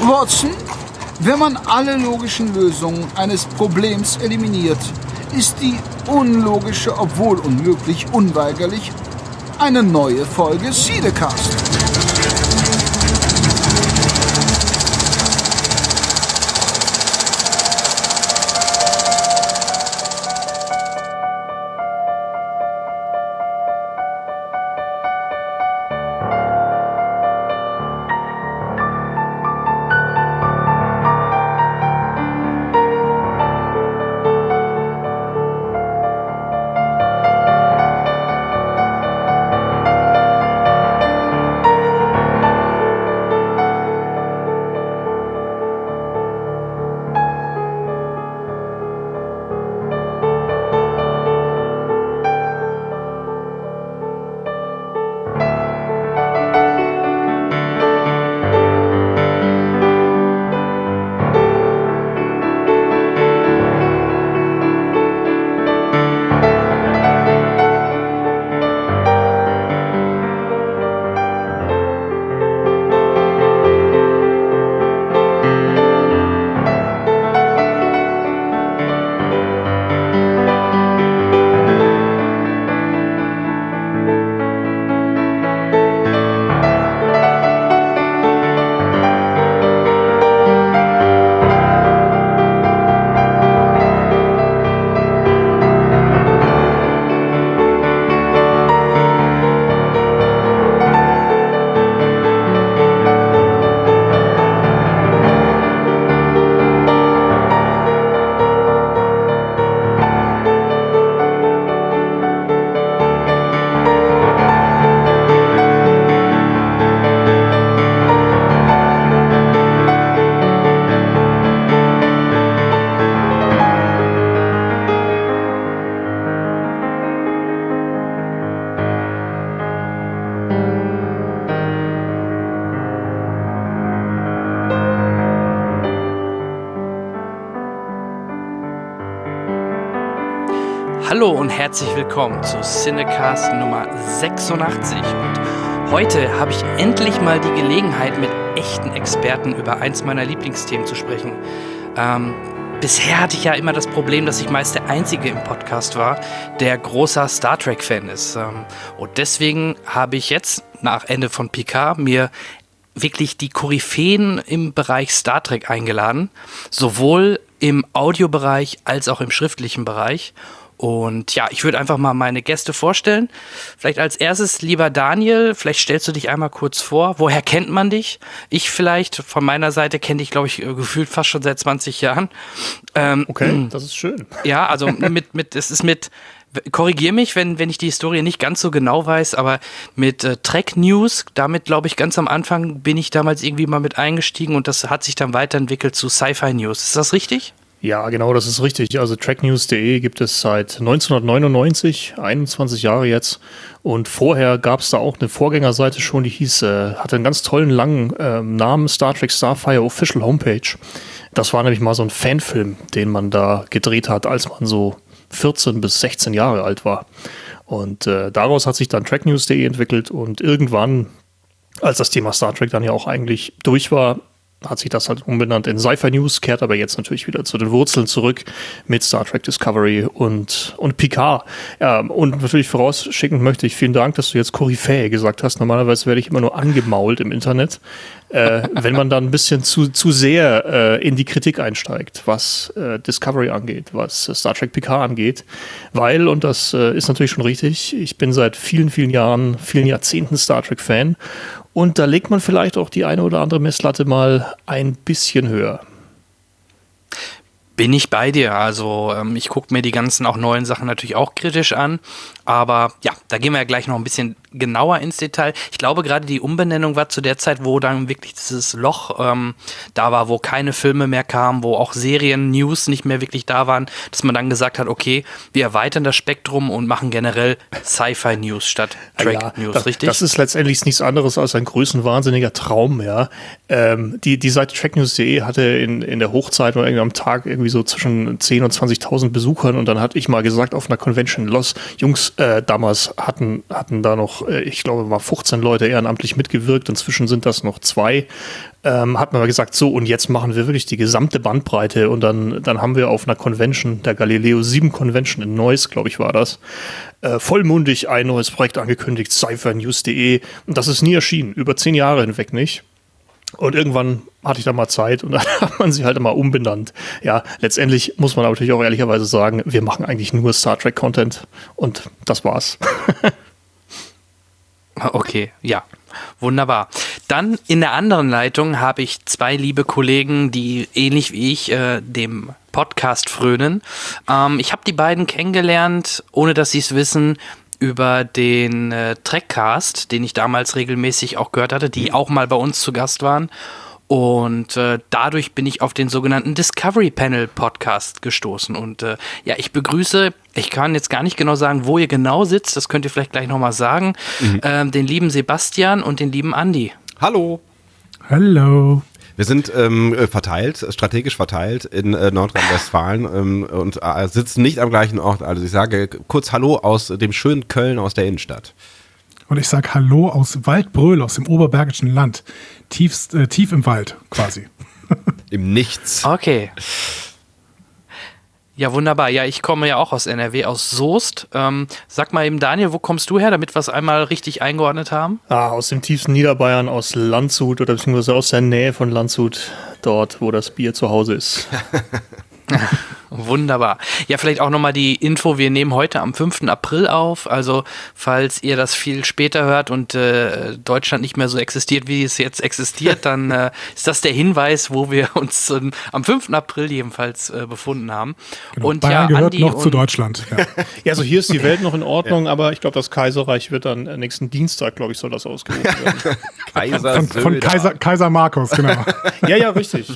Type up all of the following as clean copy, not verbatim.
Watson, wenn man alle logischen Lösungen eines Problems eliminiert, ist die unlogische, obwohl unmöglich, unweigerlich eine neue Folge Cinecast. Hallo und herzlich willkommen zu Cinecast Nummer 86 und heute habe ich endlich mal die Gelegenheit, mit echten Experten über eins meiner Lieblingsthemen zu sprechen. Bisher hatte ich ja immer das Problem, dass ich meist der Einzige im Podcast war, der großer Star Trek-Fan ist. Und deswegen habe ich jetzt, nach Ende von Picard, mir wirklich die Koryphäen im Bereich Star Trek eingeladen, sowohl im Audiobereich als auch im schriftlichen Bereich. Und ja, ich würde einfach mal meine Gäste vorstellen. Vielleicht als erstes, lieber Daniel, vielleicht stellst du dich einmal kurz vor. Woher kennt man dich? Ich vielleicht, von meiner Seite kenne dich, glaube ich, gefühlt fast schon seit 20 Jahren. Okay, das ist schön. Ja, also korrigier mich, wenn ich die Historie nicht ganz so genau weiß, aber mit Trek News, damit glaube ich ganz am Anfang bin ich damals irgendwie mal mit eingestiegen und das hat sich dann weiterentwickelt zu Sci-Fi News. Ist das richtig? Ja, genau, das ist richtig. Also tracknews.de gibt es seit 1999, 21 Jahre jetzt. Und vorher gab es da auch eine Vorgängerseite schon, die hatte einen ganz tollen langen Namen, Star Trek Starfire Official Homepage. Das war nämlich mal so ein Fanfilm, den man da gedreht hat, als man so 14 bis 16 Jahre alt war. Und daraus hat sich dann tracknews.de entwickelt und irgendwann, als das Thema Star Trek dann ja auch eigentlich durch war, hat sich das halt umbenannt in Sci-Fi News, kehrt aber jetzt natürlich wieder zu den Wurzeln zurück mit Star Trek Discovery und Picard. Und natürlich vorausschickend möchte ich vielen Dank, dass du jetzt Koryphäe gesagt hast. Normalerweise werde ich immer nur angemault im Internet, wenn man dann ein bisschen zu sehr in die Kritik einsteigt, was Discovery angeht, was Star Trek Picard angeht. Weil, und das ist natürlich schon richtig, ich bin seit vielen, vielen Jahren, vielen Jahrzehnten Star Trek-Fan. Und da legt man vielleicht auch die eine oder andere Messlatte mal ein bisschen höher. Bin ich bei dir. Also ich gucke mir die ganzen auch neuen Sachen natürlich auch kritisch an. Aber ja, da gehen wir ja gleich noch ein bisschen genauer ins Detail. Ich glaube, gerade die Umbenennung war zu der Zeit, wo dann wirklich dieses Loch da war, wo keine Filme mehr kamen, wo auch Serien-News nicht mehr wirklich da waren, dass man dann gesagt hat, okay, wir erweitern das Spektrum und machen generell Sci-Fi-News statt Track-News, richtig? Das ist letztendlich nichts anderes als ein größenwahnsinniger Traum, ja. Die Seite tracknews.de hatte in der Hochzeit oder irgendwie am Tag irgendwie so zwischen 10.000 und 20.000 Besuchern und dann hatte ich mal gesagt auf einer Convention, Jungs, damals hatten da noch, ich glaube, mal 15 Leute ehrenamtlich mitgewirkt. Inzwischen sind das noch 2. Hat man mal gesagt, so, und jetzt machen wir wirklich die gesamte Bandbreite. Und dann haben wir auf einer Convention, der Galileo 7 Convention in Neuss, glaube ich, war das, vollmundig ein neues Projekt angekündigt, cyphernews.de. Und das ist nie erschienen, über 10 Jahre hinweg nicht. Und irgendwann hatte ich da mal Zeit und dann hat man sie halt immer umbenannt. Ja, letztendlich muss man aber natürlich auch ehrlicherweise sagen, wir machen eigentlich nur Star Trek-Content und das war's. Okay, ja, wunderbar. Dann in der anderen Leitung habe ich 2 liebe Kollegen, die ähnlich wie ich dem Podcast frönen. Ich habe die beiden kennengelernt, ohne dass sie es wissen, über den Trekcast, den ich damals regelmäßig auch gehört hatte, die auch mal bei uns zu Gast waren. Und dadurch bin ich auf den sogenannten Discovery Panel Podcast gestoßen. Und ja, ich begrüße, ich kann jetzt gar nicht genau sagen, wo ihr genau sitzt, das könnt ihr vielleicht gleich nochmal sagen, den lieben Sebastian und den lieben Andi. Hallo. Hallo. Wir sind strategisch verteilt in Nordrhein-Westfalen und sitzen nicht am gleichen Ort. Also ich sage kurz Hallo aus dem schönen Köln, aus der Innenstadt. Und ich sage Hallo aus Waldbröl, aus dem oberbergischen Land. Tief im Wald quasi. Im Nichts. Okay. Ja, wunderbar. Ja, ich komme ja auch aus NRW, aus Soest. Sag mal eben, Daniel, wo kommst du her, damit wir es einmal richtig eingeordnet haben? Aus dem tiefsten Niederbayern, aus Landshut oder beziehungsweise aus der Nähe von Landshut, dort, wo das Bier zu Hause ist. Wunderbar. Ja, vielleicht auch nochmal die Info, wir nehmen heute am 5. April auf, also falls ihr das viel später hört und Deutschland nicht mehr so existiert, wie es jetzt existiert, dann ist das der Hinweis, wo wir uns am 5. April jedenfalls befunden haben. Genau, und Bayern ja, gehört Andi noch zu Deutschland. Ja. Ja, also hier ist die Welt noch in Ordnung, aber ich glaube, das Kaiserreich wird dann nächsten Dienstag, glaube ich, soll das ausgerufen werden. Von Kaiser Markus, genau. Ja, richtig.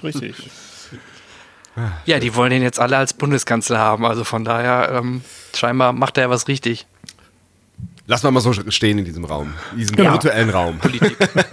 Ja, die wollen den jetzt alle als Bundeskanzler haben, also von daher scheinbar macht er ja was richtig. Lassen wir mal so stehen in diesem Raum, in diesem virtuellen Raum. Politik.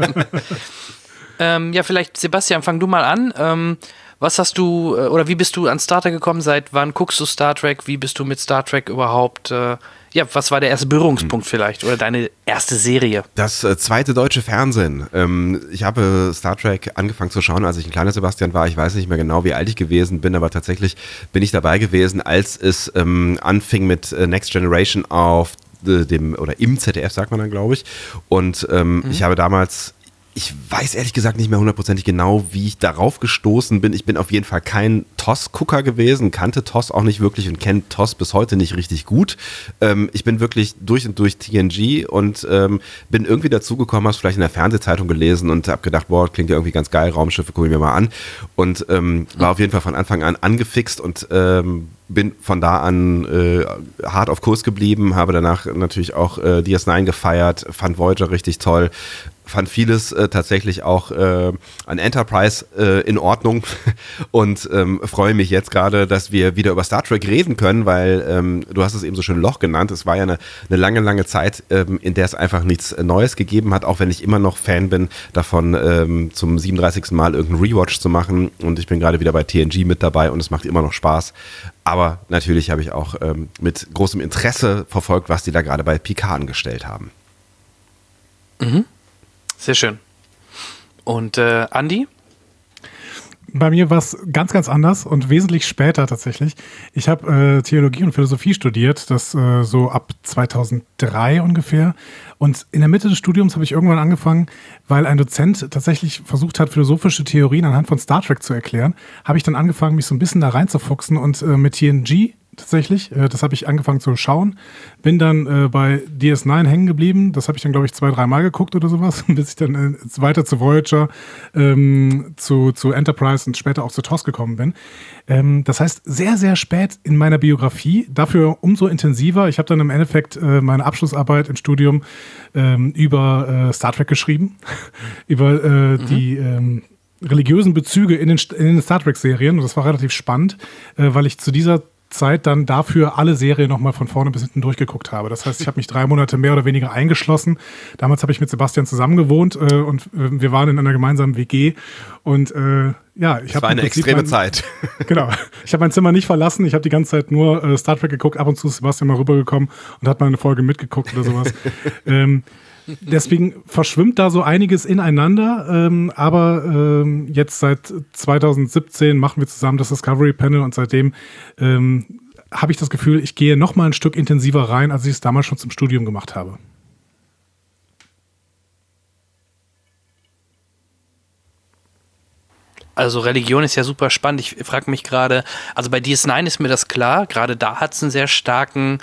Ja, vielleicht Sebastian, fang du mal an. Was hast du, oder wie bist du an Star Trek gekommen? Seit wann guckst du Star Trek? Wie bist du mit Star Trek überhaupt? Ja, was war der erste Berührungspunkt vielleicht? Oder deine erste Serie? Das zweite deutsche Fernsehen. Ich habe Star Trek angefangen zu schauen, als ich ein kleiner Sebastian war. Ich weiß nicht mehr genau, wie alt ich gewesen bin, aber tatsächlich bin ich dabei gewesen, als es anfing mit Next Generation auf im ZDF, sagt man dann, glaube ich. Und ich habe damals... Ich weiß ehrlich gesagt nicht mehr hundertprozentig genau, wie ich darauf gestoßen bin. Ich bin auf jeden Fall kein TOS-Gucker gewesen, kannte TOS auch nicht wirklich und kenne TOS bis heute nicht richtig gut. Ich bin wirklich durch und durch TNG und bin irgendwie dazugekommen, habe es vielleicht in der Fernsehzeitung gelesen und habe gedacht, boah, klingt ja irgendwie ganz geil, Raumschiffe, gucke ich mir mal an. Und war auf jeden Fall von Anfang an angefixt und bin von da an hart auf Kurs geblieben, habe danach natürlich auch DS9 gefeiert, fand Voyager richtig toll, fand vieles tatsächlich auch an Enterprise in Ordnung und freue mich jetzt gerade, dass wir wieder über Star Trek reden können, weil du hast es eben so schön Loch genannt, es war ja eine lange Zeit, in der es einfach nichts Neues gegeben hat, auch wenn ich immer noch Fan bin davon, zum 37. Mal irgendeinen Rewatch zu machen und ich bin gerade wieder bei TNG mit dabei und es macht immer noch Spaß. Aber natürlich habe ich auch mit großem Interesse verfolgt, was die da gerade bei Picard angestellt haben. Mhm. Sehr schön. Und Andi? Bei mir war es ganz, ganz anders und wesentlich später tatsächlich. Ich habe Theologie und Philosophie studiert, das so ab 2003 ungefähr. Und in der Mitte des Studiums habe ich irgendwann angefangen, weil ein Dozent tatsächlich versucht hat, philosophische Theorien anhand von Star Trek zu erklären, habe ich dann angefangen, mich so ein bisschen da reinzufuchsen und mit TNG tatsächlich, das habe ich angefangen zu schauen, bin dann bei DS9 hängen geblieben, das habe ich dann glaube ich 2-3 Mal geguckt oder sowas, bis ich dann weiter zu Voyager, zu Enterprise und später auch zu TOS gekommen bin. Das heißt, sehr, sehr spät in meiner Biografie, dafür umso intensiver. Ich habe dann im Endeffekt meine Abschlussarbeit im Studium über Star Trek geschrieben, über die religiösen Bezüge in den Star Trek-Serien und das war relativ spannend, weil ich zu dieser Zeit dann dafür alle Serien nochmal von vorne bis hinten durchgeguckt habe. Das heißt, ich habe mich 3 Monate mehr oder weniger eingeschlossen. Damals habe ich mit Sebastian zusammen gewohnt und wir waren in einer gemeinsamen WG und Ja, ich habe war eine extreme Zeit. Genau. Ich habe mein Zimmer nicht verlassen. Ich habe die ganze Zeit nur Star Trek geguckt. Ab und zu ist Sebastian mal rübergekommen und hat mal eine Folge mitgeguckt oder sowas. Deswegen verschwimmt da so einiges ineinander. Aber jetzt seit 2017 machen wir zusammen das Discovery Panel und seitdem habe ich das Gefühl, ich gehe noch mal ein Stück intensiver rein, als ich es damals schon zum Studium gemacht habe. Also Religion ist ja super spannend. Ich frage mich gerade, also bei DS9 ist mir das klar, gerade da hat es einen sehr starken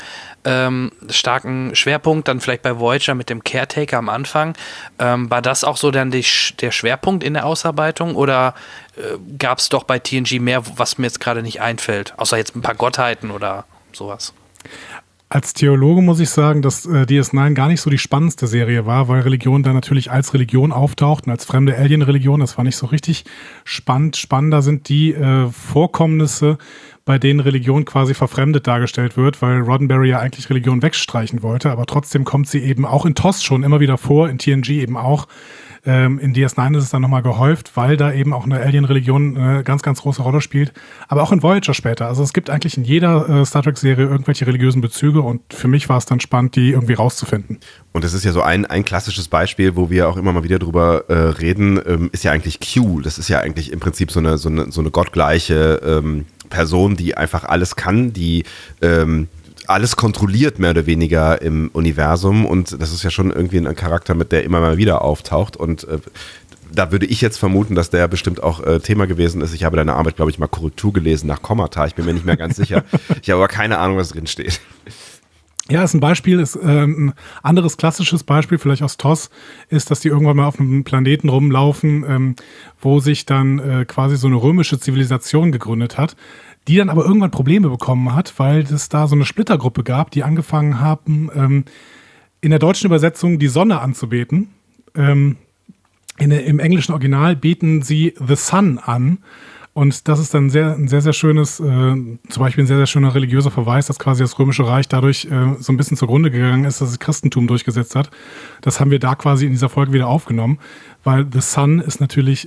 Schwerpunkt, dann vielleicht bei Voyager mit dem Caretaker am Anfang. War das auch so dann der Schwerpunkt in der Ausarbeitung oder gab es doch bei TNG mehr, was mir jetzt gerade nicht einfällt, außer jetzt ein paar Gottheiten oder sowas? Als Theologe muss ich sagen, dass DS9 gar nicht so die spannendste Serie war, weil Religion da natürlich als Religion auftaucht und als fremde Alien-Religion. Das war nicht so richtig spannend. Spannender sind die Vorkommnisse, bei denen Religion quasi verfremdet dargestellt wird, weil Roddenberry ja eigentlich Religion wegstreichen wollte, aber trotzdem kommt sie eben auch in TOS schon immer wieder vor, in TNG eben auch. In DS9 ist es dann nochmal gehäuft, weil da eben auch eine Alien-Religion eine ganz, ganz große Rolle spielt. Aber auch in Voyager später. Also es gibt eigentlich in jeder Star Trek-Serie irgendwelche religiösen Bezüge und für mich war es dann spannend, die irgendwie rauszufinden. Und das ist ja so ein klassisches Beispiel, wo wir auch immer mal wieder drüber reden, ist ja eigentlich Q. Das ist ja eigentlich im Prinzip so eine gottgleiche Person, die einfach alles kann, die alles kontrolliert, mehr oder weniger im Universum und das ist ja schon irgendwie ein Charakter, mit der immer mal wieder auftaucht und da würde ich jetzt vermuten, dass der bestimmt auch Thema gewesen ist. Ich habe deine Arbeit, glaube ich, mal Korrektur gelesen nach Kommata, ich bin mir nicht mehr ganz sicher. Ich habe aber keine Ahnung, was drin steht. Ja, ist ein Beispiel, ist ein anderes klassisches Beispiel, vielleicht aus TOS, ist, dass die irgendwann mal auf einem Planeten rumlaufen, wo sich dann quasi so eine römische Zivilisation gegründet hat, die dann aber irgendwann Probleme bekommen hat, weil es da so eine Splittergruppe gab, die angefangen haben, in der deutschen Übersetzung die Sonne anzubeten. Im englischen Original beten sie The Sun an. Und das ist dann ein sehr, sehr schönes, zum Beispiel ein sehr, sehr schöner religiöser Verweis, dass quasi das Römische Reich dadurch so ein bisschen zugrunde gegangen ist, dass das Christentum durchgesetzt hat. Das haben wir da quasi in dieser Folge wieder aufgenommen, weil The Sun ist natürlich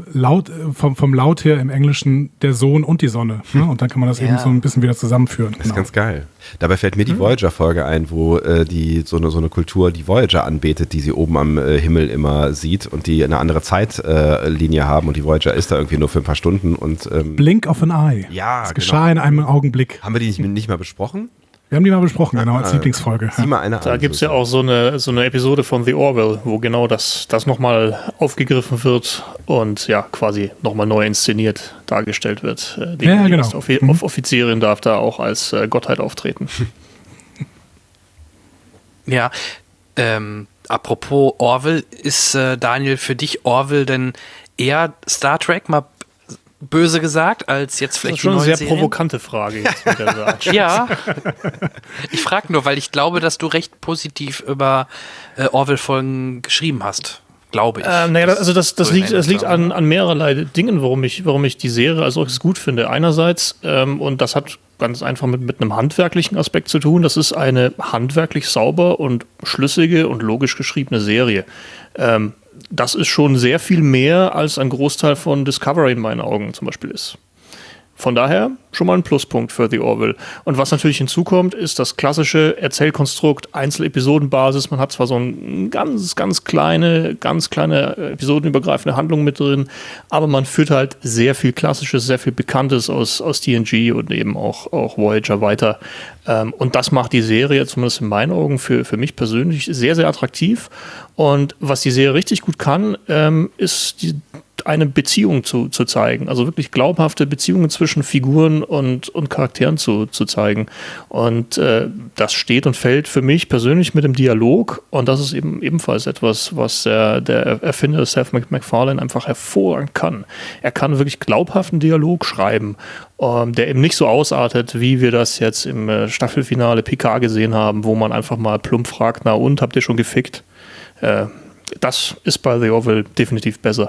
vom Laut her im Englischen der Sohn und die Sonne. Ne? Und dann kann man das eben so ein bisschen wieder zusammenführen. Das ist ganz geil. Dabei fällt mir die Voyager-Folge ein, wo die so eine Kultur die Voyager anbetet, die sie oben am Himmel immer sieht und die eine andere Zeitlinie haben und die Voyager ist da irgendwie nur für ein paar Stunden. Und, Blink of an Eye. Ja, das geschah in einem Augenblick. Haben wir die nicht mal besprochen? Wir haben die mal besprochen, genau, als Lieblingsfolge. Sieh mal eine da gibt es ja auch so eine Episode von The Orville, wo genau das nochmal aufgegriffen wird und ja, quasi nochmal neu inszeniert dargestellt wird. Die genau. Offizierin darf da auch als Gottheit auftreten. Ja, apropos Orville, ist Daniel für dich Orville denn eher Star Trek, mal böse gesagt, als jetzt vielleicht die neue Serie? Das ist schon eine sehr provokante Frage jetzt mit der Sache. Ja, ich frage nur, weil ich glaube, dass du recht positiv über Orville-Folgen geschrieben hast. Glaube ich. Das liegt an mehrerlei Dingen, warum ich die Serie als solches gut finde. Einerseits, und das hat ganz einfach mit einem handwerklichen Aspekt zu tun, das ist eine handwerklich sauber und schlüssige und logisch geschriebene Serie. Das ist schon sehr viel mehr, als ein Großteil von Discovery in meinen Augen zum Beispiel ist. Von daher schon mal ein Pluspunkt für The Orville. Und was natürlich hinzukommt, ist das klassische Erzählkonstrukt, Einzelepisodenbasis. Man hat zwar so eine ganz kleine episodenübergreifende Handlung mit drin, aber man führt halt sehr viel Klassisches, sehr viel Bekanntes aus TNG und eben auch Voyager weiter. Und das macht die Serie, zumindest in meinen Augen, für mich persönlich sehr, sehr attraktiv. Und was die Serie richtig gut kann, ist eine Beziehung zu zeigen. Also wirklich glaubhafte Beziehungen zwischen Figuren und Charakteren zu zeigen. Und das steht und fällt für mich persönlich mit dem Dialog. Und das ist ebenfalls etwas, was der Erfinder Seth MacFarlane einfach hervorragend kann. Er kann wirklich glaubhaften Dialog schreiben, der eben nicht so ausartet, wie wir das jetzt im Staffelfinale Picard gesehen haben, wo man einfach mal plump fragt, na und, habt ihr schon gefickt? Das ist bei The Orville definitiv besser.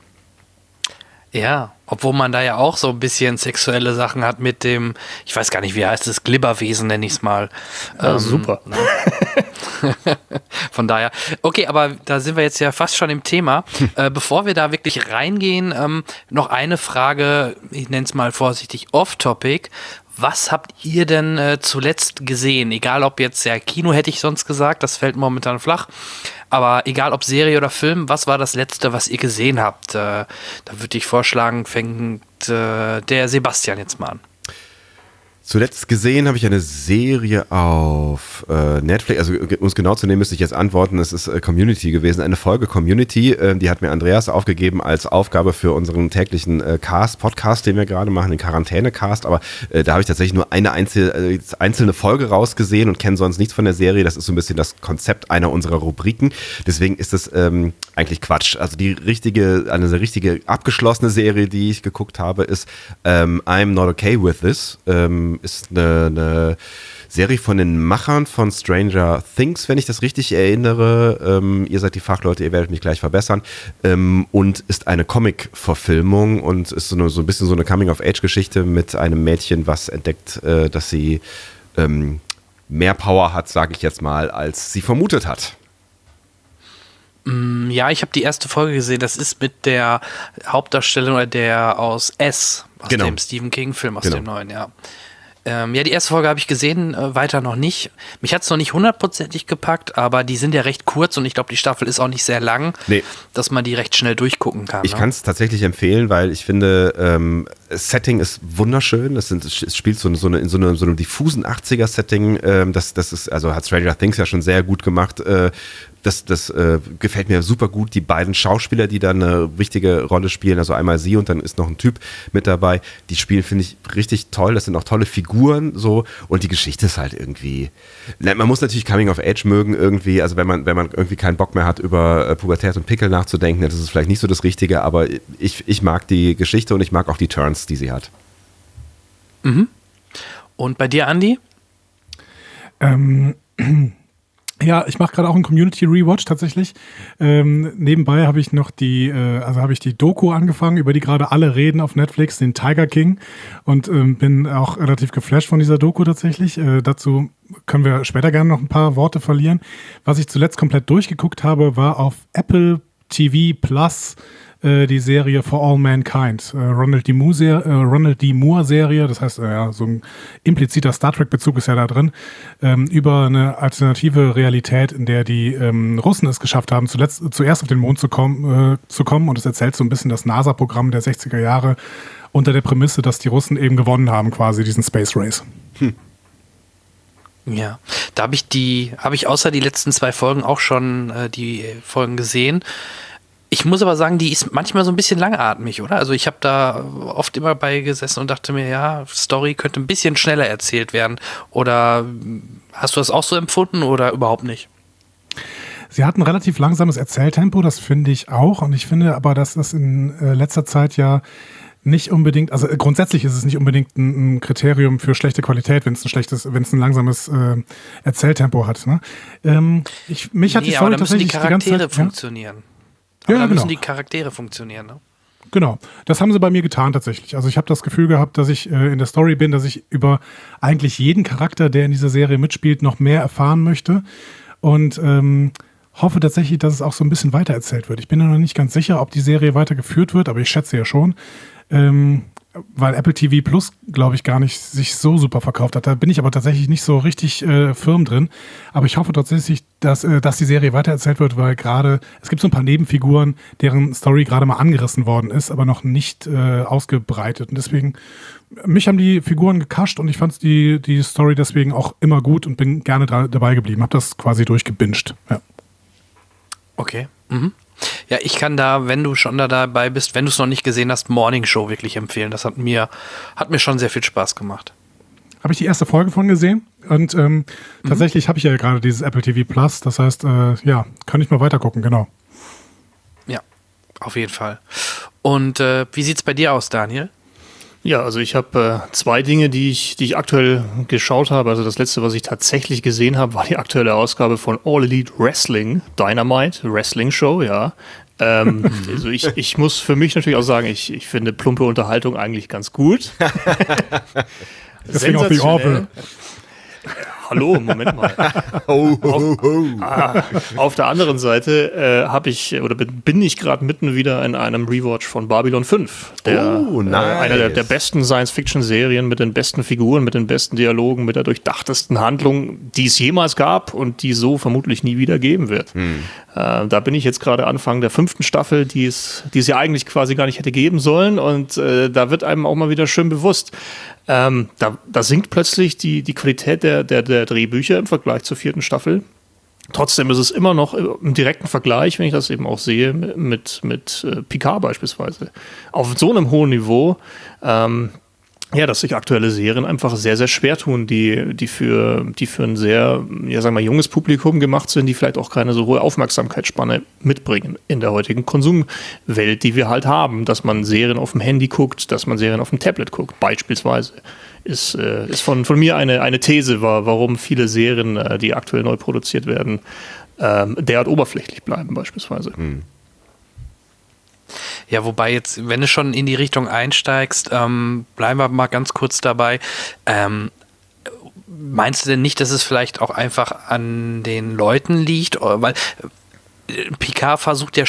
Ja, obwohl man da ja auch so ein bisschen sexuelle Sachen hat mit dem, ich weiß gar nicht, wie heißt es, Glibberwesen nenne ich es mal. Super. Von daher. Okay, aber da sind wir jetzt ja fast schon im Thema. Bevor wir da wirklich reingehen, noch eine Frage, ich nenne es mal vorsichtig off-topic. Was habt ihr denn zuletzt gesehen? Egal ob jetzt, ja, Kino hätte ich sonst gesagt, das fällt momentan flach. Aber egal ob Serie oder Film, was war das Letzte, was ihr gesehen habt? Da würde ich vorschlagen, fängt der Sebastian jetzt mal an. Zuletzt gesehen habe ich eine Serie auf Netflix, also um es genau zu nehmen, müsste ich jetzt antworten, es ist Community gewesen, eine Folge Community, die hat mir Andreas aufgegeben als Aufgabe für unseren täglichen Podcast, den wir gerade machen, den Quarantäne-Cast, aber da habe ich tatsächlich nur eine einzelne Folge rausgesehen und kenne sonst nichts von der Serie, das ist so ein bisschen das Konzept einer unserer Rubriken, deswegen ist das eigentlich Quatsch, also eine richtige abgeschlossene Serie, die ich geguckt habe, ist I'm Not Okay With This, ist eine Serie von den Machern von Stranger Things, wenn ich das richtig erinnere. Ihr seid die Fachleute, ihr werdet mich gleich verbessern. Und ist eine Comic-Verfilmung und ist so ein bisschen so eine Coming-of-Age-Geschichte mit einem Mädchen, was entdeckt, dass sie mehr Power hat, sage ich jetzt mal, als sie vermutet hat. Ja, ich habe die erste Folge gesehen. Das ist mit der Hauptdarstellerin oder der aus S, aus dem Stephen King-Film, aus dem neuen, ja. Ja, die erste Folge habe ich gesehen, weiter noch nicht. Mich hat es noch nicht 100%ig gepackt, aber die sind ja recht kurz und ich glaube, die Staffel ist auch nicht sehr lang, dass man die recht schnell durchgucken kann. Ich kann es tatsächlich empfehlen, weil ich finde, Setting ist wunderschön. Es spielt in so einem diffusen 80er-Setting. Das ist, also hat Stranger Things ja schon sehr gut gemacht. Das gefällt mir super gut. Die beiden Schauspieler, die da eine wichtige Rolle spielen, also einmal sie und dann ist noch ein Typ mit dabei, die spielen, finde ich, richtig toll. Das sind auch tolle Figuren so und die Geschichte ist halt irgendwie, man muss natürlich Coming of Age mögen irgendwie, also wenn man irgendwie keinen Bock mehr hat, über Pubertät und Pickel nachzudenken, das ist vielleicht nicht so das Richtige, aber ich mag die Geschichte und ich mag auch die Turns, die sie hat. Mhm. Und bei dir, Andi? Ja, ich mache gerade auch einen Community Rewatch tatsächlich. Nebenbei habe ich noch die Doku angefangen, über die gerade alle reden auf Netflix, den Tiger King, und bin auch relativ geflasht von dieser Doku tatsächlich. Dazu können wir später gerne noch ein paar Worte verlieren. Was ich zuletzt komplett durchgeguckt habe, war auf Apple TV Plus die Serie For All Mankind, Ronald D. Moore Serie, das heißt, so ein impliziter Star Trek-Bezug ist ja da drin, über eine alternative Realität, in der die Russen es geschafft haben, zuerst auf den Mond zu kommen, und es erzählt so ein bisschen das NASA-Programm der 60er Jahre unter der Prämisse, dass die Russen eben gewonnen haben, quasi diesen Space Race. Ja, da habe ich außer die letzten 2 Folgen auch schon die Folgen gesehen. Ich muss aber sagen, die ist manchmal so ein bisschen langatmig, oder? Also ich habe da oft immer bei gesessen und dachte mir, ja, Story könnte ein bisschen schneller erzählt werden. Oder hast du das auch so empfunden oder überhaupt nicht? Sie hat ein relativ langsames Erzähltempo, das finde ich auch. Und ich finde aber, dass das in letzter Zeit ja nicht unbedingt, also grundsätzlich ist es nicht unbedingt ein Kriterium für schlechte Qualität, wenn es ein langsames Erzähltempo hat. Ne? Mich hat die Story tatsächlich die ganze Zeit funktionieren. Ja, da genau. müssen die Charaktere funktionieren, ne? Genau, das haben sie bei mir getan tatsächlich. Also ich habe das Gefühl gehabt, dass ich in der Story bin, dass ich über eigentlich jeden Charakter, der in dieser Serie mitspielt, noch mehr erfahren möchte und hoffe tatsächlich, dass es auch so ein bisschen weitererzählt wird. Ich bin mir noch nicht ganz sicher, ob die Serie weitergeführt wird, aber ich schätze ja schon, weil Apple TV Plus, glaube ich, gar nicht sich so super verkauft hat. Da bin ich aber tatsächlich nicht so richtig firm drin. Aber ich hoffe tatsächlich, dass die Serie weitererzählt wird, weil es gibt so ein paar Nebenfiguren, deren Story gerade mal angerissen worden ist, aber noch nicht ausgebreitet. Und deswegen, mich haben die Figuren gecasht und ich fand die Story deswegen auch immer gut und bin gerne dabei geblieben. Hab das quasi durchgebinged. Ja. Okay. Mhm. Ja, ich kann da, wenn du schon da dabei bist, wenn du es noch nicht gesehen hast, Morning Show wirklich empfehlen. Das hat mir schon sehr viel Spaß gemacht. Habe ich die erste Folge von gesehen und tatsächlich habe ich ja gerade dieses Apple TV Plus. Das heißt, kann ich mal weiter gucken, genau. Ja, auf jeden Fall. Und wie sieht's bei dir aus, Daniel? Ja, also ich habe 2 Dinge, die ich aktuell geschaut habe. Also das letzte, was ich tatsächlich gesehen habe, war die aktuelle Ausgabe von All Elite Wrestling, Dynamite, Wrestling Show, ja. Also ich muss für mich natürlich auch sagen, ich finde plumpe Unterhaltung eigentlich ganz gut. Deswegen auch die Orville. hallo, Moment mal. Auf der anderen Seite bin ich gerade mitten wieder in einem Rewatch von Babylon 5. Einer der besten Science-Fiction-Serien mit den besten Figuren, mit den besten Dialogen, mit der durchdachtesten Handlung, die es jemals gab und die so vermutlich nie wieder geben wird. Da bin ich jetzt gerade Anfang der 5. Staffel, die es ja eigentlich quasi gar nicht hätte geben sollen, und da wird einem auch mal wieder schön bewusst, da sinkt plötzlich die Qualität der Drehbücher im Vergleich zur 4. Staffel. Trotzdem ist es immer noch im direkten Vergleich, wenn ich das eben auch sehe, mit Picard beispielsweise, auf so einem hohen Niveau, dass sich aktuelle Serien einfach sehr, sehr schwer tun, die für ein sehr, junges Publikum gemacht sind, die vielleicht auch keine so hohe Aufmerksamkeitsspanne mitbringen in der heutigen Konsumwelt, die wir halt haben, dass man Serien auf dem Handy guckt, dass man Serien auf dem Tablet guckt, beispielsweise. Ist von mir eine These, warum viele Serien, die aktuell neu produziert werden, derart oberflächlich bleiben, beispielsweise. Ja, wobei jetzt, wenn du schon in die Richtung einsteigst, bleiben wir mal ganz kurz dabei. Meinst du denn nicht, dass es vielleicht auch einfach an den Leuten liegt? Weil Picard versucht,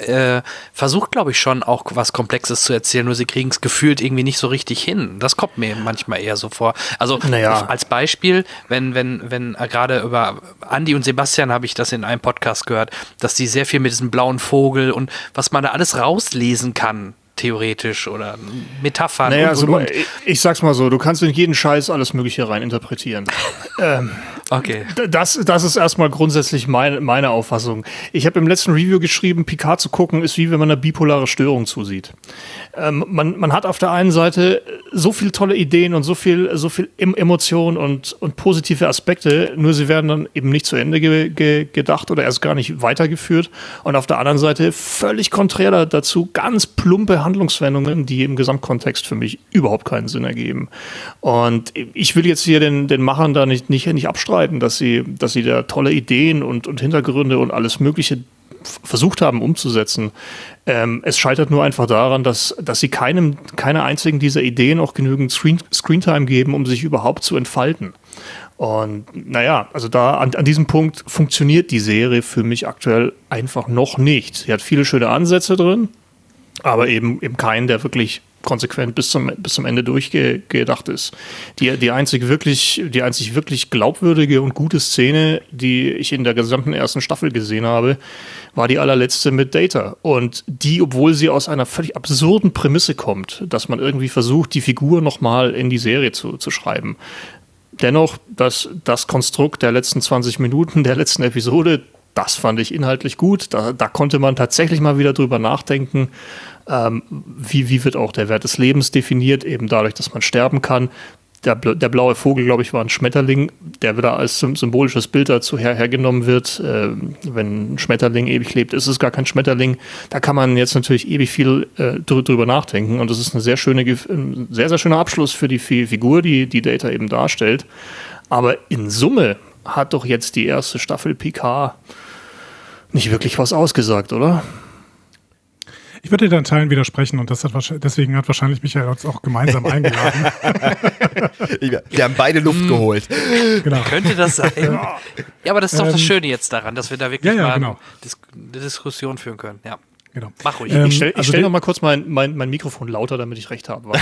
glaube ich, schon auch was Komplexes zu erzählen, nur sie kriegen es gefühlt irgendwie nicht so richtig hin. Das kommt mir manchmal eher so vor. Also als Beispiel, wenn gerade über Andi und Sebastian habe ich das in einem Podcast gehört, dass die sehr viel mit diesem blauen Vogel und was man da alles rauslesen kann, theoretisch, oder Metaphern und. Ich sag's mal so, du kannst in jeden Scheiß alles Mögliche rein interpretieren. Okay. Das ist erstmal grundsätzlich meine Auffassung. Ich habe im letzten Review geschrieben, Picard zu gucken ist wie wenn man einer bipolare Störung zusieht. Man hat auf der einen Seite so viele tolle Ideen und so viel Emotion und positive Aspekte, nur sie werden dann eben nicht zu Ende gedacht oder erst gar nicht weitergeführt. Und auf der anderen Seite völlig konträr dazu ganz plumpe Handlungswendungen, die im Gesamtkontext für mich überhaupt keinen Sinn ergeben. Und ich will jetzt hier den Machern da nicht abstreiten, dass sie da tolle Ideen und Hintergründe und alles Mögliche versucht haben umzusetzen. Es scheitert nur einfach daran, dass sie keiner einzigen dieser Ideen auch genügend Screentime geben, um sich überhaupt zu entfalten. Und also da an diesem Punkt funktioniert die Serie für mich aktuell einfach noch nicht. Sie hat viele schöne Ansätze drin, aber eben keinen, der wirklich konsequent bis zum Ende durchgedacht ist. Die einzig wirklich glaubwürdige und gute Szene, die ich in der gesamten ersten Staffel gesehen habe, war die allerletzte mit Data. Und die, obwohl sie aus einer völlig absurden Prämisse kommt, dass man irgendwie versucht, die Figur nochmal in die Serie zu schreiben. Dennoch, das Konstrukt der letzten 20 Minuten, der letzten Episode, das fand ich inhaltlich gut. Da konnte man tatsächlich mal wieder drüber nachdenken, wie wird auch der Wert des Lebens definiert, eben dadurch, dass man sterben kann. Der blaue Vogel, glaube ich, war ein Schmetterling, der wieder als symbolisches Bild dazu hergenommen wird. Wenn ein Schmetterling ewig lebt, ist es gar kein Schmetterling. Da kann man jetzt natürlich ewig viel drüber nachdenken. Und das ist ein sehr, sehr schöner Abschluss für die Figur, die Data eben darstellt. Aber in Summe hat doch jetzt die erste Staffel Picard nicht wirklich was ausgesagt, oder? Ich würde dir in Teilen widersprechen und deswegen hat wahrscheinlich Michael uns auch gemeinsam eingeladen. Wir haben beide Luft geholt. Genau. Könnte das sein? Ja, aber das ist doch das Schöne jetzt daran, dass wir da wirklich eine Diskussion führen können. Ja. Genau. Mach ruhig. Ich stell noch mal kurz mein Mikrofon lauter, damit ich recht habe.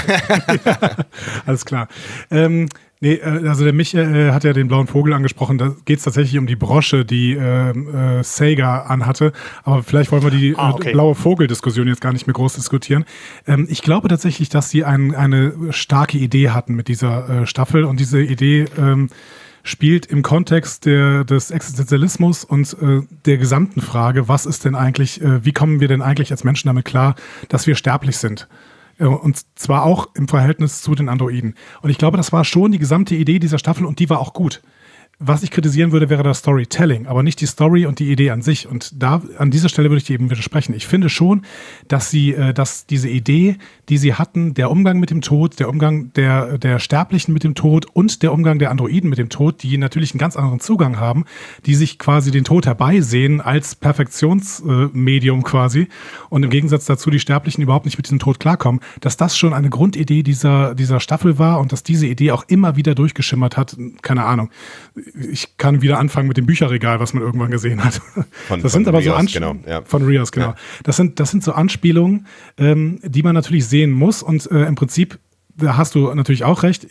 Alles klar. Also der Michael hat ja den blauen Vogel angesprochen. Da geht es tatsächlich um die Brosche, die Sega anhatte. Aber vielleicht wollen wir die blaue Vogel-Diskussion jetzt gar nicht mehr groß diskutieren. Ich glaube tatsächlich, dass sie eine starke Idee hatten mit dieser Staffel. Und diese Idee spielt im Kontext des Existenzialismus und der gesamten Frage, was ist denn eigentlich, wie kommen wir denn eigentlich als Menschen damit klar, dass wir sterblich sind? Und zwar auch im Verhältnis zu den Androiden. Und ich glaube, das war schon die gesamte Idee dieser Staffel und die war auch gut. Was ich kritisieren würde, wäre das Storytelling, aber nicht die Story und die Idee an sich. Und da, an dieser Stelle würde ich dir eben widersprechen. Ich finde schon, dass diese Idee, die sie hatten, der Umgang mit dem Tod, der Umgang der Sterblichen mit dem Tod und der Umgang der Androiden mit dem Tod, die natürlich einen ganz anderen Zugang haben, die sich quasi den Tod herbeisehen als Perfektionsmedium quasi und im Gegensatz dazu die Sterblichen überhaupt nicht mit diesem Tod klarkommen, dass das schon eine Grundidee dieser Staffel war und dass diese Idee auch immer wieder durchgeschimmert hat, keine Ahnung. ich kann wieder anfangen mit dem Bücherregal, was man irgendwann gesehen hat. Das sind aber Rios, so genau, ja. Von Rios, genau. Ja. Das sind so Anspielungen, die man natürlich sehen muss und im Prinzip, da hast du natürlich auch recht.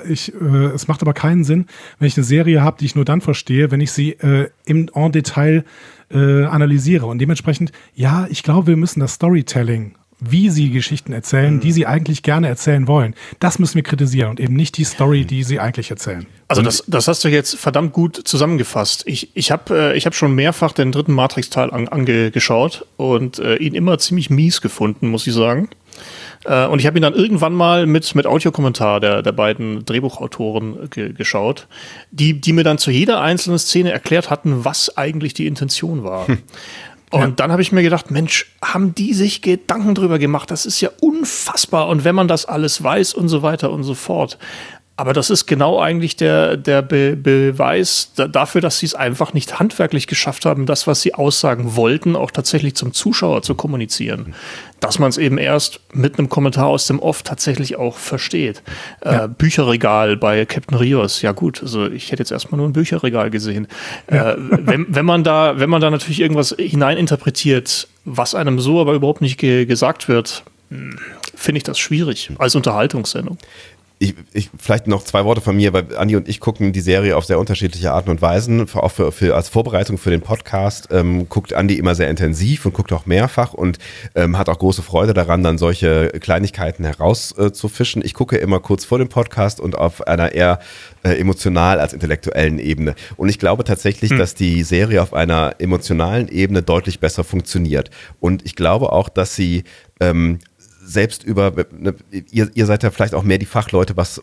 Es macht aber keinen Sinn, wenn ich eine Serie habe, die ich nur dann verstehe, wenn ich sie en Detail analysiere. Und dementsprechend, ja, ich glaube, wir müssen das Storytelling, wie sie Geschichten erzählen, die sie eigentlich gerne erzählen wollen, das müssen wir kritisieren und eben nicht die Story, die sie eigentlich erzählen. Also das hast du jetzt verdammt gut zusammengefasst. Ich hab schon mehrfach den dritten Matrix-Teil angeschaut und ihn immer ziemlich mies gefunden, muss ich sagen. Und ich habe ihn dann irgendwann mal mit Audiokommentar der beiden Drehbuchautoren geschaut, die mir dann zu jeder einzelnen Szene erklärt hatten, was eigentlich die Intention war. Und dann habe ich mir gedacht, Mensch, haben die sich Gedanken drüber gemacht? Das ist ja unfassbar. Und wenn man das alles weiß und so weiter und so fort. Aber das ist genau eigentlich der Beweis dafür, dass sie es einfach nicht handwerklich geschafft haben, das, was sie aussagen wollten, auch tatsächlich zum Zuschauer zu kommunizieren. Dass man es eben erst mit einem Kommentar aus dem Off tatsächlich auch versteht. Ja. Bücherregal bei Captain Rios, ja gut, also ich hätte jetzt erstmal nur ein Bücherregal gesehen. Ja. Wenn man da natürlich irgendwas hineininterpretiert, was einem so aber überhaupt nicht gesagt wird, finde ich das schwierig als Unterhaltungssendung. Ich vielleicht noch 2 Worte von mir, weil Andi und ich gucken die Serie auf sehr unterschiedliche Arten und Weisen. Auch als Vorbereitung für den Podcast guckt Andi immer sehr intensiv und guckt auch mehrfach und hat auch große Freude daran, dann solche Kleinigkeiten herauszufischen. Ich gucke immer kurz vor dem Podcast und auf einer eher emotional als intellektuellen Ebene. Und ich glaube tatsächlich, dass die Serie auf einer emotionalen Ebene deutlich besser funktioniert. Und ich glaube auch, dass sie selbst ihr seid ja vielleicht auch mehr die Fachleute, was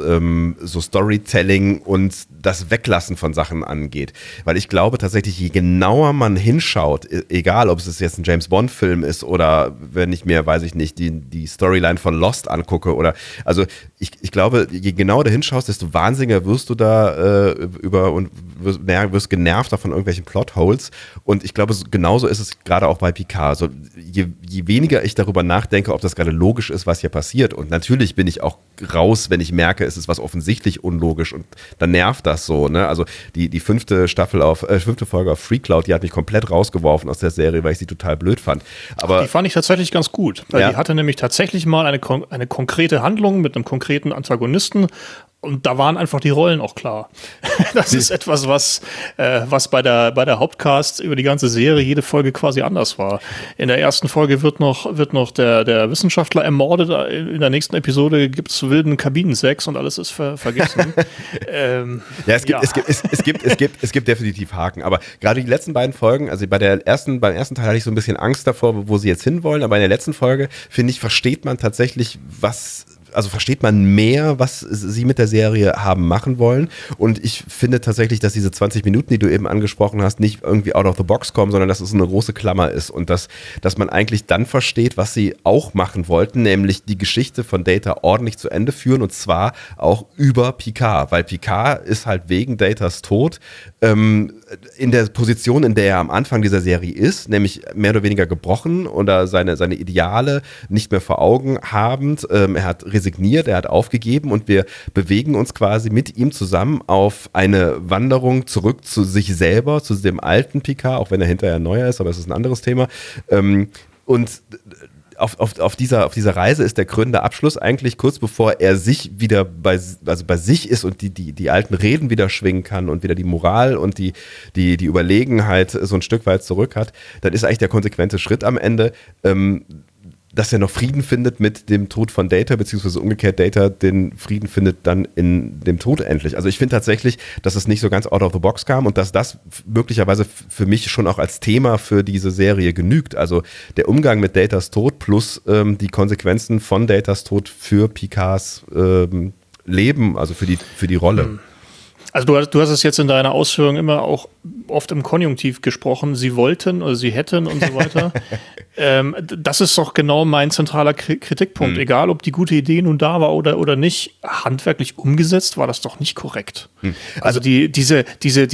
so Storytelling und das Weglassen von Sachen angeht. Weil ich glaube tatsächlich, je genauer man hinschaut, egal ob es jetzt ein James-Bond-Film ist oder wenn ich mir, weiß ich nicht, die Storyline von Lost angucke oder, also ich glaube, je genauer du hinschaust, desto wahnsinniger wirst du da wirst genervt von irgendwelchen Plotholes. Und ich glaube, genauso ist es gerade auch bei Picard. Also je weniger ich darüber nachdenke, ob das gerade logisch ist, was hier passiert. Und natürlich bin ich auch raus, wenn ich merke, es ist was offensichtlich unlogisch und dann nervt das so. Ne? Also die fünfte Folge auf Free Cloud, die hat mich komplett rausgeworfen aus der Serie, weil ich sie total blöd fand. Aber die fand ich tatsächlich ganz gut, weil die hatte nämlich tatsächlich mal eine konkrete Handlung mit einem konkreten Antagonisten. Und da waren einfach die Rollen auch klar. Das ist etwas, was bei der Hauptcast über die ganze Serie jede Folge quasi anders war. In der ersten Folge wird noch der Wissenschaftler ermordet. In der nächsten Episode gibt's wilden Kabinensex und alles ist vergessen. Es gibt definitiv Haken. Aber gerade die letzten beiden Folgen, also beim ersten Teil hatte ich so ein bisschen Angst davor, wo sie jetzt hinwollen. Aber in der letzten Folge, finde ich, versteht man tatsächlich, versteht man mehr, was sie mit der Serie haben machen wollen. Und ich finde tatsächlich, dass diese 20 Minuten, die du eben angesprochen hast, nicht irgendwie out of the box kommen, sondern dass es eine große Klammer ist und dass man eigentlich dann versteht, was sie auch machen wollten, nämlich die Geschichte von Data ordentlich zu Ende führen und zwar auch über Picard, weil Picard ist halt wegen Datas Tod in der Position, in der er am Anfang dieser Serie ist, nämlich mehr oder weniger gebrochen oder seine Ideale nicht mehr vor Augen habend. Er hat resigniert, er hat aufgegeben und wir bewegen uns quasi mit ihm zusammen auf eine Wanderung zurück zu sich selber, zu dem alten Picard, auch wenn er hinterher neuer ist, aber das ist ein anderes Thema. Und auf dieser Reise ist der krönende Abschluss eigentlich kurz bevor er sich wieder bei sich ist und die alten Reden wieder schwingen kann und wieder die Moral und die Überlegenheit so ein Stück weit zurück hat, dann ist eigentlich der konsequente Schritt am Ende, dass er noch Frieden findet mit dem Tod von Data, beziehungsweise umgekehrt Data den Frieden findet dann in dem Tod endlich. Also ich finde tatsächlich, dass es nicht so ganz out of the box kam und dass das möglicherweise für mich schon auch als Thema für diese Serie genügt. Also der Umgang mit Datas Tod plus die Konsequenzen von Datas Tod für Picards Leben, also für die Rolle. Also du hast es jetzt in deiner Ausführung immer auch oft im Konjunktiv gesprochen, sie wollten oder sie hätten und so weiter. Das ist doch genau mein zentraler Kritikpunkt. Egal, ob die gute Idee nun da war oder nicht, handwerklich umgesetzt war das doch nicht korrekt. Also dieser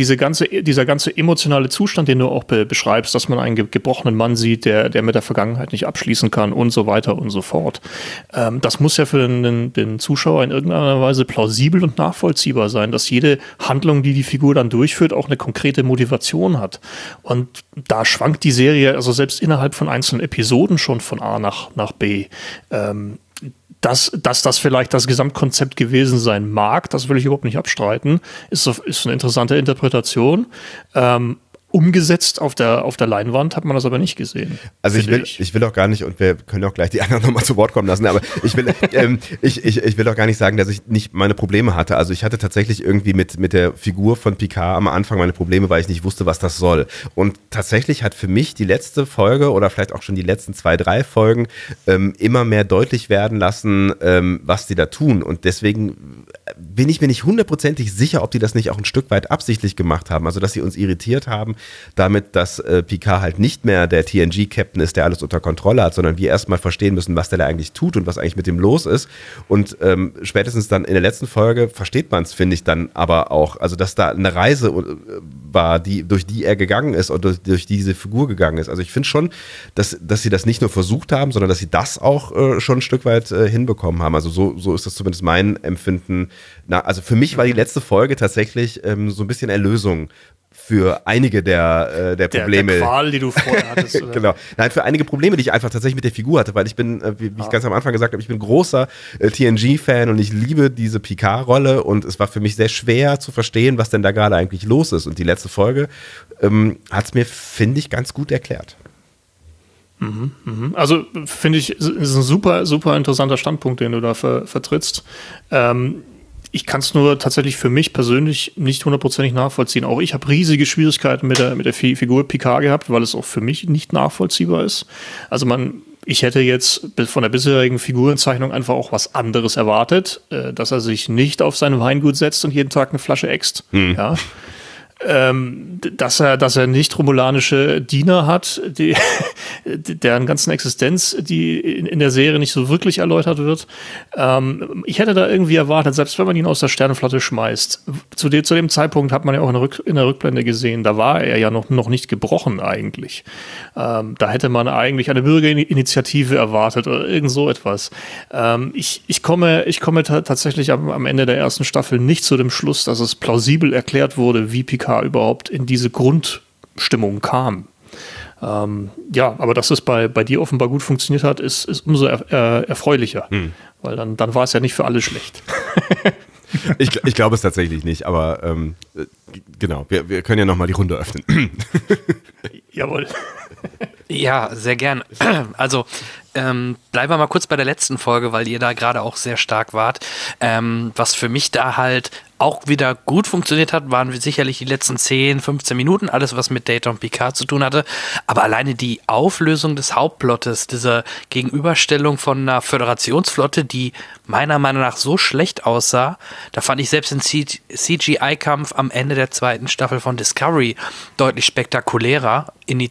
ganze emotionale Zustand, den du auch beschreibst, dass man einen gebrochenen Mann sieht, der mit der Vergangenheit nicht abschließen kann und so weiter und so fort. Das muss ja für den Zuschauer in irgendeiner Weise plausibel und nachvollziehbar sein, dass jede Handlung, die Figur dann durchführt, auch eine konkrete Motivation hat. Und da schwankt die Serie, also selbst innerhalb von einzelnen Episoden schon von A nach B. Dass das vielleicht das Gesamtkonzept gewesen sein mag, das will ich überhaupt nicht abstreiten, ist eine interessante Interpretation. Umgesetzt auf der Leinwand hat man das aber nicht gesehen. Also ich will auch gar nicht, und wir können auch gleich die anderen nochmal zu Wort kommen lassen, aber ich will auch gar nicht sagen, dass ich nicht meine Probleme hatte. Also ich hatte tatsächlich irgendwie mit der Figur von Picard am Anfang meine Probleme, weil ich nicht wusste, was das soll. Und tatsächlich hat für mich die letzte Folge oder vielleicht auch schon die letzten 2, 3 Folgen immer mehr deutlich werden lassen, was die da tun. Und deswegen bin ich mir nicht 100%ig sicher, ob die das nicht auch ein Stück weit absichtlich gemacht haben. Also dass sie uns irritiert haben, damit, dass Picard halt nicht mehr der TNG-Captain ist, der alles unter Kontrolle hat, sondern wir erstmal verstehen müssen, was der da eigentlich tut und was eigentlich mit dem los ist. Und spätestens dann in der letzten Folge versteht man es, finde ich, dann aber auch, also dass da eine Reise war, durch die er gegangen ist und durch diese Figur gegangen ist. Also ich finde schon, dass sie das nicht nur versucht haben, sondern dass sie das auch schon ein Stück weit hinbekommen haben. Also so ist das zumindest mein Empfinden. Also für mich war die letzte Folge tatsächlich so ein bisschen Erlösung für einige der Probleme. Der Qual, die du vorher hattest. Genau. Nein, für einige Probleme, die ich einfach tatsächlich mit der Figur hatte, weil ich bin, wie ich ganz am Anfang gesagt habe, ich bin großer TNG-Fan und ich liebe diese Picard-Rolle und es war für mich sehr schwer zu verstehen, was denn da gerade eigentlich los ist. Und die letzte Folge hat es mir, finde ich, ganz gut erklärt. Also finde ich, ist ein super, super interessanter Standpunkt, den du da vertrittst. Ich kann es nur tatsächlich für mich persönlich nicht 100% nachvollziehen. Auch ich habe riesige Schwierigkeiten mit der Figur Picard gehabt, weil es auch für mich nicht nachvollziehbar ist. Also ich hätte jetzt von der bisherigen Figurenzeichnung einfach auch was anderes erwartet, dass er sich nicht auf sein Weingut setzt und jeden Tag eine Flasche äxt. Ja. Dass er nicht romulanische Diener hat, deren ganzen Existenz, die in der Serie nicht so wirklich erläutert wird. Ich hätte da irgendwie erwartet, selbst wenn man ihn aus der Sternenflotte schmeißt, zu dem Zeitpunkt hat man ja auch in der Rückblende gesehen, da war er ja noch nicht gebrochen eigentlich. Da hätte man eigentlich eine Bürgerinitiative erwartet oder irgend so etwas. Ich komme tatsächlich am Ende der ersten Staffel nicht zu dem Schluss, dass es plausibel erklärt wurde, wie Picard überhaupt in diese Grundstimmung kam. Aber dass es bei dir offenbar gut funktioniert hat, ist umso erfreulicher, weil dann war es ja nicht für alle schlecht. Ich glaube es tatsächlich nicht, aber genau, wir können ja nochmal die Runde öffnen. Jawohl. Ja, sehr gern. Also bleiben wir mal kurz bei der letzten Folge, weil ihr da gerade auch sehr stark wart. Was für mich da halt auch wieder gut funktioniert hat, waren sicherlich die letzten 10, 15 Minuten, alles was mit Data und Picard zu tun hatte, aber alleine die Auflösung des Hauptplottes, diese Gegenüberstellung von einer Föderationsflotte, die meiner Meinung nach so schlecht aussah, da fand ich selbst den CGI-Kampf am Ende der 2. Staffel von Discovery deutlich spektakulärer in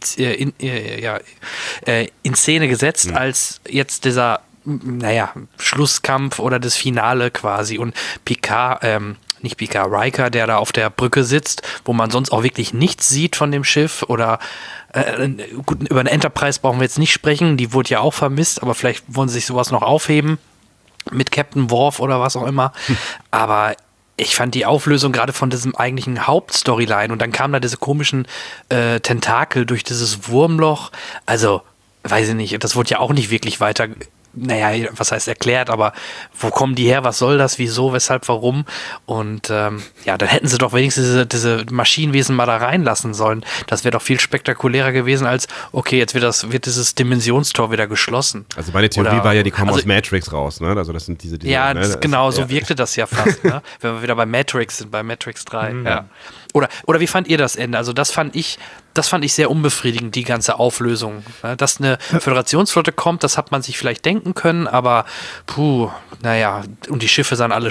Szene gesetzt, als jetzt dieser Schlusskampf oder das Finale quasi und Picard, Riker, der da auf der Brücke sitzt, wo man sonst auch wirklich nichts sieht von dem Schiff oder gut, über eine Enterprise brauchen wir jetzt nicht sprechen, die wurde ja auch vermisst, aber vielleicht wollen sie sich sowas noch aufheben mit Captain Worf oder was auch immer, aber ich fand die Auflösung gerade von diesem eigentlichen Hauptstoryline und dann kamen da diese komischen Tentakel durch dieses Wurmloch, also weiß ich nicht, das wurde ja auch nicht wirklich weiter, was heißt erklärt, aber wo kommen die her, was soll das, wieso, weshalb, warum und dann hätten sie doch wenigstens diese Maschinenwesen mal da reinlassen sollen, das wäre doch viel spektakulärer gewesen als, okay, jetzt wird dieses Dimensionstor wieder geschlossen. Also meine Theorie war ja, die kommen aus Matrix raus, ne, also das sind diese ja, ne? Genau, so wirkte das ja fast, ne? Wenn wir wieder bei Matrix sind, bei Matrix 3, ja. Oder wie fand ihr das Ende? Also das fand ich sehr unbefriedigend, die ganze Auflösung. Dass eine Föderationsflotte kommt, das hat man sich vielleicht denken können, aber und die Schiffe sahen alle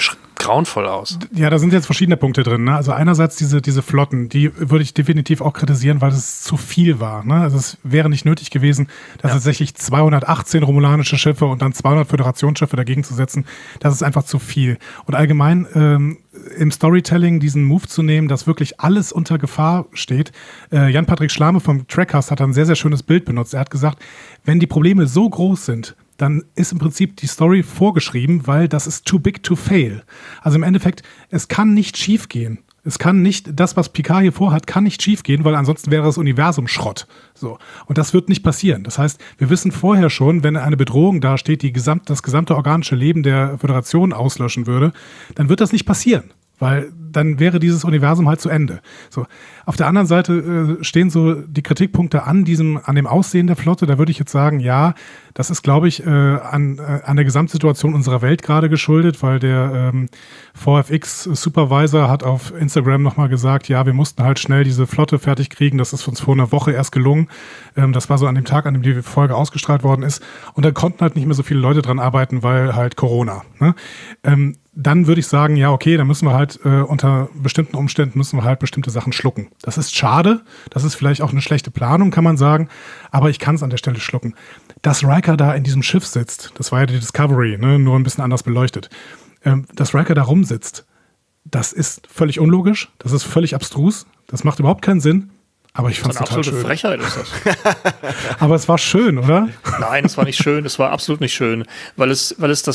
grauenvoll aus. Ja, da sind jetzt verschiedene Punkte drin. Ne? Also einerseits diese Flotten, die würde ich definitiv auch kritisieren, weil es zu viel war. Ne? Also es wäre nicht nötig gewesen, da tatsächlich 218 romulanische Schiffe und dann 200 Föderationsschiffe dagegen zu setzen. Das ist einfach zu viel. Und allgemein im Storytelling diesen Move zu nehmen, dass wirklich alles unter Gefahr steht. Jan-Patrick Schlame vom Trackcast hat ein sehr, sehr schönes Bild benutzt. Er hat gesagt, wenn die Probleme so groß sind, dann ist im Prinzip die Story vorgeschrieben, weil das ist too big to fail. Also im Endeffekt, es kann nicht schief gehen. Es kann nicht, das, was Picard hier vorhat, kann nicht schief gehen, weil ansonsten wäre das Universum Schrott. So. Und das wird nicht passieren. Das heißt, wir wissen vorher schon, wenn eine Bedrohung dasteht, die das gesamte organische Leben der Föderation auslöschen würde, dann wird das nicht passieren. Weil dann wäre dieses Universum halt zu Ende. So. Auf der anderen Seite stehen so die Kritikpunkte an dem Aussehen der Flotte. Da würde ich jetzt sagen, ja, das ist, glaube ich, an der Gesamtsituation unserer Welt gerade geschuldet, weil der VFX-Supervisor hat auf Instagram nochmal gesagt, ja, wir mussten halt schnell diese Flotte fertig kriegen. Das ist uns vor einer Woche erst gelungen. Das war so an dem Tag, an dem die Folge ausgestrahlt worden ist. Und da konnten halt nicht mehr so viele Leute dran arbeiten, weil halt Corona. Ne? Dann würde ich sagen, ja, okay, dann müssen wir halt unter bestimmten Umständen müssen wir halt bestimmte Sachen schlucken. Das ist schade, das ist vielleicht auch eine schlechte Planung, kann man sagen, aber ich kann es an der Stelle schlucken. Dass Riker da in diesem Schiff sitzt, das war ja die Discovery, ne, nur ein bisschen anders beleuchtet, dass Riker da rumsitzt, das ist völlig unlogisch, das ist völlig abstrus, das macht überhaupt keinen Sinn. Aber ich fand es total schön. Absolute Frechheit ist das. Aber es war schön, oder? Nein, es war nicht schön. Es war absolut nicht schön, weil es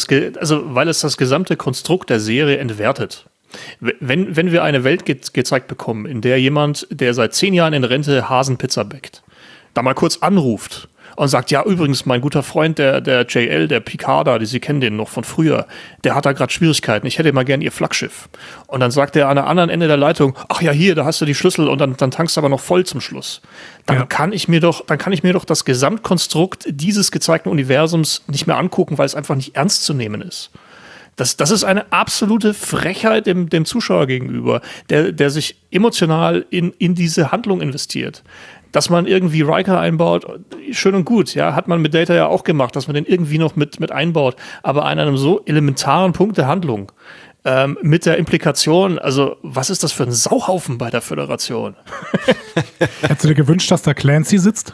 das gesamte Konstrukt der Serie entwertet. Wenn wir eine Welt gezeigt bekommen, in der jemand, der seit 10 Jahren in Rente Hasenpizza backt, da mal kurz anruft und sagt, ja, übrigens, mein guter Freund, der JL, der Picard da, Sie kennen den noch von früher, der hat da gerade Schwierigkeiten, ich hätte mal gern Ihr Flaggschiff. Und dann sagt er an der anderen Ende der Leitung, ach ja, hier, da hast du die Schlüssel und dann tankst du aber noch voll zum Schluss. Dann kann ich mir doch das Gesamtkonstrukt dieses gezeigten Universums nicht mehr angucken, weil es einfach nicht ernst zu nehmen ist. Das ist eine absolute Frechheit dem Zuschauer gegenüber, der sich emotional in diese Handlung investiert. Dass man irgendwie Riker einbaut, schön und gut, ja, hat man mit Data ja auch gemacht, dass man den irgendwie noch mit einbaut, aber an einem so elementaren Punkt der Handlung, mit der Implikation, also was ist das für ein Sauhaufen bei der Föderation? Hättest du dir gewünscht, dass da Clancy sitzt?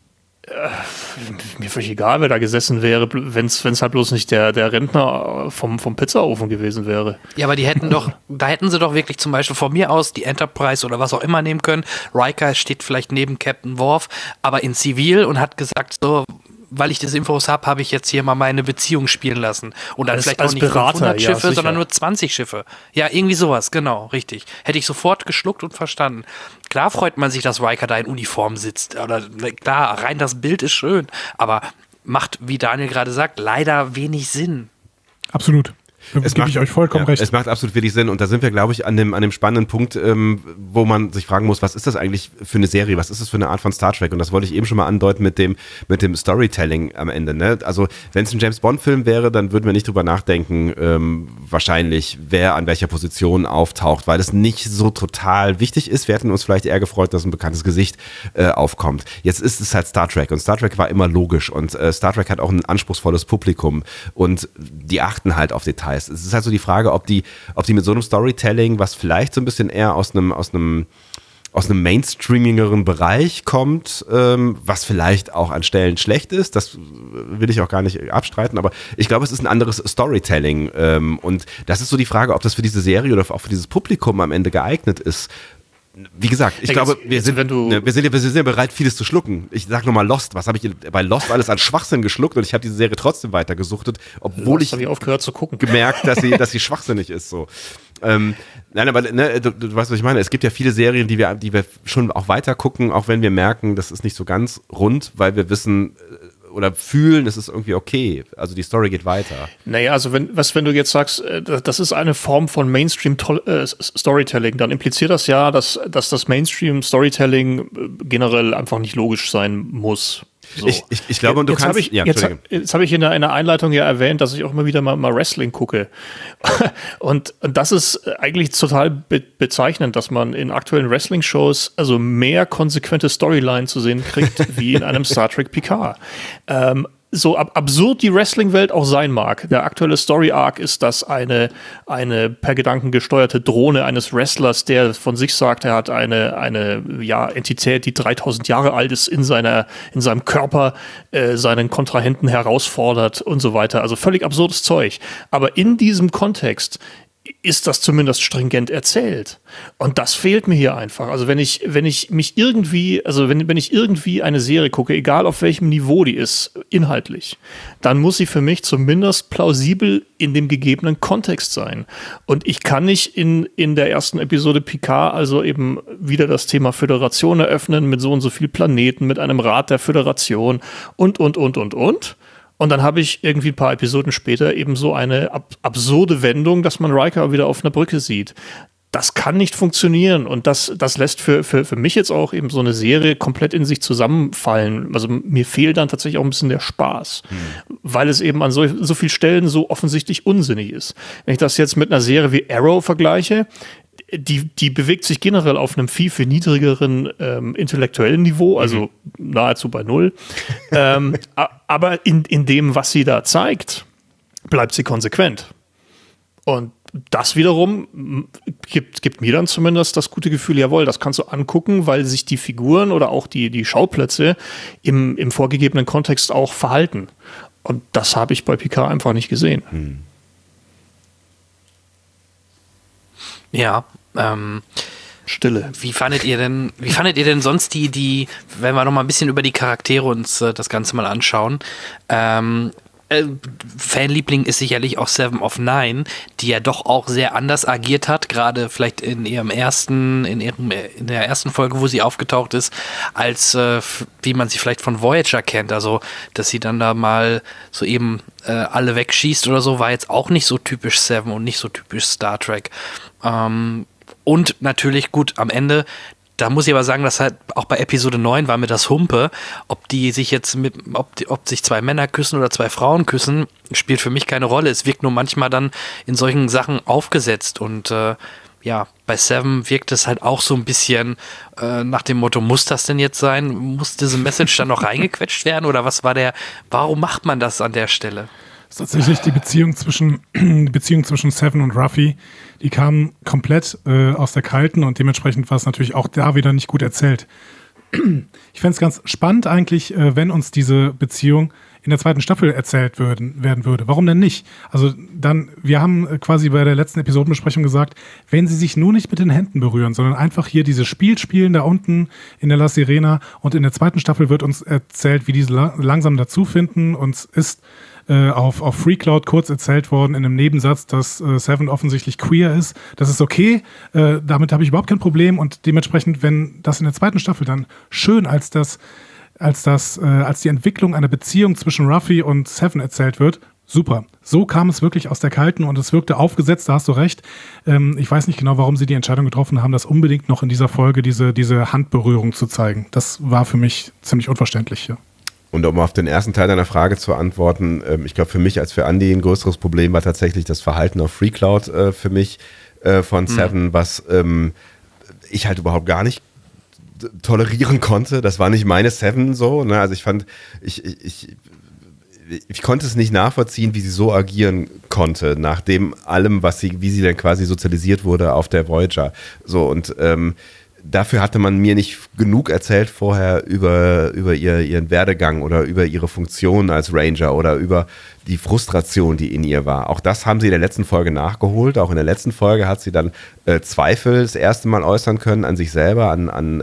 Mir völlig egal, wer da gesessen wäre, wenn es halt bloß nicht der Rentner vom Pizzaofen gewesen wäre. Ja, aber da hätten sie doch wirklich zum Beispiel von mir aus die Enterprise oder was auch immer nehmen können. Riker steht vielleicht neben Captain Worf, aber in Zivil und hat gesagt, so, weil ich diese Infos habe ich jetzt hier mal meine Beziehung spielen lassen. Und dann vielleicht auch nicht Berater, 500 Schiffe, ja, sondern nur 20 Schiffe. Ja, irgendwie sowas, genau, richtig. Hätte ich sofort geschluckt und verstanden. Klar freut man sich, dass Riker da in Uniform sitzt. Oder klar, rein das Bild ist schön. Aber macht, wie Daniel gerade sagt, leider wenig Sinn. Absolut. Gebe ich euch vollkommen recht. Es macht absolut wenig Sinn und da sind wir, glaube ich, an dem spannenden Punkt, wo man sich fragen muss, was ist das eigentlich für eine Serie, was ist das für eine Art von Star Trek und das wollte ich eben schon mal andeuten mit dem Storytelling am Ende. Ne? Also wenn es ein James-Bond-Film wäre, dann würden wir nicht drüber nachdenken, wahrscheinlich, wer an welcher Position auftaucht, weil es nicht so total wichtig ist. Wir hätten uns vielleicht eher gefreut, dass ein bekanntes Gesicht aufkommt. Jetzt ist es halt Star Trek und Star Trek war immer logisch und Star Trek hat auch ein anspruchsvolles Publikum und die achten halt auf Details. Es ist halt so die Frage, ob die mit so einem Storytelling, was vielleicht so ein bisschen eher aus einem mainstreamingeren Bereich kommt, was vielleicht auch an Stellen schlecht ist, das will ich auch gar nicht abstreiten, aber ich glaube, es ist ein anderes Storytelling und das ist so die Frage, ob das für diese Serie oder auch für dieses Publikum am Ende geeignet ist. Wie gesagt, ich glaube, wir sind ja bereit, vieles zu schlucken. Ich sag nochmal Lost. Was habe ich bei Lost alles an Schwachsinn geschluckt und ich habe diese Serie trotzdem weiter gesuchtet, obwohl ich aufgehört zu gucken. Gemerkt, dass sie schwachsinnig ist. So. Nein, aber ne, du weißt, was ich meine. Es gibt ja viele Serien, die wir schon auch weiter gucken, auch wenn wir merken, das ist nicht so ganz rund, weil wir wissen oder fühlen, es ist irgendwie okay. Also die Story geht weiter. Naja, also wenn du jetzt sagst, das ist eine Form von Mainstream-Storytelling, dann impliziert das ja, dass das Mainstream-Storytelling generell einfach nicht logisch sein muss. So. Ich glaube, und du kannst... Jetzt habe ich in der Einleitung ja erwähnt, dass ich auch immer wieder mal Wrestling gucke. Und das ist eigentlich total bezeichnend, dass man in aktuellen Wrestling-Shows also mehr konsequente Storyline zu sehen kriegt, wie in einem Star Trek Picard. so absurd die Wrestling-Welt auch sein mag. Der aktuelle Story-Arc ist, dass eine per Gedanken gesteuerte Drohne eines Wrestlers, der von sich sagt, er hat eine Entität, die 3000 Jahre alt ist, in seinem Körper seinen Kontrahenten herausfordert und so weiter. Also völlig absurdes Zeug. Aber in diesem Kontext ist das zumindest stringent erzählt. Und das fehlt mir hier einfach. Also wenn ich irgendwie eine Serie gucke, egal auf welchem Niveau die ist, inhaltlich, dann muss sie für mich zumindest plausibel in dem gegebenen Kontext sein. Und ich kann nicht in der ersten Episode Picard also eben wieder das Thema Föderation eröffnen mit so und so viel Planeten, mit einem Rat der Föderation und. Und dann habe ich irgendwie ein paar Episoden später eben so eine absurde Wendung, dass man Riker wieder auf einer Brücke sieht. Das kann nicht funktionieren und das lässt für mich jetzt auch eben so eine Serie komplett in sich zusammenfallen. Also mir fehlt dann tatsächlich auch ein bisschen der Spaß, weil es eben an so vielen Stellen so offensichtlich unsinnig ist. Wenn ich das jetzt mit einer Serie wie Arrow vergleiche, die bewegt sich generell auf einem viel niedrigeren intellektuellen Niveau, also nahezu bei Null. Aber in dem, was sie da zeigt, bleibt sie konsequent. Und das wiederum gibt mir dann zumindest das gute Gefühl, jawohl, das kannst du angucken, weil sich die Figuren oder auch die Schauplätze im vorgegebenen Kontext auch verhalten. Und das habe ich bei Picard einfach nicht gesehen. Ja, Stille. Wie fandet ihr denn sonst die, wenn wir noch mal ein bisschen über die Charaktere uns das Ganze mal anschauen, Fanliebling ist sicherlich auch Seven of Nine, die ja doch auch sehr anders agiert hat, gerade vielleicht in der ersten Folge, wo sie aufgetaucht ist, als wie man sie vielleicht von Voyager kennt. Also, dass sie dann da mal so eben alle wegschießt oder so, war jetzt auch nicht so typisch Seven und nicht so typisch Star Trek. Und natürlich gut, am Ende, da muss ich aber sagen, dass halt auch bei Episode 9 war mir das Humpe, ob die sich jetzt ob sich zwei Männer küssen oder zwei Frauen küssen, spielt für mich keine Rolle. Es wirkt nur manchmal dann in solchen Sachen aufgesetzt und bei Seven wirkt es halt auch so ein bisschen nach dem Motto, muss das denn jetzt sein? Muss diese Message dann noch reingequetscht werden oder warum macht man das an der Stelle? Das ist tatsächlich die Beziehung zwischen Seven und Ruffy, die kam komplett aus der Kalten und dementsprechend war es natürlich auch da wieder nicht gut erzählt. Ich fände es ganz spannend eigentlich, wenn uns diese Beziehung in der zweiten Staffel erzählt werden würde. Warum denn nicht? Also dann, wir haben quasi bei der letzten Episodenbesprechung gesagt, wenn sie sich nur nicht mit den Händen berühren, sondern einfach hier dieses Spiel spielen da unten in der La Sirena und in der zweiten Staffel wird uns erzählt, wie diese langsam dazu finden. Uns ist auf FreeCloud kurz erzählt worden in einem Nebensatz, dass Seven offensichtlich queer ist. Das ist okay, damit habe ich überhaupt kein Problem und dementsprechend, wenn das in der zweiten Staffel dann schön als die Entwicklung einer Beziehung zwischen Ruffy und Seven erzählt wird, super. So kam es wirklich aus der Kalten und es wirkte aufgesetzt, da hast du recht. Ich weiß nicht genau, warum sie die Entscheidung getroffen haben, das unbedingt noch in dieser Folge diese Handberührung zu zeigen. Das war für mich ziemlich unverständlich hier. Und um auf den ersten Teil deiner Frage zu antworten, ich glaube für mich als für Andy ein größeres Problem war tatsächlich das Verhalten auf FreeCloud für mich von Seven, was ich halt überhaupt gar nicht tolerieren konnte. Das war nicht meine Seven so, ne? Also ich fand, ich konnte es nicht nachvollziehen, wie sie so agieren konnte, nach dem allem, wie sie dann quasi sozialisiert wurde auf der Voyager. So und dafür hatte man mir nicht genug erzählt vorher über ihren Werdegang oder über ihre Funktion als Ranger oder über die Frustration, die in ihr war. Auch das haben sie in der letzten Folge nachgeholt. Auch in der letzten Folge hat sie dann Zweifel das erste Mal äußern können an sich selber, an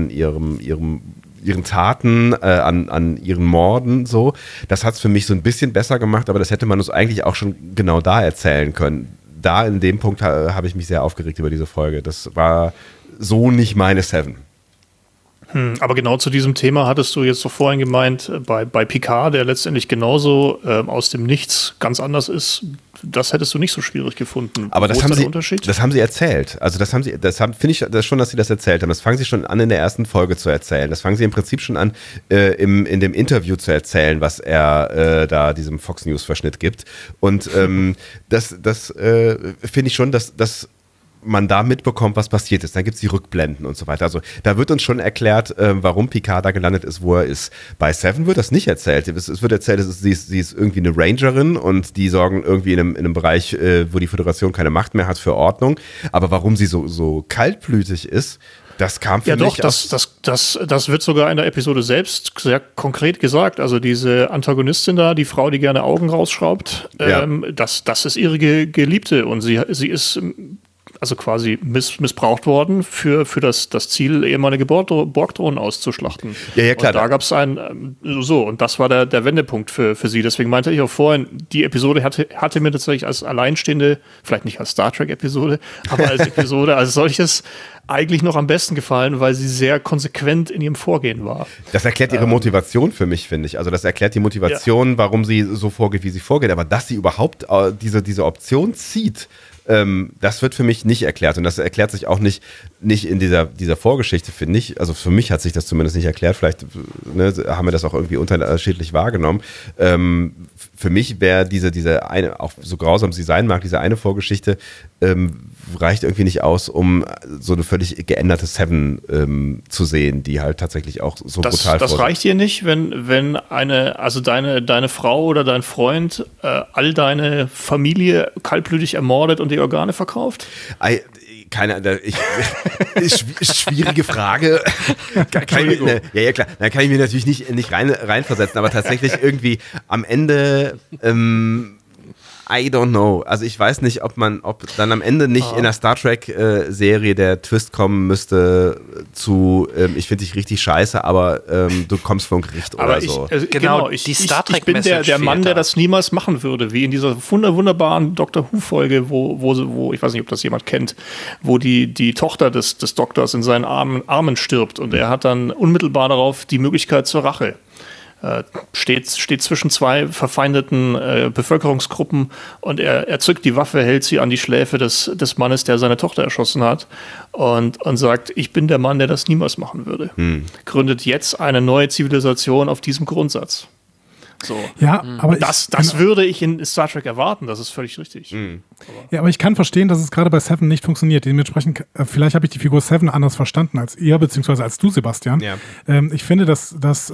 ihren Taten, an ihren Morden, so. Das hat es für mich so ein bisschen besser gemacht, aber das hätte man uns eigentlich auch schon genau da erzählen können. Da in dem Punkt habe ich mich sehr aufgeregt über diese Folge. Das war so nicht meine Seven. Aber genau zu diesem Thema hattest du jetzt so vorhin gemeint, bei Picard, der letztendlich genauso aus dem Nichts ganz anders ist, das hättest du nicht so schwierig gefunden. Aber das haben sie erzählt. Also finde ich das schon, dass sie das erzählt haben. Das fangen sie schon an in der ersten Folge zu erzählen. Das fangen sie im Prinzip schon an in dem Interview zu erzählen, was er da diesem Fox News Verschnitt gibt. Und das finde ich schon, dass man da mitbekommt, was passiert ist. Dann gibt es die Rückblenden und so weiter. Also da wird uns schon erklärt, warum Picard da gelandet ist, wo er ist. Bei Seven wird das nicht erzählt. Es wird erzählt, sie ist irgendwie eine Rangerin und die sorgen irgendwie in einem Bereich, wo die Föderation keine Macht mehr hat, für Ordnung. Aber warum sie so kaltblütig ist, das kam für mich. Ja, doch, das wird sogar in der Episode selbst sehr konkret gesagt. Also diese Antagonistin da, die Frau, die gerne Augen rausschraubt, das ist ihre Geliebte und sie ist also quasi missbraucht worden für das Ziel, ehemalige Borg-Drohnen auszuschlachten. Ja, klar. Und da gab es und das war der Wendepunkt für sie. Deswegen meinte ich auch vorhin, die Episode hatte mir tatsächlich als alleinstehende, vielleicht nicht als Star Trek-Episode, aber als Episode als solches eigentlich noch am besten gefallen, weil sie sehr konsequent in ihrem Vorgehen war. Das erklärt ihre Motivation für mich, finde ich. Also das erklärt die Motivation, warum sie so vorgeht, wie sie vorgeht. Aber dass sie überhaupt diese Option zieht, das wird für mich nicht erklärt. Und das erklärt sich auch nicht in dieser Vorgeschichte, finde ich. Also für mich hat sich das zumindest nicht erklärt. Vielleicht haben wir das auch irgendwie unterschiedlich wahrgenommen. Für mich wäre diese eine, auch so grausam sie sein mag, diese eine Vorgeschichte, reicht irgendwie nicht aus, um so eine völlig geänderte Seven zu sehen, die halt tatsächlich auch so brutal Das reicht dir nicht, wenn deine Frau oder dein Freund all deine Familie kaltblütig ermordet und die Organe verkauft? Schwierige Frage. Ja, klar. Da kann ich mir natürlich nicht reinversetzen, aber tatsächlich irgendwie am Ende I don't know. Also ich weiß nicht, ob dann am Ende nicht in der Star Trek-Serie der Twist kommen müsste zu, ich finde dich richtig scheiße, aber du kommst vom Gericht oder so. Die Star Trek ich bin der Mann, der das niemals machen würde, wie in dieser wunderbaren Doctor Who-Folge, wo ich weiß nicht, ob das jemand kennt, wo die Tochter des Doktors in seinen Armen stirbt und er hat dann unmittelbar darauf die Möglichkeit zur Rache. Steht zwischen zwei verfeindeten Bevölkerungsgruppen und er zückt die Waffe, hält sie an die Schläfe des Mannes, der seine Tochter erschossen hat und sagt, ich bin der Mann, der das niemals machen würde. Gründet jetzt eine neue Zivilisation auf diesem Grundsatz. So. Ja, aber das würde ich in Star Trek erwarten, das ist völlig richtig. Ja, aber ich kann verstehen, dass es gerade bei Seven nicht funktioniert. Dementsprechend, vielleicht habe ich die Figur Seven anders verstanden als ihr, beziehungsweise als du, Sebastian. Ja. Ich finde, dass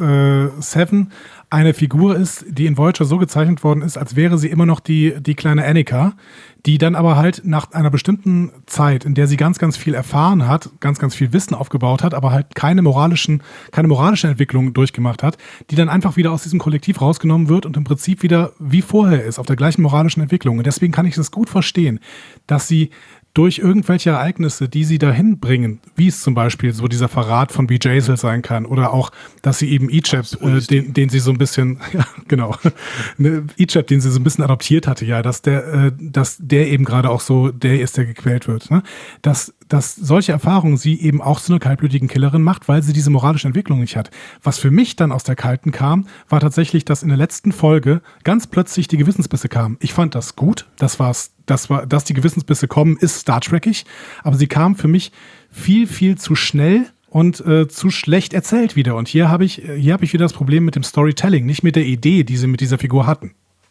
Seven eine Figur ist, die in Voyager so gezeichnet worden ist, als wäre sie immer noch die kleine Annika, die dann aber halt nach einer bestimmten Zeit, in der sie ganz, ganz viel erfahren hat, ganz, ganz viel Wissen aufgebaut hat, aber halt keine moralische Entwicklung durchgemacht hat, die dann einfach wieder aus diesem Kollektiv rausgenommen wird und im Prinzip wieder wie vorher ist, auf der gleichen moralischen Entwicklung. Und deswegen kann ich das gut verstehen, dass sie durch irgendwelche Ereignisse, die sie dahin bringen, wie es zum Beispiel so dieser Verrat von B. Jaisal sein kann oder auch, dass sie eben Icheb, den sie so ein bisschen, ja genau, Icheb, den sie so ein bisschen adoptiert hatte, ja, dass der eben gerade auch so der ist, der gequält wird, ne? Dass solche Erfahrungen sie eben auch zu einer kaltblütigen Killerin macht, weil sie diese moralische Entwicklung nicht hat. Was für mich dann aus der Kalten kam, war tatsächlich, dass in der letzten Folge ganz plötzlich die Gewissensbisse kamen. Ich fand das gut, dass die Gewissensbisse kommen, ist Star Trekig, aber sie kamen für mich viel, viel zu schnell und zu schlecht erzählt wieder. Und hier habe ich wieder das Problem mit dem Storytelling, nicht mit der Idee, die sie mit dieser Figur hatten.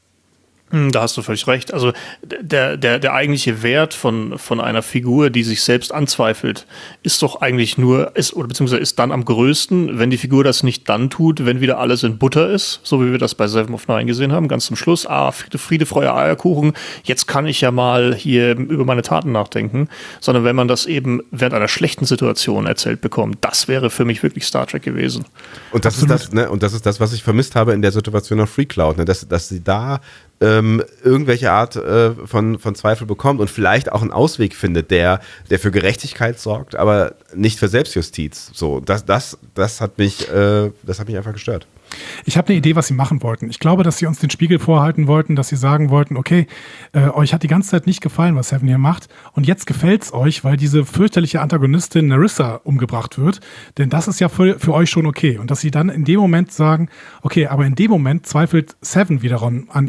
Da hast du völlig recht. Also der eigentliche Wert von einer Figur, die sich selbst anzweifelt, ist doch eigentlich beziehungsweise ist dann am größten, wenn die Figur das nicht dann tut, wenn wieder alles in Butter ist, so wie wir das bei Seven of Nine gesehen haben, ganz zum Schluss, Friede, Freude, Eierkuchen, jetzt kann ich ja mal hier über meine Taten nachdenken, sondern wenn man das eben während einer schlechten Situation erzählt bekommt, das wäre für mich wirklich Star Trek gewesen. Und das ist das, ne? Und das ist das, was ich vermisst habe in der Situation auf Free Cloud, ne? Dass sie da irgendwelche Art von Zweifel bekommt und vielleicht auch einen Ausweg findet, der für Gerechtigkeit sorgt, aber nicht für Selbstjustiz. So, das hat mich einfach gestört. Ich habe eine Idee, was sie machen wollten. Ich glaube, dass sie uns den Spiegel vorhalten wollten, dass sie sagen wollten, okay, euch hat die ganze Zeit nicht gefallen, was Seven hier macht und jetzt gefällt's euch, weil diese fürchterliche Antagonistin Narissa umgebracht wird, denn das ist ja für euch schon okay. Und dass sie dann in dem Moment sagen, okay, aber in dem Moment zweifelt Seven wiederum an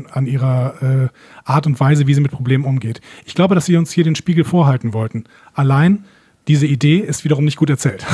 ihrer Art und Weise, wie sie mit Problemen umgeht. Ich glaube, dass sie uns hier den Spiegel vorhalten wollten. Allein diese Idee ist wiederum nicht gut erzählt.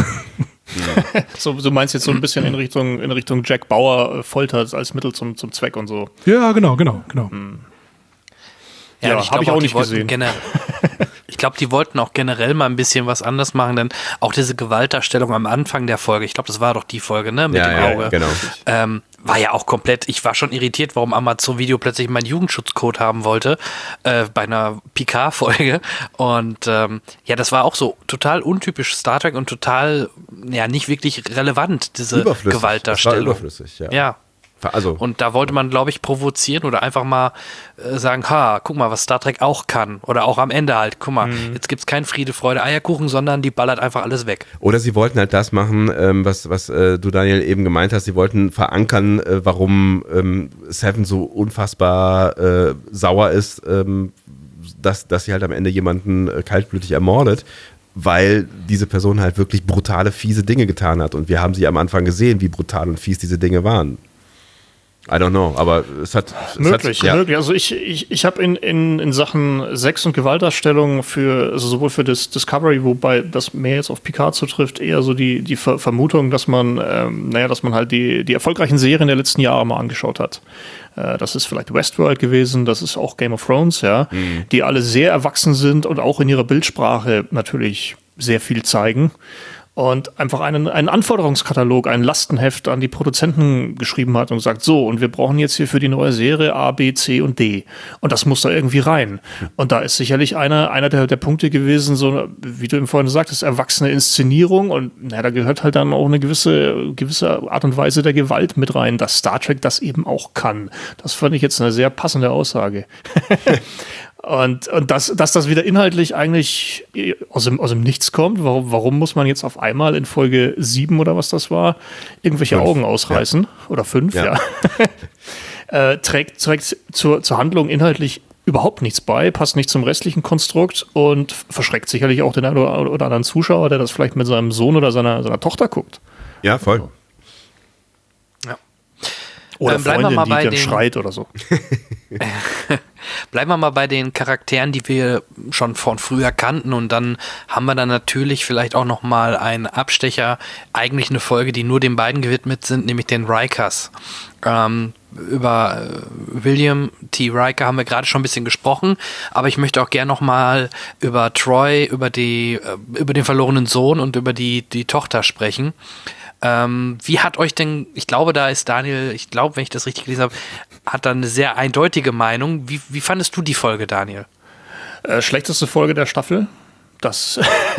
So, du meinst jetzt so ein bisschen in Richtung Jack Bauer Folter als Mittel zum Zweck und so. Ja, genau. Ja, habe ich auch nicht gesehen. glaube, die wollten auch generell mal ein bisschen was anders machen, denn auch diese Gewaltdarstellung am Anfang der Folge, ich glaube, das war doch die Folge, ne, mit dem Auge. Genau. War ja auch komplett, ich war schon irritiert, warum Amazon Video plötzlich meinen Jugendschutzcode haben wollte, bei einer Picard-Folge. Und das war auch so total untypisch Star Trek und total, nicht wirklich relevant, diese Gewaltdarstellung. Das war überflüssig, Ja. Also, und da wollte man, glaube ich, provozieren oder einfach mal sagen, guck mal, was Star Trek auch kann. Oder auch am Ende halt, guck mal, jetzt gibt's kein Friede, Freude, Eierkuchen, sondern die ballert einfach alles weg. Oder sie wollten halt das machen, was du, Daniel, eben gemeint hast. Sie wollten verankern, warum Seven so unfassbar sauer ist, dass sie halt am Ende jemanden kaltblütig ermordet, weil diese Person halt wirklich brutale, fiese Dinge getan hat. Und wir haben sie am Anfang gesehen, wie brutal und fies diese Dinge waren. I don't know, aber es hat... Möglich. Also ich habe in Sachen Sex und Gewaltdarstellung sowohl für das Discovery, wobei das mehr jetzt auf Picard zutrifft, eher so die Vermutung, dass man halt die erfolgreichen Serien der letzten Jahre mal angeschaut hat. Das ist vielleicht Westworld gewesen, das ist auch Game of Thrones, die alle sehr erwachsen sind und auch in ihrer Bildsprache natürlich sehr viel zeigen. Und einfach einen Anforderungskatalog, ein Lastenheft an die Produzenten geschrieben hat und gesagt, so, und wir brauchen jetzt hier für die neue Serie A, B, C und D. Und das muss da irgendwie rein. Und da ist sicherlich einer der Punkte gewesen, so, wie du eben vorhin sagtest, erwachsene Inszenierung. Und da gehört halt dann auch eine gewisse Art und Weise der Gewalt mit rein, dass Star Trek das eben auch kann. Das fand ich jetzt eine sehr passende Aussage. Und dass das wieder inhaltlich eigentlich aus dem Nichts kommt, warum muss man jetzt auf einmal in Folge 7 oder was das war, irgendwelche 5, Augen ausreißen? Oder 5, trägt zur Handlung inhaltlich überhaupt nichts bei, passt nicht zum restlichen Konstrukt und verschreckt sicherlich auch den einen oder anderen Zuschauer, der das vielleicht mit seinem Sohn oder seiner Tochter guckt. Ja, voll. Ja. Oder Freundin, die dann schreit oder so. Bleiben wir mal bei den Charakteren, die wir schon von früher kannten, und dann haben wir dann natürlich vielleicht auch noch mal einen Abstecher, eigentlich eine Folge, die nur den beiden gewidmet sind, nämlich den Rikers. Über William T. Riker haben wir gerade schon ein bisschen gesprochen, aber ich möchte auch gerne noch mal über Troy, über den verlorenen Sohn und über die Tochter sprechen. Wie hat euch denn, ich glaube, da ist Daniel, wenn ich das richtig gelesen habe, hat da eine sehr eindeutige Meinung. Wie fandest du die Folge, Daniel? Schlechteste Folge der Staffel. Das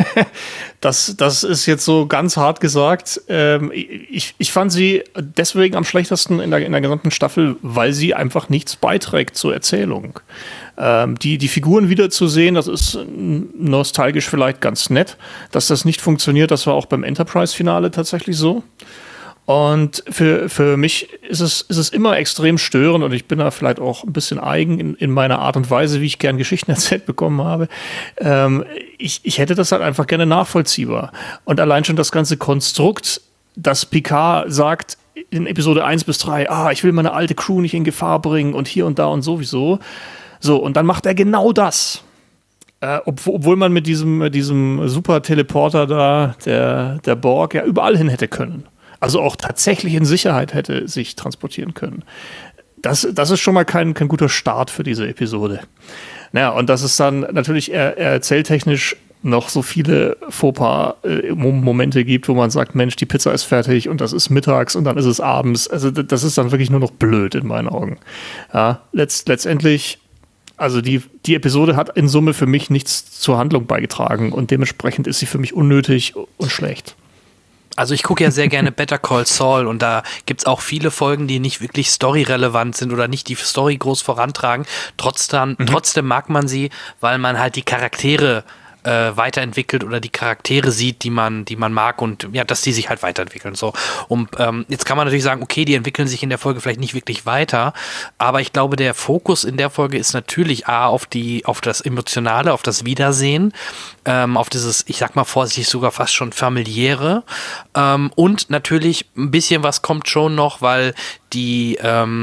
ist jetzt so ganz hart gesagt. Ich fand sie deswegen am schlechtesten in der gesamten Staffel, weil sie einfach nichts beiträgt zur Erzählung. Die Figuren wiederzusehen, das ist nostalgisch vielleicht ganz nett. Dass das nicht funktioniert, das war auch beim Enterprise-Finale tatsächlich so. Und für mich ist es immer extrem störend, und ich bin da vielleicht auch ein bisschen eigen in meiner Art und Weise, wie ich gern Geschichten erzählt bekommen habe. Ich hätte das halt einfach gerne nachvollziehbar. Und allein schon das ganze Konstrukt, dass Picard sagt in Episode 1 bis 3, ich will meine alte Crew nicht in Gefahr bringen und hier und da und sowieso. So, und dann macht er genau das. Obwohl man mit diesem super Teleporter da, der Borg, ja überall hin hätte können. Also auch tatsächlich in Sicherheit hätte sich transportieren können. Das ist schon mal kein guter Start für diese Episode. Naja, und dass es dann natürlich erzähltechnisch noch so viele Fauxpas-Momente gibt, wo man sagt, Mensch, die Pizza ist fertig und das ist mittags und dann ist es abends. Also das ist dann wirklich nur noch blöd in meinen Augen. Ja, letztendlich, also die Episode hat in Summe für mich nichts zur Handlung beigetragen und dementsprechend ist sie für mich unnötig und schlecht. Also ich gucke ja sehr gerne Better Call Saul, und da gibt's auch viele Folgen, die nicht wirklich storyrelevant sind oder nicht die Story groß vorantragen. Trotzdem mag man sie, weil man halt die Charaktere weiterentwickelt oder die Charaktere sieht, die man mag, und ja, dass die sich halt weiterentwickeln. So. Und jetzt kann man natürlich sagen, okay, die entwickeln sich in der Folge vielleicht nicht wirklich weiter, aber ich glaube, der Fokus in der Folge ist natürlich auf das Emotionale, auf das Wiedersehen, auf dieses, ich sag mal vorsichtig, sogar fast schon familiäre, und natürlich ein bisschen was kommt schon noch, weil die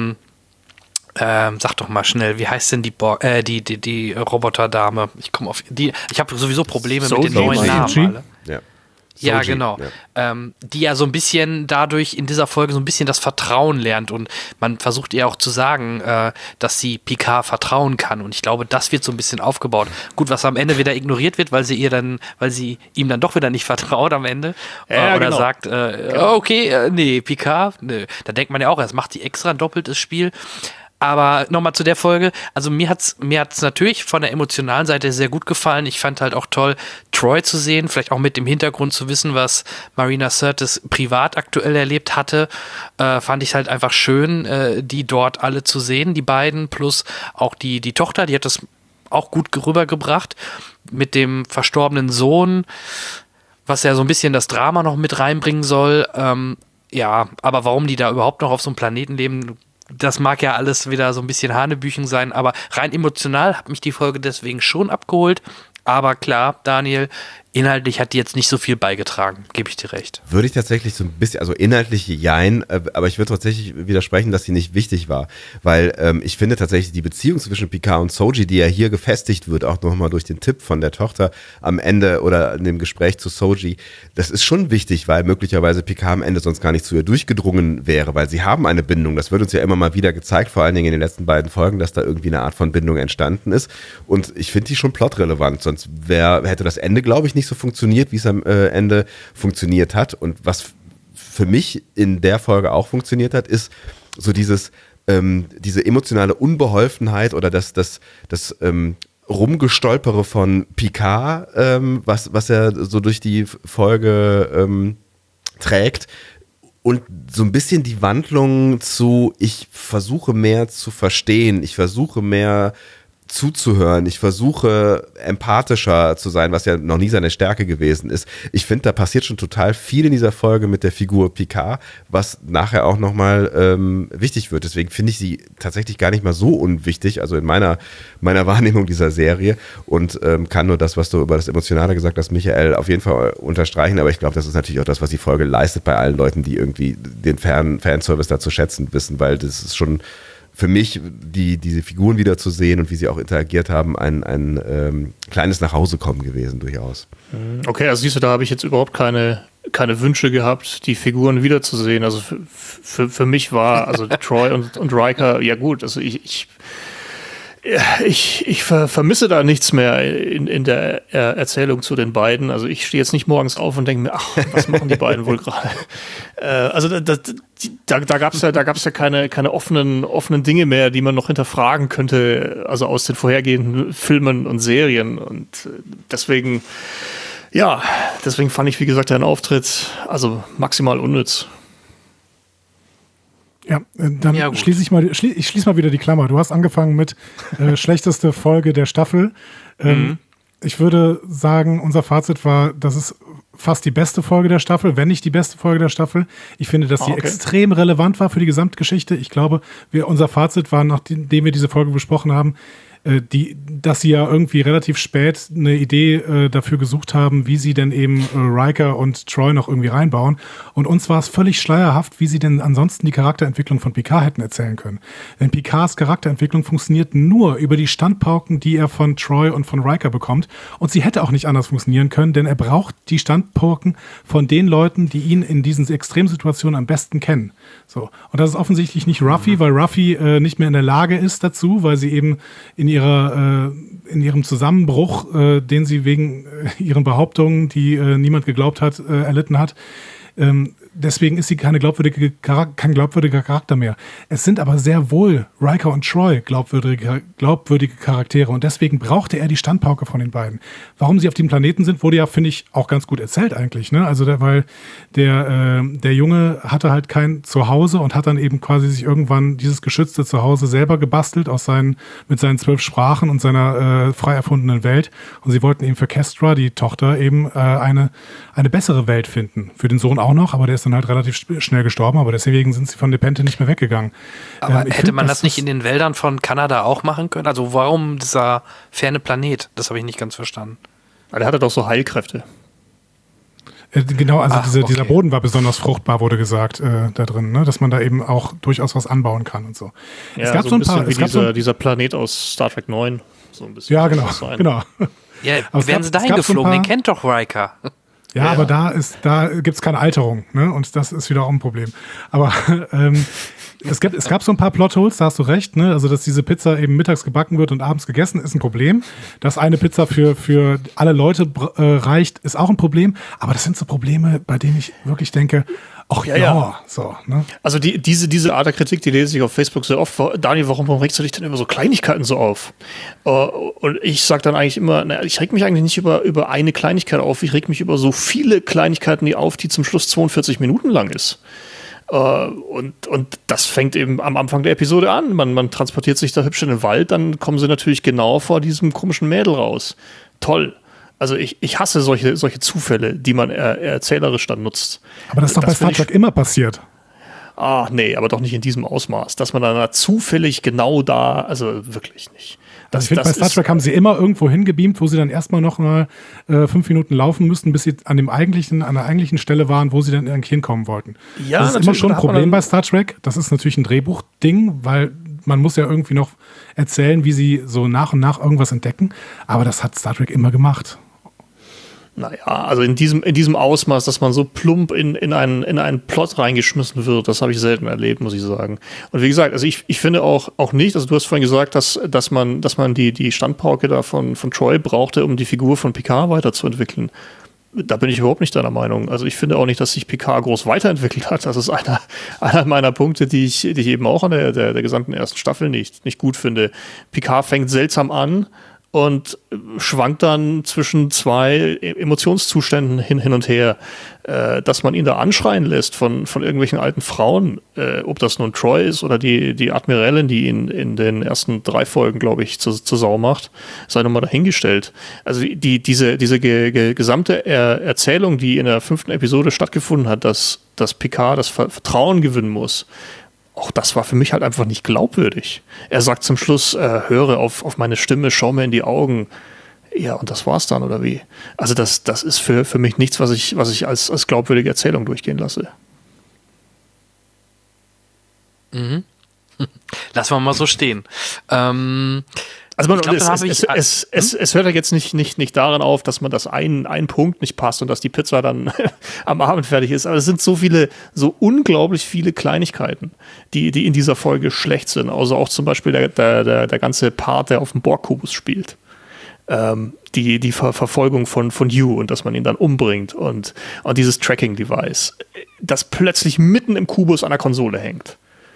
sag doch mal schnell, wie heißt denn die Roboterdame? Ich komme auf die. Ich habe sowieso Probleme mit den neuen Namen. Ja. Ja, Soji, genau. Ja. Die ja so ein bisschen dadurch in dieser Folge so ein bisschen das Vertrauen lernt und man versucht ihr auch zu sagen, dass sie Picard vertrauen kann und ich glaube, das wird so ein bisschen aufgebaut. Gut, was am Ende wieder ignoriert wird, weil sie ihm dann doch wieder nicht vertraut am Ende oder genau. Sagt, okay, nee, Picard, nö. Da denkt man ja auch, das macht die extra ein doppeltes Spiel. Aber nochmal zu der Folge, also mir hat's natürlich von der emotionalen Seite sehr gut gefallen. Ich fand halt auch toll, Troy zu sehen, vielleicht auch mit dem Hintergrund zu wissen, was Marina Sirtis privat aktuell erlebt hatte. Fand ich halt einfach schön, die dort alle zu sehen, die beiden, plus auch die Tochter, die hat das auch gut rübergebracht mit dem verstorbenen Sohn, was ja so ein bisschen das Drama noch mit reinbringen soll. Ja, aber warum die da überhaupt noch auf so einem Planeten leben, das mag ja alles wieder so ein bisschen Hanebüchen sein, aber rein emotional hat mich die Folge deswegen schon abgeholt. Aber klar, Daniel, inhaltlich hat die jetzt nicht so viel beigetragen, gebe ich dir recht. Würde ich tatsächlich so ein bisschen, also inhaltlich jein, aber ich würde tatsächlich widersprechen, dass sie nicht wichtig war, weil ich finde tatsächlich die Beziehung zwischen Picard und Soji, die ja hier gefestigt wird, auch nochmal durch den Tipp von der Tochter am Ende oder in dem Gespräch zu Soji, das ist schon wichtig, weil möglicherweise Picard am Ende sonst gar nicht zu ihr durchgedrungen wäre, weil sie haben eine Bindung, das wird uns ja immer mal wieder gezeigt, vor allen Dingen in den letzten beiden Folgen, dass da irgendwie eine Art von Bindung entstanden ist und ich finde die schon plotrelevant, sonst hätte das Ende, glaube ich, nicht so funktioniert, wie es am Ende funktioniert hat. Und was für mich in der Folge auch funktioniert hat, ist so diese emotionale Unbeholfenheit oder das Rumgestolpere von Picard, was er so durch die Folge trägt. Und so ein bisschen die Wandlung zu, ich versuche mehr zu verstehen, ich versuche mehr zuzuhören. Ich versuche empathischer zu sein, was ja noch nie seine Stärke gewesen ist. Ich finde, da passiert schon total viel in dieser Folge mit der Figur Picard, was nachher auch nochmal wichtig wird. Deswegen finde ich sie tatsächlich gar nicht mal so unwichtig, also in meiner Wahrnehmung dieser Serie und kann nur das, was du über das Emotionale gesagt hast, Michael, auf jeden Fall unterstreichen, aber ich glaube, das ist natürlich auch das, was die Folge leistet bei allen Leuten, die irgendwie den Fanservice da zu schätzen wissen, weil das ist schon für mich, diese Figuren wieder zu sehen und wie sie auch interagiert haben, ein kleines Nachhausekommen gewesen, durchaus. Okay, also siehst du, da habe ich jetzt überhaupt keine Wünsche gehabt, die Figuren wiederzusehen. Also für mich war, also Troy und Riker, ja gut, also ich vermisse da nichts mehr in der Erzählung zu den beiden. Also ich stehe jetzt nicht morgens auf und denke mir, ach, was machen die beiden wohl gerade? Also da gab's ja keine offenen Dinge mehr, die man noch hinterfragen könnte, also aus den vorhergehenden Filmen und Serien. Und deswegen fand ich, wie gesagt, deinen Auftritt also maximal unnütz. Ja, dann schließe ich mal wieder die Klammer. Du hast angefangen mit schlechteste Folge der Staffel. Ich würde sagen, unser Fazit war, das ist fast die beste Folge der Staffel, wenn nicht die beste Folge der Staffel. Ich finde, dass sie extrem relevant war für die Gesamtgeschichte. Ich glaube, unser Fazit war, nachdem wir diese Folge besprochen haben, dass sie ja irgendwie relativ spät eine Idee dafür gesucht haben, wie sie denn eben Riker und Troy noch irgendwie reinbauen. Und uns war es völlig schleierhaft, wie sie denn ansonsten die Charakterentwicklung von Picard hätten erzählen können. Denn Picards Charakterentwicklung funktioniert nur über die Standpauken, die er von Troy und von Riker bekommt. Und sie hätte auch nicht anders funktionieren können, denn er braucht die Standpauken von den Leuten, die ihn in diesen Extremsituationen am besten kennen. So. Und das ist offensichtlich nicht Ruffy, weil Ruffy nicht mehr in der Lage ist dazu, weil sie eben in ihrem Zusammenbruch, den sie wegen ihren Behauptungen, die niemand geglaubt hat, erlitten hat. Deswegen ist sie kein glaubwürdiger Charakter mehr. Es sind aber sehr wohl Riker und Troy glaubwürdige Charaktere und deswegen brauchte er die Standpauke von den beiden. Warum sie auf dem Planeten sind, wurde ja, finde ich, auch ganz gut erzählt eigentlich. Ne? Also weil der Junge hatte halt kein Zuhause und hat dann eben quasi sich irgendwann dieses geschützte Zuhause selber gebastelt mit seinen 12 Sprachen und seiner frei erfundenen Welt. Und sie wollten eben für Kestra, die Tochter, eben eine bessere Welt finden. Für den Sohn auch noch, aber der ist dann halt relativ schnell gestorben, aber deswegen sind sie von Nepenthe nicht mehr weggegangen. Aber hätte man das nicht in den Wäldern von Kanada auch machen können? Also warum dieser ferne Planet? Das habe ich nicht ganz verstanden. Der hatte doch so Heilkräfte. Genau, also dieser Boden war besonders fruchtbar, wurde gesagt, da drin, ne? Dass man da eben auch durchaus was anbauen kann und so. Ja, es gab so ein bisschen wie dieser Planet aus Star Trek 9. So ein bisschen. Ja, genau. Ja, wären sie dahin geflogen, den kennt doch Riker. Ja, aber da gibt's keine Alterung, ne? Und das ist wieder auch ein Problem. Aber es gab so ein paar Plotholes, da hast du recht, ne? Also, dass diese Pizza eben mittags gebacken wird und abends gegessen, ist ein Problem. Dass eine Pizza für alle Leute reicht, ist auch ein Problem. Aber das sind so Probleme, bei denen ich wirklich denke, ach ja. So, ne? Also diese Art der Kritik, die lese ich auf Facebook sehr oft. Daniel, warum regst du dich denn über so Kleinigkeiten so auf? Und ich sage dann eigentlich immer, ich reg mich eigentlich nicht über eine Kleinigkeit auf, ich reg mich über so viele Kleinigkeiten auf, die zum Schluss 42 Minuten lang ist. Und das fängt eben am Anfang der Episode an. Man transportiert sich da hübsch in den Wald, dann kommen sie natürlich genau vor diesem komischen Mädel raus. Toll. Also ich hasse solche Zufälle, die man erzählerisch dann nutzt. Aber das ist doch bei Star Trek immer passiert. Nee, aber doch nicht in diesem Ausmaß. Dass man dann zufällig genau da, also wirklich nicht. Ich finde, bei Star Trek haben sie immer irgendwo hingebeamt, wo sie dann erstmal noch mal 5 Minuten laufen müssten, bis sie an der eigentlichen Stelle waren, wo sie dann irgendwie hinkommen wollten. Ja, das ist immer schon ein Problem bei Star Trek. Das ist natürlich ein Drehbuchding, weil man muss ja irgendwie noch erzählen, wie sie so nach und nach irgendwas entdecken. Aber das hat Star Trek immer gemacht. Naja, also in diesem Ausmaß, dass man so plump in einen Plot reingeschmissen wird, das habe ich selten erlebt, muss ich sagen. Und wie gesagt, also ich finde auch nicht, also du hast vorhin gesagt, dass man die Standpauke da von Troy brauchte, um die Figur von Picard weiterzuentwickeln. Da bin ich überhaupt nicht deiner Meinung. Also ich finde auch nicht, dass sich Picard groß weiterentwickelt hat. Das ist einer meiner Punkte, die ich eben auch an der gesamten ersten Staffel nicht gut finde. Picard fängt seltsam an und schwankt dann zwischen 2 Emotionszuständen hin und her, dass man ihn da anschreien lässt von irgendwelchen alten Frauen, ob das nun Troy ist oder die Admiralin, die ihn in den ersten 3 Folgen, glaube ich, zur Sau macht, sei nochmal dahingestellt. Also diese gesamte Erzählung, die in der 5. Episode stattgefunden hat, dass Picard das Vertrauen gewinnen muss, auch das war für mich halt einfach nicht glaubwürdig. Er sagt zum Schluss, höre auf meine Stimme, schau mir in die Augen. Ja, und das war's dann, oder wie? Also das ist für mich nichts, was ich als glaubwürdige Erzählung durchgehen lasse. Mhm. Lassen wir mal so stehen. Also es hört ja jetzt nicht daran auf, dass man das ein Punkt nicht passt und dass die Pizza dann am Abend fertig ist. Aber es sind so unglaublich viele Kleinigkeiten, die in dieser Folge schlecht sind. Also auch zum Beispiel der ganze Part, der auf dem Borg-Kubus spielt. Die Verfolgung von Yu und dass man ihn dann umbringt und dieses Tracking-Device, das plötzlich mitten im Kubus an der Konsole hängt.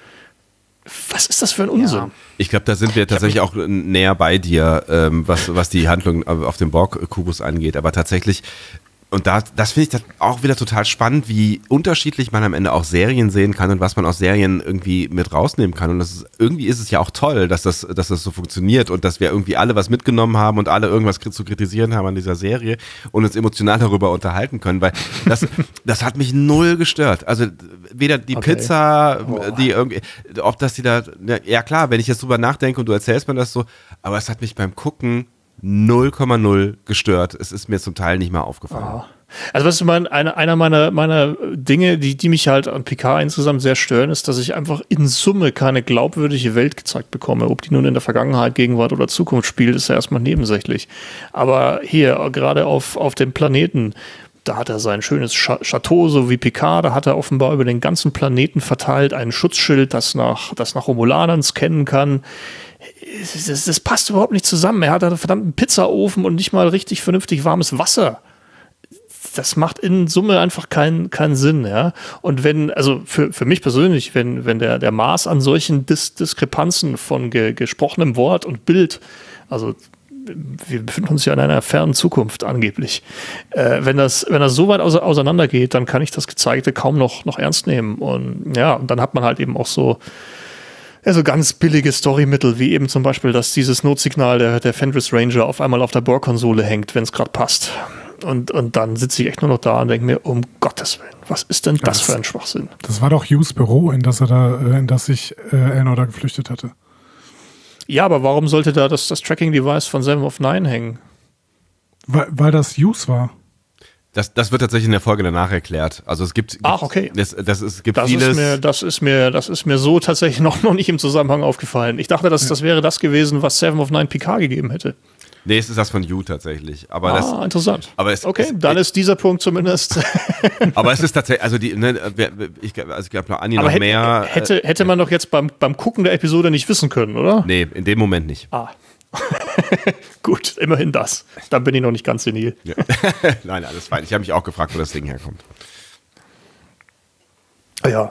Was ist das für ein Unsinn? Ja. Ich glaube, da sind wir tatsächlich auch näher bei dir, was die Handlung auf dem Borg-Kubus angeht. Aber tatsächlich, und das finde ich das auch wieder total spannend, wie unterschiedlich man am Ende auch Serien sehen kann und was man aus Serien irgendwie mit rausnehmen kann. Und irgendwie ist es ja auch toll, dass das so funktioniert und dass wir irgendwie alle was mitgenommen haben und alle irgendwas zu kritisieren haben an dieser Serie und uns emotional darüber unterhalten können, weil das hat mich null gestört. Also weder die Pizza, die irgendwie, ob das die da, ja klar, wenn ich jetzt drüber nachdenke und du erzählst mir das so, aber es hat mich beim Gucken 0,0 gestört. Es ist mir zum Teil nicht mal aufgefallen. Oh. Also was ist einer meiner Dinge, die mich halt an Picard insgesamt sehr stören, ist, dass ich einfach in Summe keine glaubwürdige Welt gezeigt bekomme. Ob die nun in der Vergangenheit, Gegenwart oder Zukunft spielt, ist ja erstmal nebensächlich. Aber hier, gerade auf dem Planeten, da hat er sein schönes Chateau, so wie Picard, da hat er offenbar über den ganzen Planeten verteilt ein Schutzschild, das nach Romulanern scannen kann. Das passt überhaupt nicht zusammen. Er hat einen verdammten Pizzaofen und nicht mal richtig vernünftig warmes Wasser. Das macht in Summe einfach keinen Sinn, ja. Und also für mich persönlich, wenn der Maß an solchen Diskrepanzen von gesprochenem Wort und Bild, also wir befinden uns ja in einer fernen Zukunft angeblich. Wenn das so weit auseinander geht, dann kann ich das Gezeigte kaum noch ernst nehmen. Und ja, und dann hat man halt eben auch so ganz billige Storymittel, wie eben zum Beispiel, dass dieses Notsignal der Fenris Ranger auf einmal auf der Borg-Konsole hängt, wenn es gerade passt. Und dann sitze ich echt nur noch da und denke mir, um Gottes Willen, was ist denn das für ein Schwachsinn? Das war doch Hughes Büro, in das sich Elnor da geflüchtet hatte. Ja, aber warum sollte da das Tracking-Device von Seven of Nine hängen? Weil das Hughes war. Das wird tatsächlich in der Folge danach erklärt. Also es gibt okay. Es gibt vieles. Das ist mir so tatsächlich noch nicht im Zusammenhang aufgefallen. Ich dachte, das wäre das gewesen, was Seven of Nine Picard gegeben hätte. Nee, es ist das von You tatsächlich. Aber interessant. Aber dann ist dieser Punkt zumindest. Aber es ist tatsächlich, also ich glaube noch Anni aber noch mehr. Hätte man doch jetzt beim Gucken der Episode nicht wissen können, oder? Nee, in dem Moment nicht. Gut, immerhin das. Dann bin ich noch nicht ganz senil. Ja. Nein, alles fein. Ich habe mich auch gefragt, wo das Ding herkommt. Ja.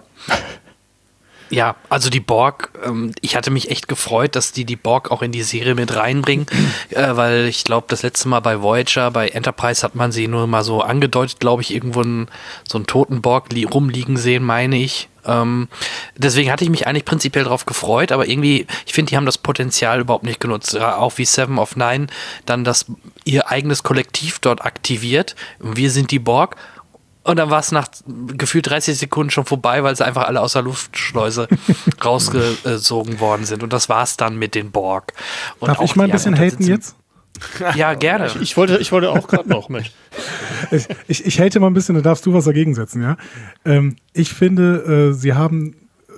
Ja, also die Borg, ich hatte mich echt gefreut, dass die Borg auch in die Serie mit reinbringen, weil ich glaube, das letzte Mal bei Voyager, bei Enterprise hat man sie nur mal so angedeutet, glaube ich, irgendwo so einen toten Borg rumliegen sehen, meine ich. Deswegen hatte ich mich eigentlich prinzipiell darauf gefreut, aber irgendwie, ich finde, die haben das Potenzial überhaupt nicht genutzt. Auch wie Seven of Nine dann ihr eigenes Kollektiv dort aktiviert. Wir sind die Borg. Und dann war es nach gefühlt 30 Sekunden schon vorbei, weil sie einfach alle aus der Luftschleuse rausgesogen worden sind. Und das war es dann mit den Borg. Und darf ich mal ein bisschen haten jetzt? Ja, gerne. Ich wollte auch gerade noch mit. Ich hate mal ein bisschen, da darfst du was dagegen setzen, ja. Ich finde, sie haben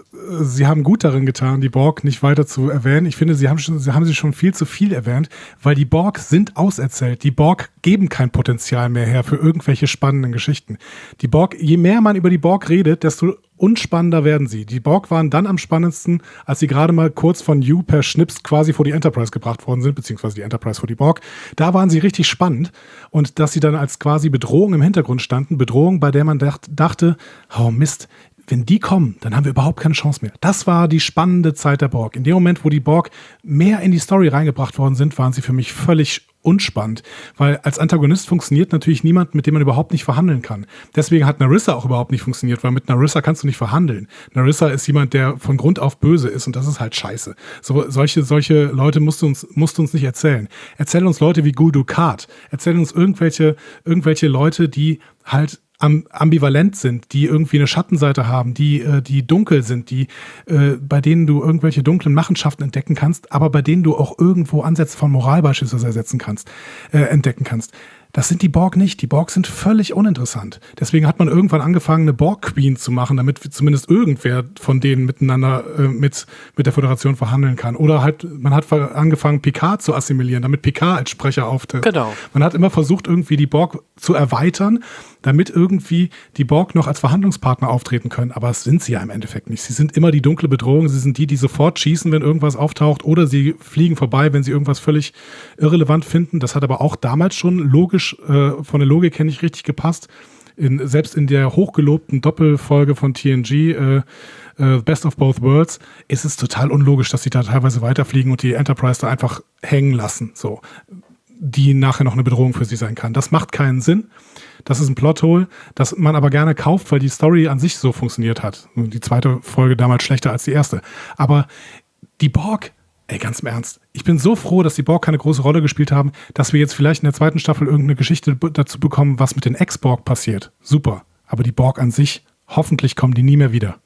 gut darin getan, die Borg nicht weiter zu erwähnen. Ich finde, sie haben sie schon viel zu viel erwähnt, weil die Borg sind auserzählt. Die Borg geben kein Potenzial mehr her für irgendwelche spannenden Geschichten. Die Borg, je mehr man über die Borg redet, desto unspannender werden sie. Die Borg waren dann am spannendsten, als sie gerade mal kurz von You per Schnips quasi vor die Enterprise gebracht worden sind, beziehungsweise die Enterprise vor die Borg. Da waren sie richtig spannend. Und dass sie dann als quasi Bedrohung im Hintergrund standen, Bedrohung, bei der man dachte, oh Mist, wenn die kommen, dann haben wir überhaupt keine Chance mehr. Das war die spannende Zeit der Borg. In dem Moment, wo die Borg mehr in die Story reingebracht worden sind, waren sie für mich völlig unspannend. Weil als Antagonist funktioniert natürlich niemand, mit dem man überhaupt nicht verhandeln kann. Deswegen hat Narissa auch überhaupt nicht funktioniert, weil mit Narissa kannst du nicht verhandeln. Narissa ist jemand, der von Grund auf böse ist und das ist halt scheiße. Solche Leute musst du uns nicht erzählen. Erzähl uns Leute wie Gul Dukat. Erzähl uns irgendwelche Leute, die halt ambivalent sind, die irgendwie eine Schattenseite haben, die dunkel sind, bei denen du irgendwelche dunklen Machenschaften entdecken kannst, aber bei denen du auch irgendwo Ansätze von Moral beispielsweise entdecken kannst. Das sind die Borg nicht. Die Borg sind völlig uninteressant. Deswegen hat man irgendwann angefangen, eine Borg-Queen zu machen, damit zumindest irgendwer von denen miteinander mit der Föderation verhandeln kann. Oder halt, man hat angefangen, Picard zu assimilieren, damit Picard als Sprecher auftritt. Genau. Man hat immer versucht, irgendwie die Borg zu erweitern, damit irgendwie die Borg noch als Verhandlungspartner auftreten können. Aber das sind sie ja im Endeffekt nicht. Sie sind immer die dunkle Bedrohung. Sie sind die sofort schießen, wenn irgendwas auftaucht. Oder sie fliegen vorbei, wenn sie irgendwas völlig irrelevant finden. Das hat aber auch damals schon logisch, von der Logik her nicht richtig gepasst. Selbst in der hochgelobten Doppelfolge von TNG, Best of Both Worlds, ist es total unlogisch, dass sie da teilweise weiterfliegen und die Enterprise da einfach hängen lassen. So, die nachher noch eine Bedrohung für sie sein kann. Das macht keinen Sinn. Das ist ein Plothole, das man aber gerne kauft, weil die Story an sich so funktioniert hat. Die zweite Folge damals schlechter als die erste. Aber die Borg, ey, ganz im Ernst, ich bin so froh, dass die Borg keine große Rolle gespielt haben, dass wir jetzt vielleicht in der zweiten Staffel irgendeine Geschichte dazu bekommen, was mit den Ex-Borg passiert. Super. Aber die Borg an sich, hoffentlich kommen die nie mehr wieder.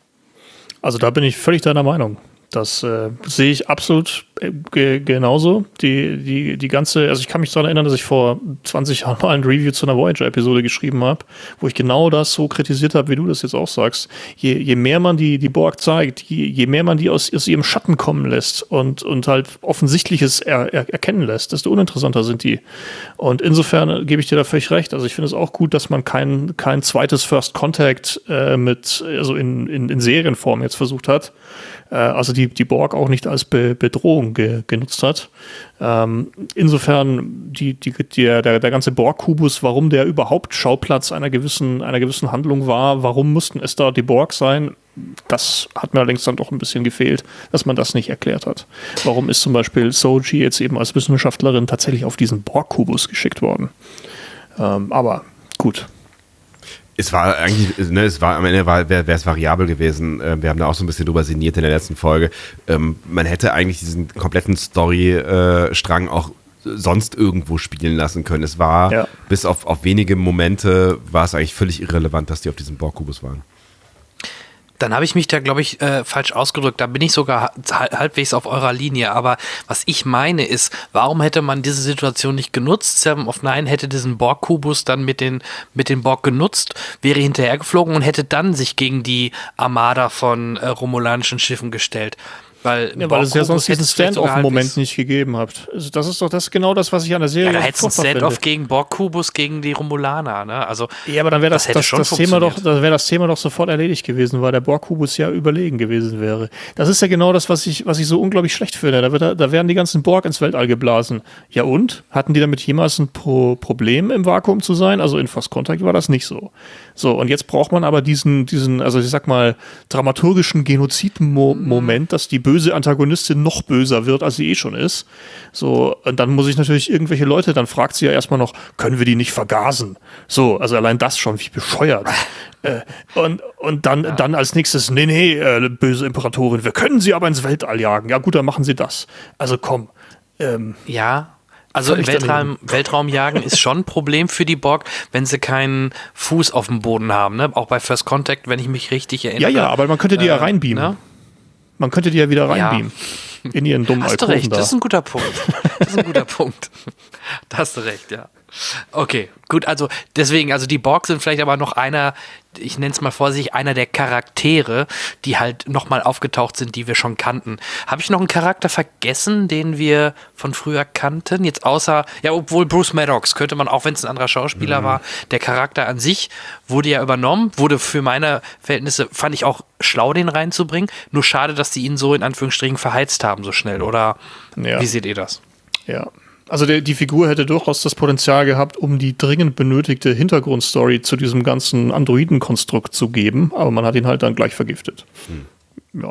Also da bin ich völlig deiner Meinung. Das sehe ich absolut genauso. Die ganze, also ich kann mich daran erinnern, dass ich vor 20 Jahren mal ein Review zu einer Voyager-Episode geschrieben habe, wo ich genau das so kritisiert habe, wie du das jetzt auch sagst. Je mehr man die Borg zeigt, je mehr man die aus ihrem Schatten kommen lässt und halt Offensichtliches erkennen lässt, desto uninteressanter sind die. Und insofern gebe ich dir da völlig recht. Also ich finde es auch gut, dass man kein zweites First Contact in Serienform jetzt versucht hat. Also die Borg auch nicht als Bedrohung genutzt hat. Insofern der ganze Borg-Kubus, warum der überhaupt Schauplatz einer gewissen Handlung war, warum mussten es da die Borg sein, das hat mir allerdings dann doch ein bisschen gefehlt, dass man das nicht erklärt hat. Warum ist zum Beispiel Soji jetzt eben als Wissenschaftlerin tatsächlich auf diesen Borg-Kubus geschickt worden? Aber gut. Es war eigentlich, am Ende wäre es variabel gewesen. Wir haben da auch so ein bisschen drüber sinniert in der letzten Folge. Man hätte eigentlich diesen kompletten Story-Strang auch sonst irgendwo spielen lassen können. Es war, bis auf wenige Momente, war es eigentlich völlig irrelevant, dass die auf diesem Borg-Kubus waren. Dann habe ich mich da, glaube ich, falsch ausgedrückt. Da bin ich sogar halbwegs auf eurer Linie. Aber was ich meine ist, warum hätte man diese Situation nicht genutzt? Seven of Nine hätte diesen Borg-Kubus dann mit den Borg genutzt, wäre hinterhergeflogen und hätte dann sich gegen die Armada von romulanischen Schiffen gestellt. Weil es ja sonst diesen Stand-off-Moment nicht gegeben hat. Also das ist doch genau das, was ich an der Serie da hätte es ein Stand-off gegen Borg-Kubus gegen die Romulaner, ne? Also, ja, aber dann wäre das Thema doch sofort erledigt gewesen, weil der Borg-Kubus ja überlegen gewesen wäre. Das ist ja genau das, was ich so unglaublich schlecht finde. Da werden die ganzen Borg ins Weltall geblasen. Ja und? Hatten die damit jemals ein Problem, im Vakuum zu sein? Also in First Contact war das nicht so. So, und jetzt braucht man aber diesen, also ich sag mal, dramaturgischen Genozid-Moment, dass die böse Antagonistin noch böser wird, als sie eh schon ist. So, und dann muss ich natürlich irgendwelche Leute, dann fragt sie ja erstmal noch, können wir die nicht vergasen? So, also allein das schon, wie bescheuert. Und dann als nächstes, böse Imperatorin, wir können sie aber ins Weltall jagen. Ja gut, dann machen sie das. Also komm. Also Weltraumjagen ist schon ein Problem für die Borg, wenn sie keinen Fuß auf dem Boden haben. Ne? Auch bei First Contact, wenn ich mich richtig erinnere. Ja, aber man könnte die ja reinbeamen. Ne? Man könnte die ja wieder reinbeamen. In ihren dummen Hast du recht, das ist ein guter Punkt. Da hast du recht, ja. Okay, gut, also deswegen, also die Borg sind vielleicht aber noch einer, ich nenne es mal vorsichtig, einer der Charaktere, die halt nochmal aufgetaucht sind, die wir schon kannten. Habe ich noch einen Charakter vergessen, den wir von früher kannten? Jetzt außer, ja, obwohl Bruce Maddox könnte man, auch wenn es ein anderer Schauspieler war, der Charakter an sich wurde ja übernommen, wurde für meine Verhältnisse, fand ich auch schlau, den reinzubringen. Nur schade, dass die ihn so in Anführungsstrichen verheizt haben so schnell, oder wie seht ihr das? Ja. Also die Figur hätte durchaus das Potenzial gehabt, um die dringend benötigte Hintergrundstory zu diesem ganzen Androidenkonstrukt zu geben, aber man hat ihn halt dann gleich vergiftet. Ja,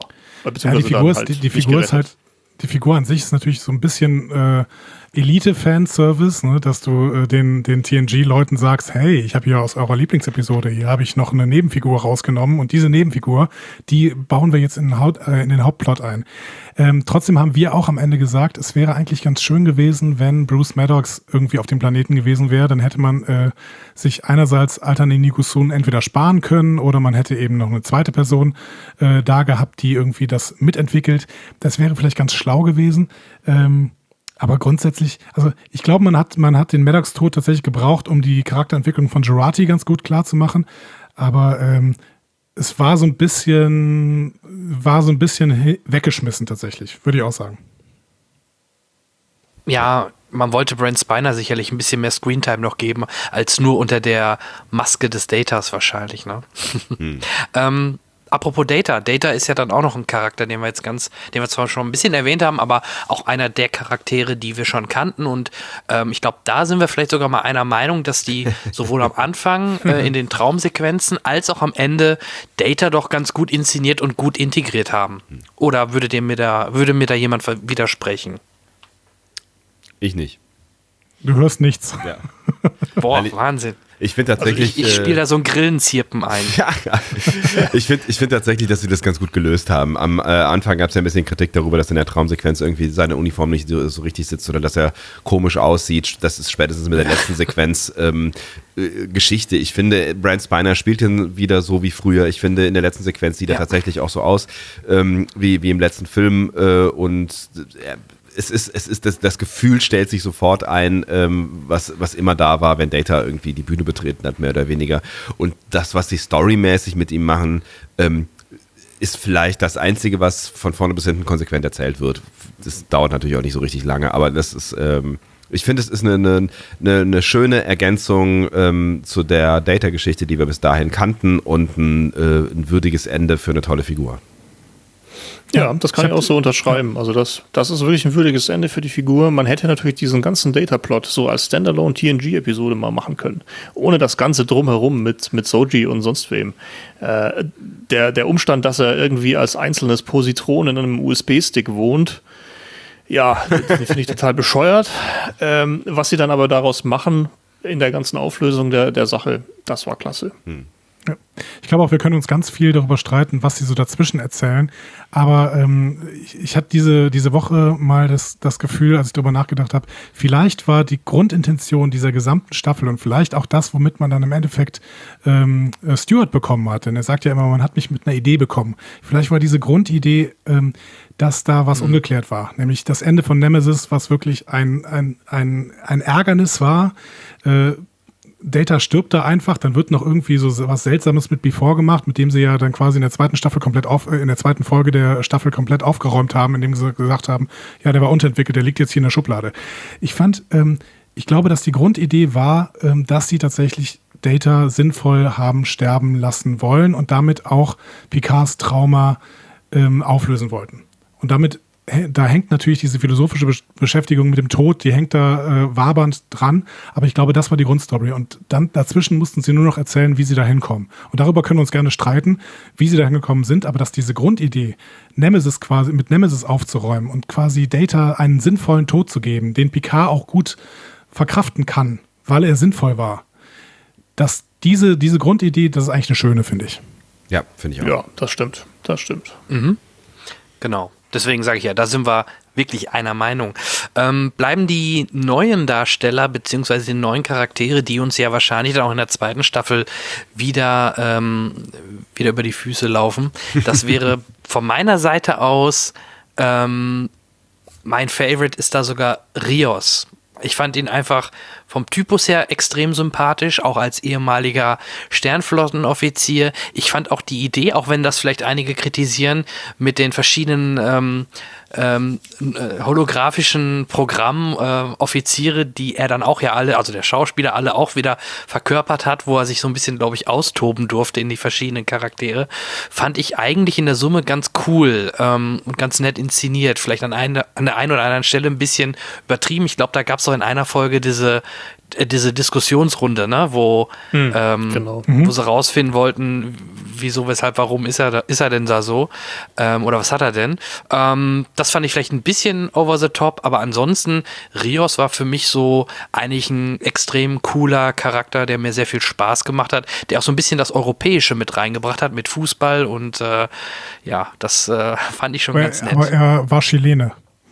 die Figur an sich ist natürlich so ein bisschen Elite-Fanservice, ne, dass du den TNG-Leuten sagst, hey, ich habe hier aus eurer Lieblingsepisode, hier habe ich noch eine Nebenfigur rausgenommen und diese Nebenfigur, die bauen wir jetzt in den Hauptplot ein. Trotzdem haben wir auch am Ende gesagt, es wäre eigentlich ganz schön gewesen, wenn Bruce Maddox irgendwie auf dem Planeten gewesen wäre, dann hätte man sich einerseits Altani Nikusun entweder sparen können oder man hätte eben noch eine zweite Person da gehabt, die irgendwie das mitentwickelt. Das wäre vielleicht ganz schlau gewesen. Aber grundsätzlich, also ich glaube, man hat den Maddox-Tod tatsächlich gebraucht, um die Charakterentwicklung von Jurati ganz gut klar zu machen. Aber es war so ein bisschen weggeschmissen tatsächlich, würde ich auch sagen. Ja, man wollte Brent Spiner sicherlich ein bisschen mehr Screentime noch geben, als nur unter der Maske des Datas wahrscheinlich, ne? Apropos Data ist ja dann auch noch ein Charakter, den wir zwar schon ein bisschen erwähnt haben, aber auch einer der Charaktere, die wir schon kannten, und ich glaube, da sind wir vielleicht sogar mal einer Meinung, dass die sowohl am Anfang in den Traumsequenzen als auch am Ende Data doch ganz gut inszeniert und gut integriert haben. Oder würde mir da jemand widersprechen? Ich nicht. Du hörst nichts. Ja. Boah, Wahnsinn. Ich finde tatsächlich. Also ich spiele da so ein Grillenzirpen ein. Ja. Ich find tatsächlich, dass sie das ganz gut gelöst haben. Am Anfang gab es ja ein bisschen Kritik darüber, dass in der Traumsequenz irgendwie seine Uniform nicht so richtig sitzt oder dass er komisch aussieht. Das ist spätestens mit der letzten Sequenz Geschichte. Ich finde, Brent Spiner spielt ihn wieder so wie früher. Ich finde, in der letzten Sequenz sieht er tatsächlich auch so aus wie im letzten Film. Es ist das Gefühl stellt sich sofort ein, was immer da war, wenn Data irgendwie die Bühne betreten hat, mehr oder weniger. Und das, was sie storymäßig mit ihm machen, ist vielleicht das Einzige, was von vorne bis hinten konsequent erzählt wird. Das dauert natürlich auch nicht so richtig lange, aber das ist, ich finde, es ist eine schöne Ergänzung zu der Data-Geschichte, die wir bis dahin kannten, und ein würdiges Ende für eine tolle Figur. Ja, das kann ich auch so unterschreiben. Also das ist wirklich ein würdiges Ende für die Figur. Man hätte natürlich diesen ganzen Data-Plot so als Standalone TNG-Episode mal machen können. Ohne das Ganze drumherum mit Soji und sonst wem. Der Umstand, dass er irgendwie als einzelnes Positron in einem USB-Stick wohnt, ja, den finde ich total bescheuert. Was sie dann aber daraus machen in der ganzen Auflösung der Sache, das war klasse. Ja. Ich glaube auch, wir können uns ganz viel darüber streiten, was sie so dazwischen erzählen. Aber ich hatte diese Woche mal das Gefühl, als ich darüber nachgedacht habe, vielleicht war die Grundintention dieser gesamten Staffel und vielleicht auch das, womit man dann im Endeffekt Stewart bekommen hat. Denn er sagt ja immer, man hat mich mit einer Idee bekommen. Vielleicht war diese Grundidee, dass da was ungeklärt war. Nämlich das Ende von Nemesis, was wirklich ein Ärgernis war, Data stirbt da einfach, dann wird noch irgendwie so was Seltsames mit Before gemacht, mit dem sie ja dann quasi in der zweiten Folge der Staffel komplett aufgeräumt haben, indem sie gesagt haben, ja, der war unterentwickelt, der liegt jetzt hier in der Schublade. Ich glaube, dass die Grundidee war, dass sie tatsächlich Data sinnvoll haben sterben lassen wollen und damit auch Picards Trauma auflösen wollten. Und da hängt natürlich diese philosophische Beschäftigung mit dem Tod, die hängt da wabernd dran, aber ich glaube, das war die Grundstory. Und dann dazwischen mussten sie nur noch erzählen, wie sie da hinkommen. Und darüber können wir uns gerne streiten, wie sie da hingekommen sind, aber dass diese Grundidee, mit Nemesis aufzuräumen und quasi Data einen sinnvollen Tod zu geben, den Picard auch gut verkraften kann, weil er sinnvoll war, dass diese Grundidee, das ist eigentlich eine schöne, finde ich. Ja, finde ich auch. Ja, das stimmt. Mhm. Genau. Deswegen sage ich ja, da sind wir wirklich einer Meinung. Bleiben die neuen Darsteller beziehungsweise die neuen Charaktere, die uns ja wahrscheinlich dann auch in der zweiten Staffel wieder über die Füße laufen. Das wäre von meiner Seite aus, mein Favorite ist da sogar Rios. Ich fand ihn einfach vom Typus her extrem sympathisch, auch als ehemaliger Sternflottenoffizier. Ich fand auch die Idee, auch wenn das vielleicht einige kritisieren, mit den verschiedenen holographischen Programmen, Offiziere, die er dann auch ja alle, also der Schauspieler alle auch wieder verkörpert hat, wo er sich so ein bisschen, glaube ich, austoben durfte in die verschiedenen Charaktere, fand ich eigentlich in der Summe ganz cool und ganz nett inszeniert. Vielleicht an der einen oder anderen Stelle ein bisschen übertrieben. Ich glaube, da gab es auch in einer Folge diese Diskussionsrunde, ne, wo sie rausfinden wollten, wieso, weshalb, warum ist er denn da so, oder was hat er denn? Das fand ich vielleicht ein bisschen over the top, aber ansonsten, Rios war für mich so eigentlich ein extrem cooler Charakter, der mir sehr viel Spaß gemacht hat, der auch so ein bisschen das Europäische mit reingebracht hat, mit Fußball und das fand ich schon ganz nett. Aber er war Chilene.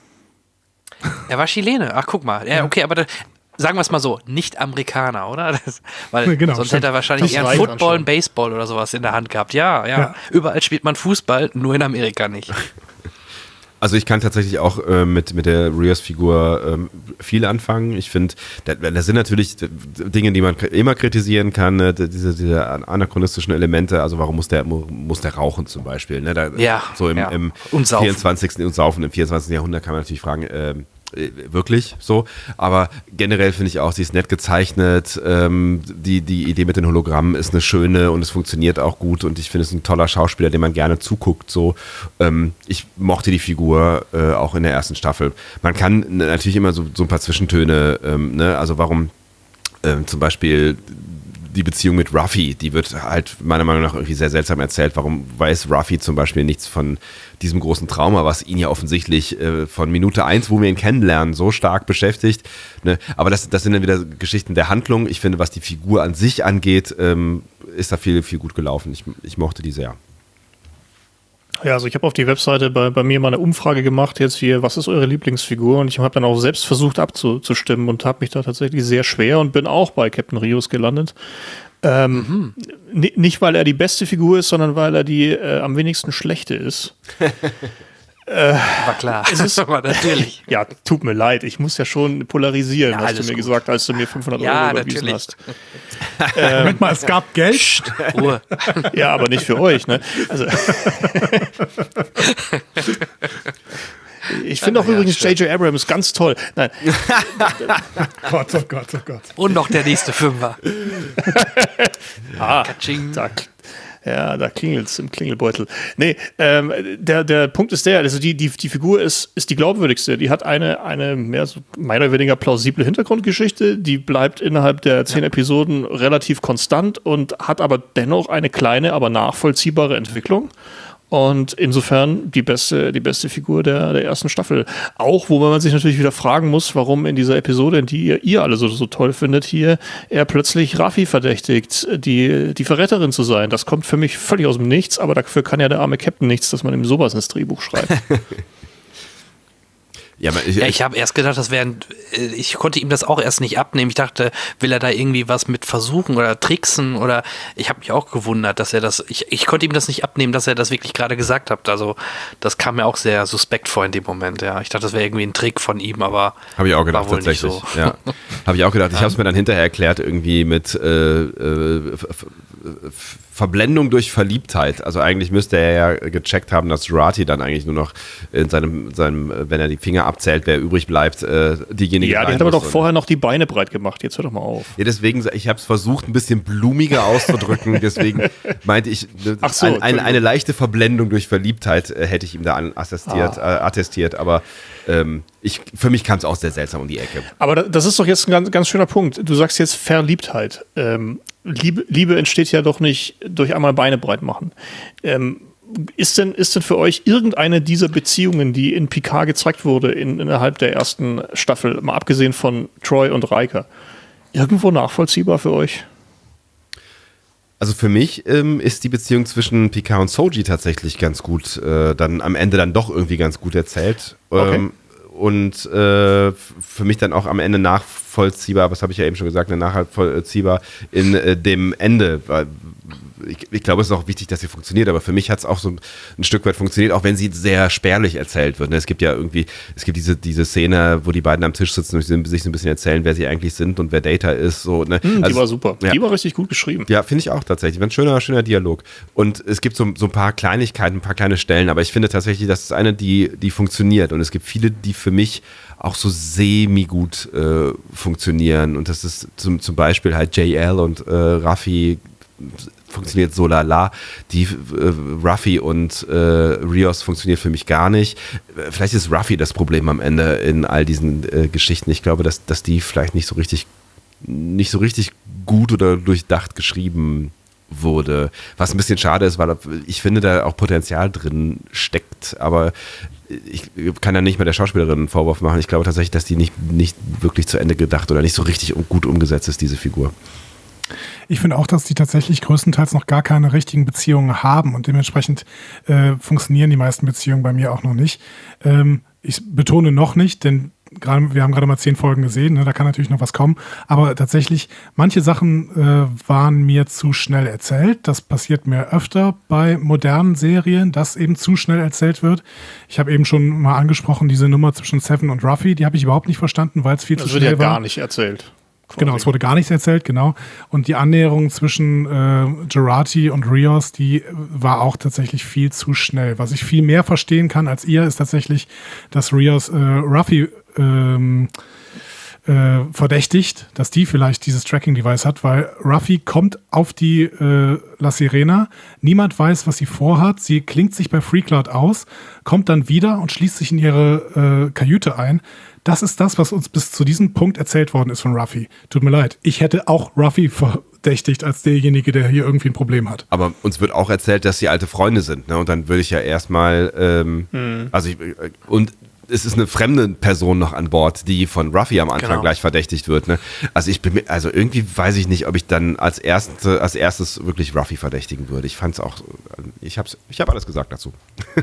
Er war Chilene, ach guck mal, ja, okay, aber sagen wir es mal so, nicht Amerikaner, oder? Weil genau, sonst hätte er wahrscheinlich eher Football und Baseball oder sowas in der Hand gehabt. Ja. Überall spielt man Fußball, nur in Amerika nicht. Also ich kann tatsächlich auch mit der Rios-Figur viel anfangen. Ich finde, da sind natürlich Dinge, die man immer kritisieren kann, diese anachronistischen Elemente. Also warum muss der rauchen zum Beispiel? Ne? Im 24. und Saufen im 24. Jahrhundert kann man natürlich fragen, wirklich so, aber generell finde ich auch, sie ist nett gezeichnet, die Idee mit den Hologrammen ist eine schöne und es funktioniert auch gut und ich finde es ein toller Schauspieler, dem man gerne zuguckt, so. Ich mochte die Figur auch in der ersten Staffel. Man kann natürlich immer so ein paar Zwischentöne, also warum zum Beispiel die Beziehung mit Ruffy, die wird halt meiner Meinung nach irgendwie sehr seltsam erzählt. Warum weiß Ruffy zum Beispiel nichts von diesem großen Trauma, was ihn ja offensichtlich von Minute 1, wo wir ihn kennenlernen, so stark beschäftigt. Ne? Aber das sind dann wieder Geschichten der Handlung. Ich finde, was die Figur an sich angeht, ist da viel, viel gut gelaufen. Ich mochte die sehr. Ja, also ich habe auf die Webseite bei mir mal eine Umfrage gemacht, jetzt hier, was ist eure Lieblingsfigur? Und ich habe dann auch selbst versucht abzustimmen und habe mich da tatsächlich sehr schwer und bin auch bei Captain Rios gelandet. Nicht, weil er die beste Figur ist, sondern weil er die am wenigsten schlechte ist. War klar. Es ist, aber natürlich. Ja, tut mir leid. Ich muss ja schon polarisieren, Ja, hast du mir gut. gesagt, als du mir 500 Euro überwiesen natürlich. hast. Moment mal, es gab Geld. Ruhe. Ja, aber nicht für euch, ne? Also ich finde auch übrigens J.J. Abrams ganz toll. Nein. Gott, oh Gott, oh Gott. Und noch der nächste Fünfer. Katsching. Da klingelt's im Klingelbeutel. Nee, der Punkt ist der, also die Figur ist die glaubwürdigste. Die hat eine mehr so mehr oder weniger plausible Hintergrundgeschichte, die bleibt innerhalb der 10 Episoden relativ konstant und hat aber dennoch eine kleine, aber nachvollziehbare Entwicklung. Und insofern die beste Figur der ersten Staffel. Auch, wo man sich natürlich wieder fragen muss, warum in dieser Episode, in die ihr alle so toll findet, hier er plötzlich Raffi verdächtigt, die Verräterin zu sein. Das kommt für mich völlig aus dem Nichts, aber dafür kann ja der arme Captain nichts, dass man ihm sowas ins Drehbuch schreibt. Ja, aber ich habe erst gedacht, ich konnte ihm das auch erst nicht abnehmen. Ich dachte, will er da irgendwie was mit versuchen oder tricksen oder ich habe mich auch gewundert, dass er das, ich konnte ihm das nicht abnehmen, dass er das wirklich gerade gesagt hat. Also das kam mir auch sehr suspekt vor in dem Moment, ja. Ich dachte, das wäre irgendwie ein Trick von ihm, aber habe ich auch gedacht, war wohl tatsächlich. nicht so. Ja. Habe ich auch gedacht. Ich habe es mir dann hinterher erklärt, irgendwie mit Verblendung durch Verliebtheit. Also eigentlich müsste er ja gecheckt haben, dass Jurati dann eigentlich nur noch in seinem, wenn er die Finger abzählt, wer übrig bleibt, diejenige. Ja, die hat aber doch vorher noch die Beine breit gemacht. Jetzt hör doch mal auf. Ja, deswegen, ich habe es versucht, ein bisschen blumiger auszudrücken. Deswegen meinte ich, eine leichte Verblendung durch Verliebtheit hätte ich ihm da attestiert. Aber für mich kam es auch sehr seltsam um die Ecke. Aber das ist doch jetzt ein ganz, ganz schöner Punkt. Du sagst jetzt Verliebtheit. Liebe entsteht ja doch nicht durch einmal Beine breit machen. Ist denn für euch irgendeine dieser Beziehungen, die in Picard gezeigt wurde innerhalb der ersten Staffel, mal abgesehen von Troy und Riker, irgendwo nachvollziehbar für euch? Also für mich ist die Beziehung zwischen Picard und Soji tatsächlich ganz gut, dann am Ende dann doch irgendwie ganz gut erzählt. Okay. Und für mich dann auch am Ende nachvollziehbar, was habe ich ja eben schon gesagt, nachvollziehbar in dem Ende. Weil ich glaube, es ist auch wichtig, dass sie funktioniert, aber für mich hat es auch so ein Stück weit funktioniert, auch wenn sie sehr spärlich erzählt wird. Es gibt ja irgendwie, diese Szene, wo die beiden am Tisch sitzen und sich so ein bisschen erzählen, wer sie eigentlich sind und wer Data ist. So, ne? Die war super. Ja. Die war richtig gut geschrieben. Ja, finde ich auch tatsächlich. War ein schöner Dialog. Und es gibt so ein paar Kleinigkeiten, ein paar kleine Stellen, aber ich finde tatsächlich, das ist eine, die funktioniert. Und es gibt viele, die für mich auch so semi-gut funktionieren. Und das ist zum Beispiel halt JL und Raffi funktioniert so lala. Die Ruffy und Rios funktioniert für mich gar nicht. Vielleicht ist Ruffy das Problem am Ende in all diesen Geschichten. Ich glaube, dass die vielleicht nicht so richtig gut oder durchdacht geschrieben wurde. Was ein bisschen schade ist, weil ich finde, da auch Potenzial drin steckt, aber ich kann da nicht mehr der Schauspielerin einen Vorwurf machen. Ich glaube tatsächlich, dass die nicht wirklich zu Ende gedacht oder nicht so richtig gut umgesetzt ist, diese Figur. Ich finde auch, dass die tatsächlich größtenteils noch gar keine richtigen Beziehungen haben und dementsprechend funktionieren die meisten Beziehungen bei mir auch noch nicht. Ich betone noch nicht, denn wir haben gerade mal 10 Folgen gesehen, ne, da kann natürlich noch was kommen, aber tatsächlich, manche Sachen waren mir zu schnell erzählt. Das passiert mir öfter bei modernen Serien, dass eben zu schnell erzählt wird. Ich habe eben schon mal angesprochen, diese Nummer zwischen Seven und Ruffy, die habe ich überhaupt nicht verstanden, weil es viel zu schnell war. Das wird ja gar nicht erzählt. Genau, es wurde gar nichts erzählt, genau. Und die Annäherung zwischen Jurati und Rios, die war auch tatsächlich viel zu schnell. Was ich viel mehr verstehen kann als ihr, ist tatsächlich, dass Rios Ruffy verdächtigt, dass die vielleicht dieses Tracking-Device hat, weil Ruffy kommt auf die La Sirena, niemand weiß, was sie vorhat, sie klingt sich bei Freecloud aus, kommt dann wieder und schließt sich in ihre Kajüte ein. Das ist das, was uns bis zu diesem Punkt erzählt worden ist von Ruffy. Tut mir leid, ich hätte auch Ruffy verdächtigt als derjenige, der hier irgendwie ein Problem hat. Aber uns wird auch erzählt, dass sie alte Freunde sind, ne? Und dann würde ich ja erstmal, und es ist eine fremde Person noch an Bord, die von Ruffy am Anfang gleich verdächtigt wird. Ne? Also irgendwie weiß ich nicht, ob ich dann als erstes wirklich Ruffy verdächtigen würde. Ich fand's auch, ich hab alles gesagt dazu.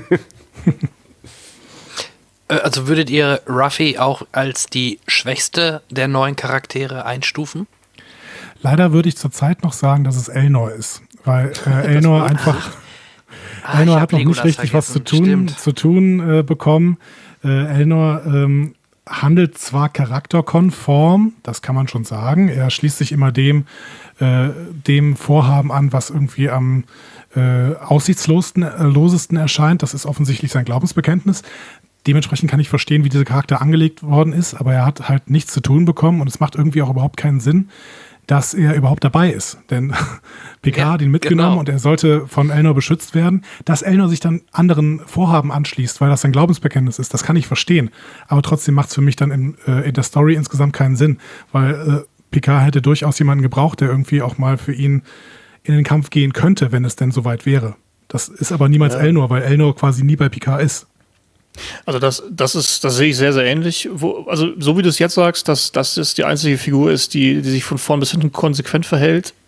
Also würdet ihr Ruffy auch als die schwächste der neuen Charaktere einstufen? Leider würde ich zurzeit noch sagen, dass es Elnor ist, weil Elnor einfach Elnor hat noch nicht richtig was zu tun bekommen. Elnor handelt zwar charakterkonform, das kann man schon sagen. Er schließt sich immer dem Vorhaben an, was irgendwie am aussichtslosesten erscheint. Das ist offensichtlich sein Glaubensbekenntnis. Dementsprechend kann ich verstehen, wie dieser Charakter angelegt worden ist, aber er hat halt nichts zu tun bekommen und es macht irgendwie auch überhaupt keinen Sinn, dass er überhaupt dabei ist. Denn Picard hat ihn mitgenommen und er sollte von Elnor beschützt werden. Dass Elnor sich dann anderen Vorhaben anschließt, weil das sein Glaubensbekenntnis ist, das kann ich verstehen. Aber trotzdem macht es für mich dann in der Story insgesamt keinen Sinn, weil Picard hätte durchaus jemanden gebraucht, der irgendwie auch mal für ihn in den Kampf gehen könnte, wenn es denn soweit wäre. Das ist aber niemals Elnor, weil Elnor quasi nie bei Picard ist. Also das sehe ich sehr, sehr ähnlich. Also so wie du es jetzt sagst, dass das die einzige Figur ist, die sich von vorn bis hinten konsequent verhält.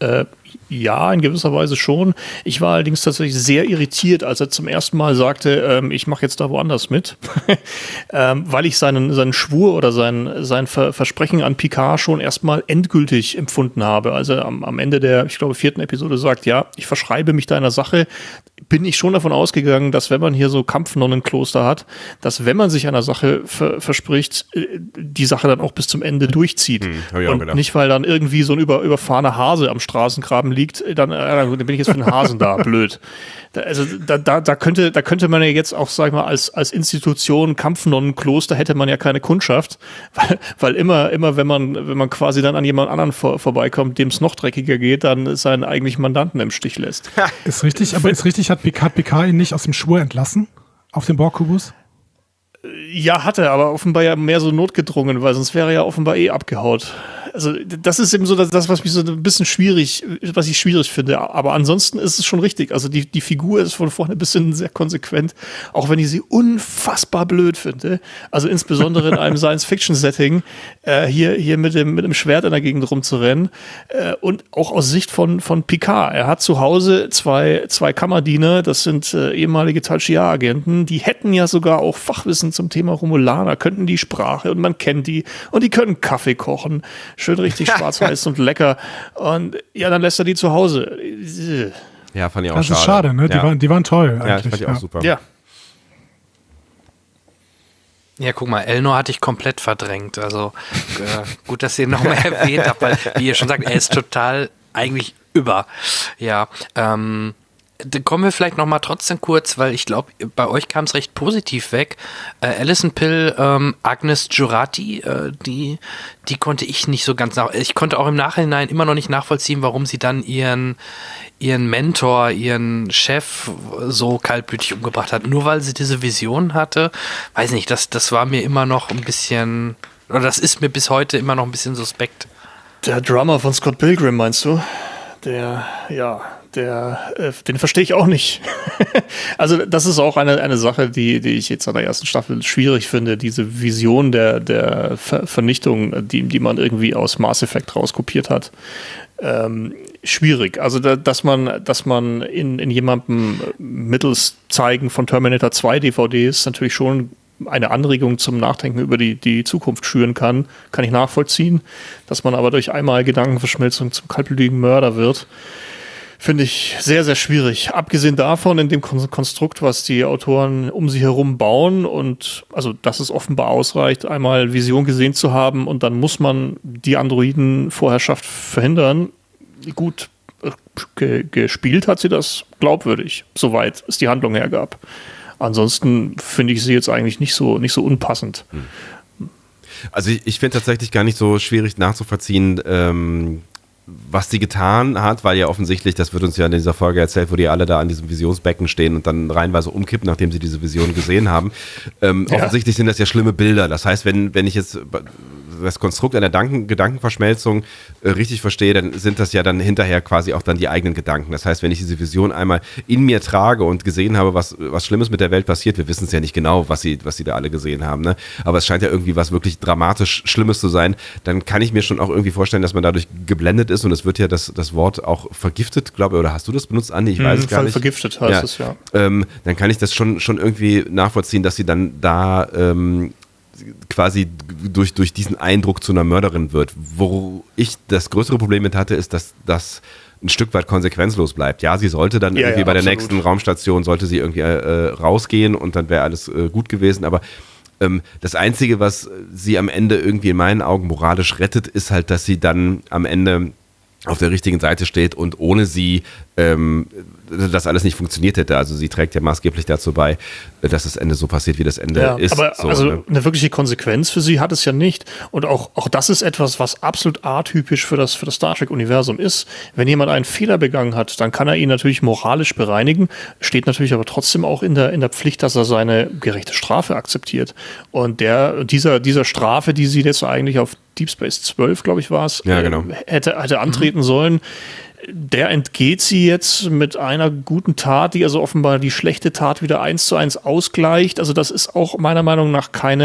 Ja, in gewisser Weise schon. Ich war allerdings tatsächlich sehr irritiert, als er zum ersten Mal sagte, ich mache jetzt da woanders mit, weil ich seinen Schwur oder sein Versprechen an Picard schon erstmal endgültig empfunden habe. Also am Ende der, ich glaube, 4. Episode sagt, ja, ich verschreibe mich deiner Sache, bin ich schon davon ausgegangen, dass wenn man hier so Kampfnonnenkloster hat, dass wenn man sich einer Sache verspricht, die Sache dann auch bis zum Ende durchzieht. Und nicht, weil dann irgendwie so ein überfahrener Hase am Straßengraben liegt, dann bin ich jetzt für den Hasen da, blöd. Also da könnte man ja jetzt auch, sag ich mal, als Institution Kampfnonnenkloster hätte man ja keine Kundschaft, weil immer wenn man quasi dann an jemand anderen vorbeikommt, dem es noch dreckiger geht, dann seinen eigentlichen Mandanten im Stich lässt. Ist richtig, hat Picard ihn nicht aus dem Schwur entlassen? Auf dem Borg-Kubus? Ja, hat er, aber offenbar ja mehr so notgedrungen, weil sonst wäre er ja offenbar abgehaut. Also das ist eben so das, was mich so ein bisschen schwierig finde. Aber ansonsten ist es schon richtig. Also die Figur ist von vorne bis hinten sehr konsequent, auch wenn ich sie unfassbar blöd finde. Also insbesondere in einem Science-Fiction-Setting hier mit dem Schwert in der Gegend rumzurennen. Und auch aus Sicht von Picard. Er hat zu Hause zwei Kammerdiener, das sind ehemalige Tal Shiar-Agenten, die hätten ja sogar auch Fachwissen zum Thema Romulaner, könnten die Sprache und man kennt die und die können Kaffee kochen. Schön richtig schwarz-weiß und lecker. Und ja, dann lässt er die zu Hause. Ja, fand ich auch schade. Das ist schade, ne? Ja. Die waren toll eigentlich. Ja, das fand ich auch super. Ja. Ja, guck mal, Elnor hatte ich komplett verdrängt. Also gut, dass ihr ihn nochmal erwähnt habt, weil, wie ihr schon sagt, er ist total eigentlich über. Ja, dann kommen wir vielleicht nochmal trotzdem kurz, weil ich glaube, bei euch kam es recht positiv weg. Alison Pill, Agnes Jurati, die konnte ich nicht so ganz ich konnte auch im Nachhinein immer noch nicht nachvollziehen, warum sie dann ihren Mentor, ihren Chef so kaltblütig umgebracht hat. Nur weil sie diese Vision hatte, weiß nicht, das war mir immer noch ein bisschen, oder das ist mir bis heute immer noch ein bisschen suspekt. Der Drummer von Scott Pilgrim, meinst du? Den verstehe ich auch nicht. Also das ist auch eine Sache, die ich jetzt an der ersten Staffel schwierig finde, diese Vision der Vernichtung, die man irgendwie aus Mass Effect rauskopiert hat. Schwierig. Also dass man in jemandem mittels Zeigen von Terminator 2 DVDs natürlich schon eine Anregung zum Nachdenken über die Zukunft schüren kann ich nachvollziehen. Dass man aber durch einmal Gedankenverschmelzung zum kaltblütigen Mörder wird, finde ich sehr, sehr schwierig. Abgesehen davon, in dem Konstrukt, was die Autoren um sie herum bauen und also, dass es offenbar ausreicht, einmal Vision gesehen zu haben und dann muss man die Androiden-Vorherrschaft verhindern. Gut, gespielt hat sie das glaubwürdig, soweit es die Handlung hergab. Ansonsten finde ich sie jetzt eigentlich nicht so unpassend. Also ich finde tatsächlich gar nicht so schwierig nachzuvollziehen, was sie getan hat, weil ja offensichtlich, das wird uns ja in dieser Folge erzählt, wo die alle da an diesem Visionsbecken stehen und dann reihenweise umkippen, nachdem sie diese Vision gesehen haben. Offensichtlich sind das ja schlimme Bilder. Das heißt, wenn ich jetzt das Konstrukt einer Gedankenverschmelzung richtig verstehe, dann sind das ja dann hinterher quasi auch dann die eigenen Gedanken. Das heißt, wenn ich diese Vision einmal in mir trage und gesehen habe, was Schlimmes mit der Welt passiert, wir wissen es ja nicht genau, was sie da alle gesehen haben, ne? Aber es scheint ja irgendwie was wirklich dramatisch Schlimmes zu sein, dann kann ich mir schon auch irgendwie vorstellen, dass man dadurch geblendet ist und es wird ja das Wort auch vergiftet, glaube ich, oder hast du das benutzt, Andi? Ich weiß es gar nicht. Vergiftet heißt es, ja. Dann kann ich das schon irgendwie nachvollziehen, dass sie dann da quasi durch diesen Eindruck zu einer Mörderin wird. Wo ich das größere Problem mit hatte, ist, dass das ein Stück weit konsequenzlos bleibt. Ja, sie sollte dann irgendwie bei der nächsten Raumstation, sollte sie irgendwie rausgehen und dann wäre alles gut gewesen, aber das Einzige, was sie am Ende irgendwie in meinen Augen moralisch rettet, ist halt, dass sie dann am Ende auf der richtigen Seite steht und ohne sie das alles nicht funktioniert hätte. Also sie trägt ja maßgeblich dazu bei, dass das Ende so passiert, wie das Ende ist. Aber so, also ne? Eine wirkliche Konsequenz für sie hat es ja nicht. Und auch das ist etwas, was absolut atypisch für das Star Trek-Universum ist. Wenn jemand einen Fehler begangen hat, dann kann er ihn natürlich moralisch bereinigen, steht natürlich aber trotzdem auch in der Pflicht, dass er seine gerechte Strafe akzeptiert. Und dieser Strafe, die sie jetzt eigentlich auf Deep Space 12, glaube ich, war es, ja, genau. hätte antreten sollen, der entgeht sie jetzt mit einer guten Tat, die also offenbar die schlechte Tat wieder 1:1 ausgleicht. Also das ist auch meiner Meinung nach kein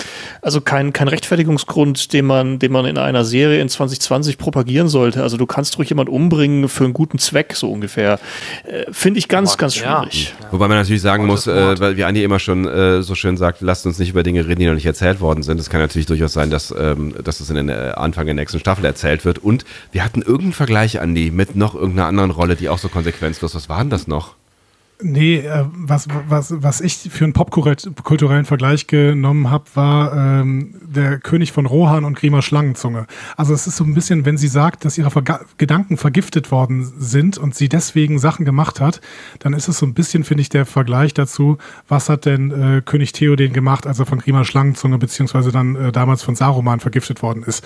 Rechtfertigungsgrund, den man in einer Serie in 2020 propagieren sollte. Also du kannst ruhig jemand umbringen für einen guten Zweck, so ungefähr. Finde ich ganz schwierig. Ja. Wobei man natürlich sagen muss, weil wie Andi immer schon so schön sagt, lasst uns nicht über Dinge reden, die noch nicht erzählt worden sind. Es kann natürlich durchaus sein, dass es in den Anfang der nächsten Staffel erzählt wird. Und wir hatten irgendeinen Vergleich, Andi, mit noch irgendeiner anderen Rolle, die auch so konsequenzlos. Was war denn das noch? Nee, was ich für einen popkulturellen Vergleich genommen habe, war der König von Rohan und Grima Schlangenzunge. Also es ist so ein bisschen, wenn sie sagt, dass ihre Gedanken vergiftet worden sind und sie deswegen Sachen gemacht hat, dann ist es so ein bisschen, finde ich, der Vergleich dazu, was hat denn König Theoden gemacht, als er von Grima Schlangenzunge beziehungsweise dann damals von Saruman vergiftet worden ist.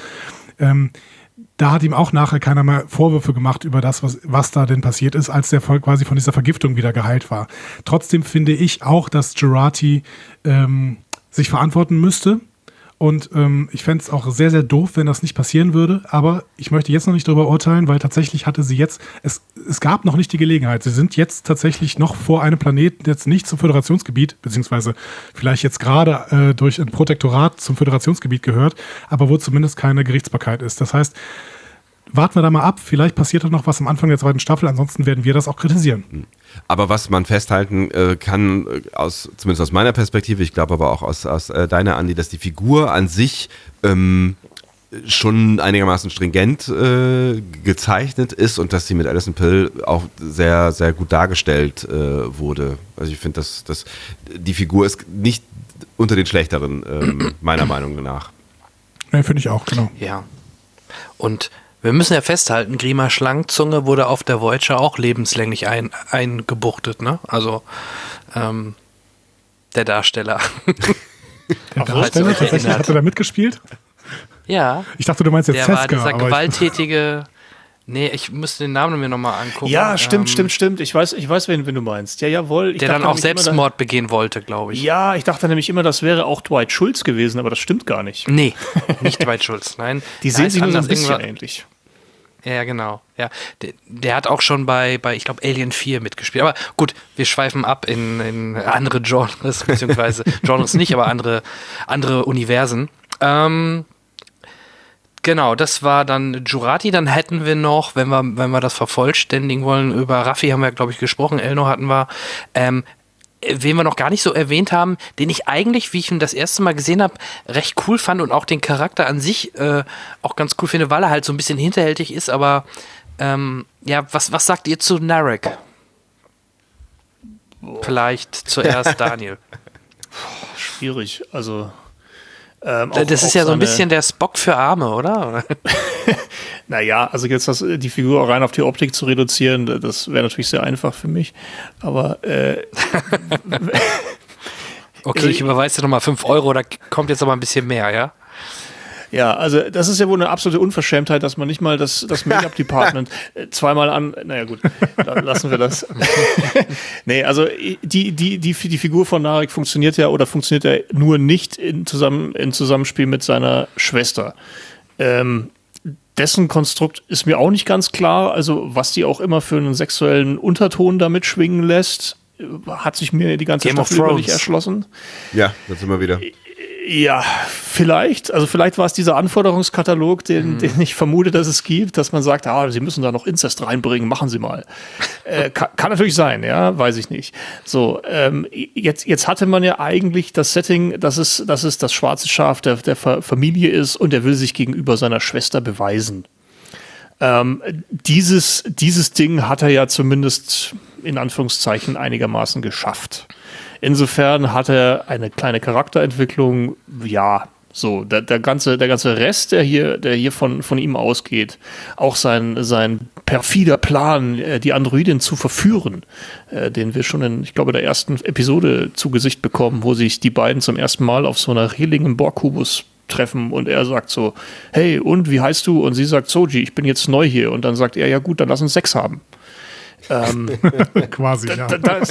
Da hat ihm auch nachher keiner mehr Vorwürfe gemacht über das, was da denn passiert ist, als der quasi von dieser Vergiftung wieder geheilt war. Trotzdem finde ich auch, dass Jurati sich verantworten müsste. Und ich fände es auch sehr, sehr doof, wenn das nicht passieren würde. Aber ich möchte jetzt noch nicht darüber urteilen, weil tatsächlich hatte sie jetzt, es gab noch nicht die Gelegenheit. Sie sind jetzt tatsächlich noch vor einem Planeten, jetzt nicht zum Föderationsgebiet, beziehungsweise vielleicht jetzt gerade durch ein Protektorat zum Föderationsgebiet gehört, aber wo zumindest keine Gerichtsbarkeit ist. Das heißt, warten wir da mal ab, vielleicht passiert da noch was am Anfang der 2. Staffel, ansonsten werden wir das auch kritisieren. Aber was man festhalten kann, zumindest aus meiner Perspektive, ich glaube aber auch aus deiner, Andi, dass die Figur an sich schon einigermaßen stringent gezeichnet ist und dass sie mit Alison Pill auch sehr, sehr gut dargestellt wurde. Also ich finde, dass die Figur ist nicht unter den Schlechteren, meiner Meinung nach. Ja, finde ich auch, genau. Ja. Und wir müssen ja festhalten, Grima Schlangenzunge wurde auf der Voyager auch lebenslänglich eingebuchtet, ne? Also der Darsteller. Der Darsteller tatsächlich, hat er da mitgespielt? Ja. Ich dachte, du meinst jetzt der Seska. Der war dieser gewalttätige... Nee, ich müsste den Namen mir nochmal angucken. Ja, stimmt. Ich weiß, wen du meinst. Ja, jawohl. Der dann auch Selbstmord begehen wollte, glaube ich. Ja, ich dachte nämlich immer, das wäre auch Dwight Schultz gewesen, aber das stimmt gar nicht. Nee, nicht Dwight Schultz, nein. Die sehen sich nur so ein bisschen ähnlich. Ja, genau. Ja, der hat auch schon bei ich glaube, Alien 4 mitgespielt. Aber gut, wir schweifen ab in andere Genres, beziehungsweise Genres nicht, aber andere Universen. Genau, das war dann Jurati. Dann hätten wir noch, wenn wir das vervollständigen wollen, über Raffi haben wir, glaube ich, gesprochen, Elnor hatten wir, wen wir noch gar nicht so erwähnt haben, den ich eigentlich, wie ich ihn das erste Mal gesehen habe, recht cool fand und auch den Charakter an sich auch ganz cool finde, weil er halt so ein bisschen hinterhältig ist, aber ja, was sagt ihr zu Narek? Vielleicht zuerst Daniel. Schwierig, also das ist ja so ein bisschen der Spock für Arme, oder? Naja, also jetzt die Figur auch rein auf die Optik zu reduzieren, das wäre natürlich sehr einfach für mich. Aber okay, ich überweise dir nochmal 5 €, da kommt jetzt aber ein bisschen mehr, ja? Ja, also das ist ja wohl eine absolute Unverschämtheit, dass man nicht mal das Make-up-Department zweimal naja gut, dann lassen wir das. Nee, also die Figur von Narek funktioniert ja nur nicht in Zusammenspiel mit seiner Schwester. Dessen Konstrukt ist mir auch nicht ganz klar, also was die auch immer für einen sexuellen Unterton damit schwingen lässt, hat sich mir die ganze Staffel über nicht erschlossen. Ja, das immer wieder. Ja, vielleicht. Also vielleicht war es dieser Anforderungskatalog, den ich vermute, dass es gibt, dass man sagt, Sie müssen da noch Inzest reinbringen, machen Sie mal. Kann natürlich sein, ja, weiß ich nicht. So, jetzt hatte man ja eigentlich das Setting, dass es das schwarze Schaf der Familie ist und er will sich gegenüber seiner Schwester beweisen. Dieses Ding hat er ja zumindest in Anführungszeichen einigermaßen geschafft. Insofern hat er eine kleine Charakterentwicklung, ja, so, der ganze Rest, der hier von ihm ausgeht, auch sein perfider Plan, die Androidin zu verführen, den wir schon in der ersten Episode zu Gesicht bekommen, wo sich die beiden zum ersten Mal auf so einer Reling im Borg-Kubus treffen und er sagt so, hey, und wie heißt du? Und sie sagt, Soji, ich bin jetzt neu hier. Und dann sagt er, ja gut, dann lass uns Sex haben. Quasi, ja.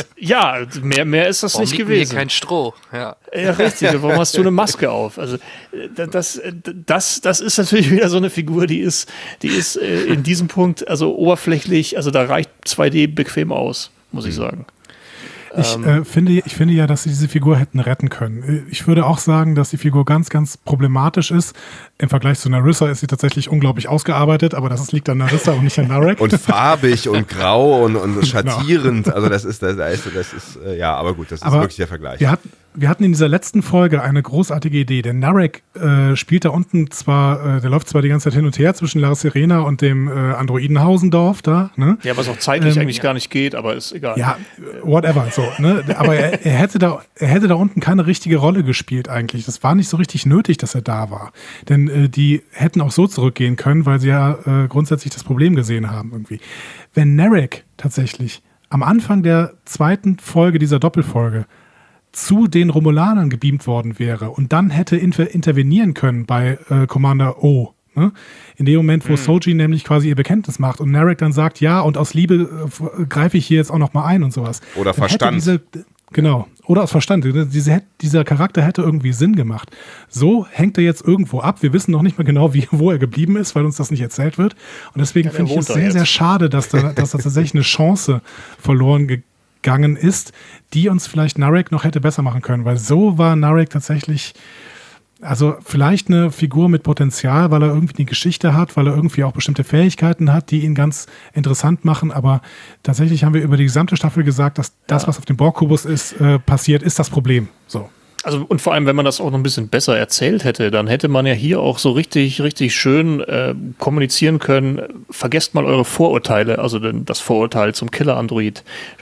Mehr ist das Warum nicht liegt gewesen. Hier kein Stroh. Ja, richtig. Warum hast du eine Maske auf? Also das ist natürlich wieder so eine Figur, die ist in diesem Punkt also oberflächlich, also da reicht 2D bequem aus, muss ich sagen. Ich finde ja, dass sie diese Figur hätten retten können. Ich würde auch sagen, dass die Figur ganz, ganz problematisch ist. Im Vergleich zu Narissa ist sie tatsächlich unglaublich ausgearbeitet, aber das liegt an Narissa und nicht an Narek. Und farbig und grau und schattierend. Also das ist ja, aber gut, das ist wirklich der Vergleich. Wir hatten in dieser letzten Folge eine großartige Idee. Der Narek spielt da unten zwar, der läuft zwar die ganze Zeit hin und her zwischen La Sirena und dem Androiden Hausendorf da. Ne? Ja, was auch zeitlich eigentlich gar nicht geht, aber ist egal. Ja, whatever. So, ne? Aber er hätte da unten keine richtige Rolle gespielt eigentlich. Das war nicht so richtig nötig, dass er da war. Denn die hätten auch so zurückgehen können, weil sie ja grundsätzlich das Problem gesehen haben irgendwie. Wenn Narek tatsächlich am Anfang der zweiten Folge dieser Doppelfolge zu den Romulanern gebeamt worden wäre und dann hätte intervenieren können bei Commander O. Ne? In dem Moment, wo Soji nämlich quasi ihr Bekenntnis macht und Narek dann sagt, ja, und aus Liebe greife ich hier jetzt auch noch mal ein und sowas. Oder Verstand. Genau, oder aus Verstand. Dieser Charakter hätte irgendwie Sinn gemacht. So hängt er jetzt irgendwo ab. Wir wissen noch nicht mal genau, wo er geblieben ist, weil uns das nicht erzählt wird. Und deswegen finde ich es sehr, sehr schade, dass da tatsächlich eine Chance verloren gegangen ist, die uns vielleicht Narek noch hätte besser machen können, weil so war Narek tatsächlich, also vielleicht eine Figur mit Potenzial, weil er irgendwie eine Geschichte hat, weil er irgendwie auch bestimmte Fähigkeiten hat, die ihn ganz interessant machen, aber tatsächlich haben wir über die gesamte Staffel gesagt, dass das, was auf dem Borg-Kubus passiert, ist das Problem. So. Also und vor allem, wenn man das auch noch ein bisschen besser erzählt hätte, dann hätte man ja hier auch so richtig, richtig schön kommunizieren können, vergesst mal eure Vorurteile, also das Vorurteil zum Killer-Android.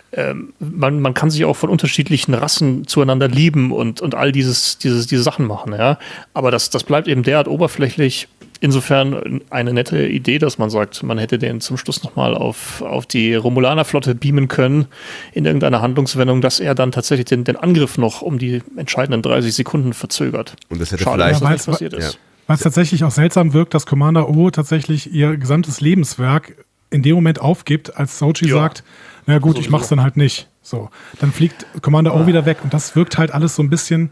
Man kann sich auch von unterschiedlichen Rassen zueinander lieben und all diese Sachen machen, ja. Aber das bleibt eben derart oberflächlich. Insofern eine nette Idee, dass man sagt, man hätte den zum Schluss nochmal auf die Romulaner-Flotte beamen können in irgendeiner Handlungswendung, dass er dann tatsächlich den Angriff noch um die entscheidenden 30 Sekunden verzögert. Und das hätte schade, vielleicht dass das nicht passiert ist. Weil es tatsächlich auch seltsam wirkt, dass Commander O tatsächlich ihr gesamtes Lebenswerk in dem Moment aufgibt, als Soji sagt, na gut, ich mach's dann halt nicht. So, dann fliegt Commander O wieder weg und das wirkt halt alles so ein bisschen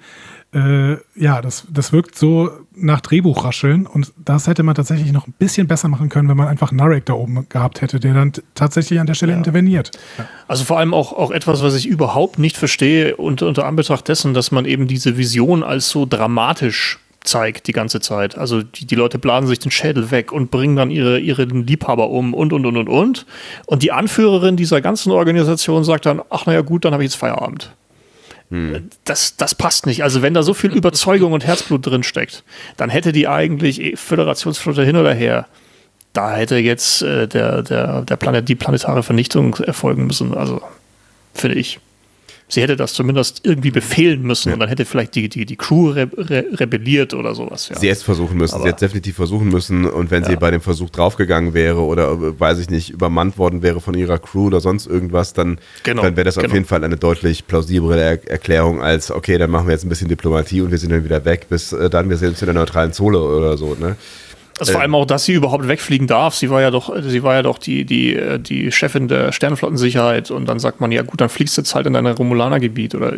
das wirkt so nach Drehbuchrascheln und das hätte man tatsächlich noch ein bisschen besser machen können, wenn man einfach Narek da oben gehabt hätte, der dann tatsächlich an der Stelle interveniert. Ja. Also vor allem auch etwas, was ich überhaupt nicht verstehe unter Anbetracht dessen, dass man eben diese Vision als so dramatisch zeigt die ganze Zeit. Also die Leute blasen sich den Schädel weg und bringen dann ihren Liebhaber um und. Und die Anführerin dieser ganzen Organisation sagt dann, ach naja gut, dann habe ich jetzt Feierabend. Das passt nicht. Also wenn da so viel Überzeugung und Herzblut drin steckt, dann hätte die eigentlich Föderationsflotte hin oder her. Da hätte jetzt die planetare Vernichtung erfolgen müssen. Also finde ich. Sie hätte das zumindest irgendwie befehlen müssen und dann hätte vielleicht die Crew rebelliert oder sowas. Ja. Sie hätte es versuchen müssen. Sie hätte es definitiv versuchen müssen und wenn sie bei dem Versuch draufgegangen wäre oder, weiß ich nicht, übermannt worden wäre von ihrer Crew oder sonst irgendwas, dann wäre das auf jeden Fall eine deutlich plausiblere Erklärung als, okay, dann machen wir jetzt ein bisschen Diplomatie und wir sind dann wieder weg, bis dann wir sind in der neutralen Zone oder so, ne? Also vor allem auch, dass sie überhaupt wegfliegen darf. Sie war ja doch die Chefin der Sternenflottensicherheit und dann sagt man, ja gut, dann fliegst du jetzt halt in dein Romulanergebiet oder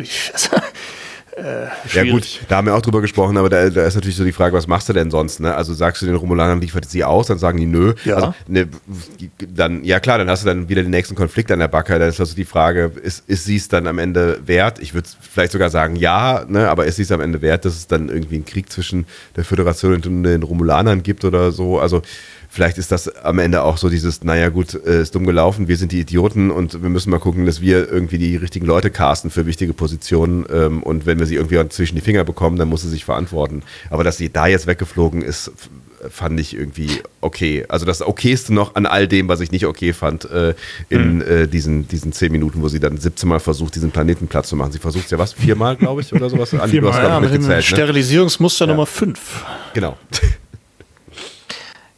ja gut, da haben wir auch drüber gesprochen, aber da ist natürlich so die Frage, was machst du denn sonst? Ne? Also sagst du den Romulanern, liefert sie aus, dann sagen die nö. Ja. Also, dann hast du dann wieder den nächsten Konflikt an der Backe. Dann ist also die Frage, ist sie es dann am Ende wert? Ich würde vielleicht sogar sagen ja, ne? Aber ist sie es am Ende wert, dass es dann irgendwie einen Krieg zwischen der Föderation und den Romulanern gibt oder so? Also vielleicht ist das am Ende auch so dieses, naja gut, ist dumm gelaufen, wir sind die Idioten und wir müssen mal gucken, dass wir irgendwie die richtigen Leute casten für wichtige Positionen und wenn wir sie irgendwie zwischen die Finger bekommen, dann muss sie sich verantworten. Aber dass sie da jetzt weggeflogen ist, fand ich irgendwie okay. Also das Okayste noch an all dem, was ich nicht okay fand, in diesen 10 Minuten, wo sie dann 17 Mal versucht, diesen Planeten platt zu machen. Sie versucht es ja 4 Mal, glaube ich, oder sowas? Andi, du hast, mit dem mitgezählt, Sterilisierungsmuster Nummer 5. Genau.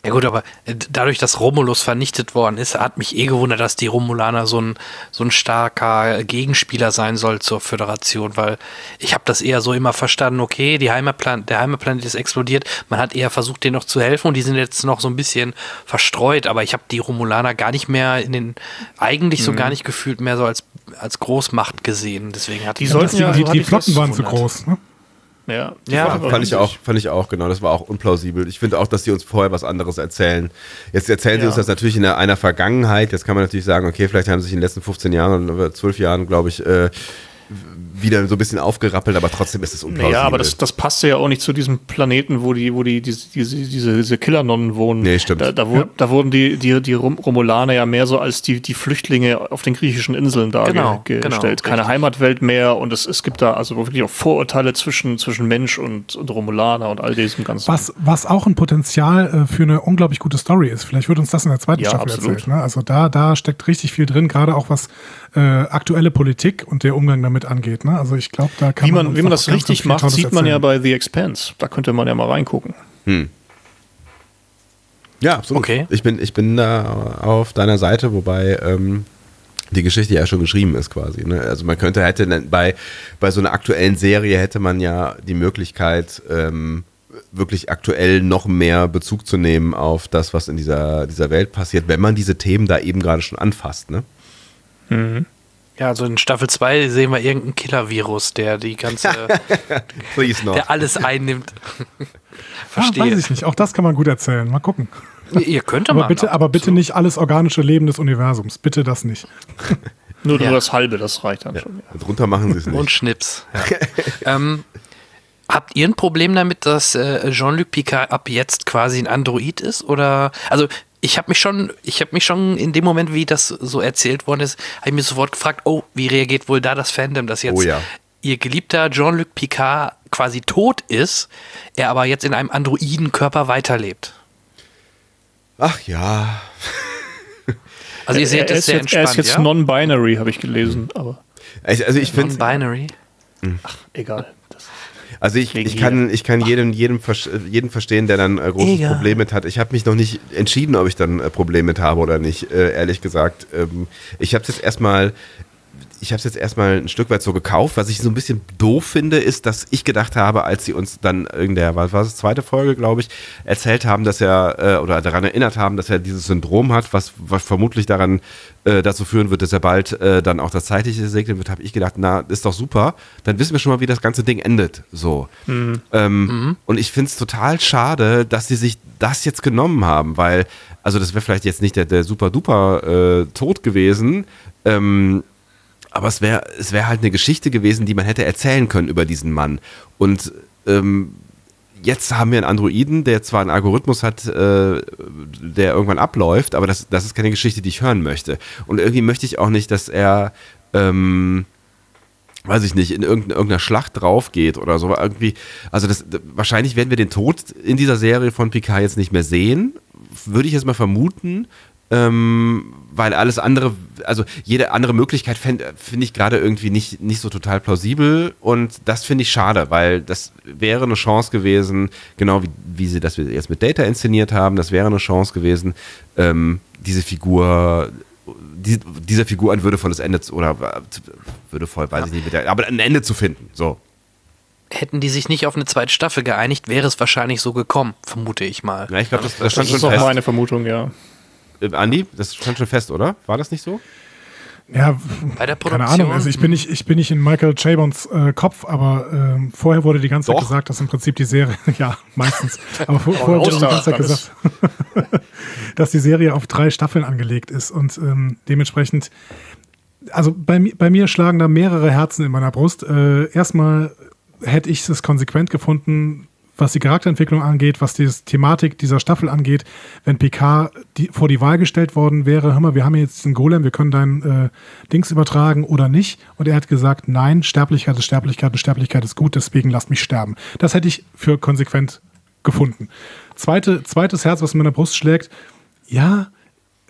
Ja gut, aber dadurch, dass Romulus vernichtet worden ist, hat mich gewundert, dass die Romulaner so ein starker Gegenspieler sein soll zur Föderation, weil ich habe das eher so immer verstanden, okay, der Heimatplanet ist explodiert, man hat eher versucht, denen noch zu helfen und die sind jetzt noch so ein bisschen verstreut, aber ich habe die Romulaner gar nicht mehr eigentlich so gar nicht gefühlt mehr so als Großmacht gesehen, deswegen hat die Flotten waren zu groß, ne? Ja, fand ich auch, genau. Das war auch unplausibel. Ich finde auch, dass sie uns vorher was anderes erzählen. Jetzt erzählen sie uns das natürlich in einer Vergangenheit. Jetzt kann man natürlich sagen, okay, vielleicht haben sie sich in den letzten 15 Jahren oder 12 Jahren, glaube ich, wieder so ein bisschen aufgerappelt, aber trotzdem ist es unplausibel. Ja, aber das passte ja auch nicht zu diesem Planeten, wo diese Killernonnen wohnen. Nee, stimmt. Da wurden die Romulaner ja mehr so als die Flüchtlinge auf den griechischen Inseln dargestellt. Genau, keine Heimatwelt mehr und es gibt da also wirklich auch Vorurteile zwischen Mensch und Romulaner und all diesem Ganzen. Was auch ein Potenzial für eine unglaublich gute Story ist. Vielleicht wird uns das in der zweiten Staffel erzählt. Ne? Also da steckt richtig viel drin, gerade auch was aktuelle Politik und der Umgang damit angeht. Ne? Also ich glaube, da kann wie man das richtig macht, sieht man ja bei The Expanse. Da könnte man ja mal reingucken. Ja, absolut. Okay. Ich bin da auf deiner Seite, wobei die Geschichte ja schon geschrieben ist quasi. Ne? Also man hätte bei so einer aktuellen Serie hätte man ja die Möglichkeit, wirklich aktuell noch mehr Bezug zu nehmen auf das, was in dieser Welt passiert, wenn man diese Themen da eben gerade schon anfasst. Ne? Mhm. Ja, also in Staffel 2 sehen wir irgendeinen Killer-Virus, der die ganze, der alles einnimmt. Verstehe. Weiß ich nicht, auch das kann man gut erzählen. Mal gucken. Ihr könnt aber bitte nicht alles organische Leben des Universums. Bitte das nicht. Nur das Halbe, das reicht dann schon. Ja. Drunter machen sie es nicht. Und Schnips. Ja. Habt ihr ein Problem damit, dass Jean-Luc Picard ab jetzt quasi ein Android ist? Oder, also ich habe mich schon in dem Moment, wie das so erzählt worden ist, habe ich mich sofort gefragt, wie reagiert wohl da das Fandom, dass jetzt ihr geliebter Jean-Luc Picard quasi tot ist, er aber jetzt in einem Androidenkörper weiterlebt? Ach ja. Also ihr seht es sehr entspannt, er ist jetzt non-binary, habe ich gelesen. Aber also ich finde non-binary? Ach, egal. Also ich kann jeden verstehen, der dann großes Problem mit hat. Ich habe mich noch nicht entschieden, ob ich dann ein Problem mit habe oder nicht, ehrlich gesagt. Ich habe es jetzt erstmal ein Stück weit so gekauft. Was ich so ein bisschen doof finde, ist, dass ich gedacht habe, als sie uns dann in der, was war das, zweite Folge, glaube ich, erzählt haben, dass er, oder daran erinnert haben, dass er dieses Syndrom hat, was vermutlich dazu führen wird, dass er bald dann auch das Zeitliche segnen wird, habe ich gedacht, na, ist doch super, dann wissen wir schon mal, wie das ganze Ding endet. So. Und ich finde es total schade, dass sie sich das jetzt genommen haben, weil, also das wäre vielleicht jetzt nicht der super-duper Tod gewesen, aber es wäre halt eine Geschichte gewesen, die man hätte erzählen können über diesen Mann. Und jetzt haben wir einen Androiden, der zwar einen Algorithmus hat, der irgendwann abläuft, aber das ist keine Geschichte, die ich hören möchte. Und irgendwie möchte ich auch nicht, dass er, weiß ich nicht, in irgendeiner Schlacht drauf geht oder so. Irgendwie, also wahrscheinlich werden wir den Tod in dieser Serie von Picard jetzt nicht mehr sehen, würde ich jetzt mal vermuten. Weil alles andere, also jede andere Möglichkeit finde ich gerade irgendwie nicht so total plausibel und das finde ich schade, weil das wäre eine Chance gewesen, genau wie sie das jetzt mit Data inszeniert haben, das wäre eine Chance gewesen, dieser Figur ein würdevolles Ende oder würdevoll, weiß ich nicht, aber ein Ende zu finden, so. Hätten die sich nicht auf eine zweite Staffel geeinigt, wäre es wahrscheinlich so gekommen, vermute ich mal. Ja, ich glaube, das stand schon fest. Das ist auch meine Vermutung, ja. Andi, das stand schon fest, oder? War das nicht so? Ja, bei der Produktion. Keine Ahnung. Also ich bin nicht in Michael Chabons Kopf, aber vorher wurde die ganze Zeit gesagt, dass im Prinzip die Serie, ja, meistens, aber vorher wurde die ganze Zeit gesagt, dass die Serie auf 3 Staffeln angelegt ist und dementsprechend, also bei mir schlagen da mehrere Herzen in meiner Brust. Erstmal hätte ich es konsequent gefunden, was die Charakterentwicklung angeht, was die Thematik dieser Staffel angeht, wenn Picard vor die Wahl gestellt worden wäre, hör mal, wir haben jetzt einen Golem, wir können dein Dings übertragen oder nicht. Und er hat gesagt, nein, Sterblichkeit ist Sterblichkeit und Sterblichkeit ist gut, deswegen lasst mich sterben. Das hätte ich für konsequent gefunden. Zweites Herz, was in meiner Brust schlägt, ja,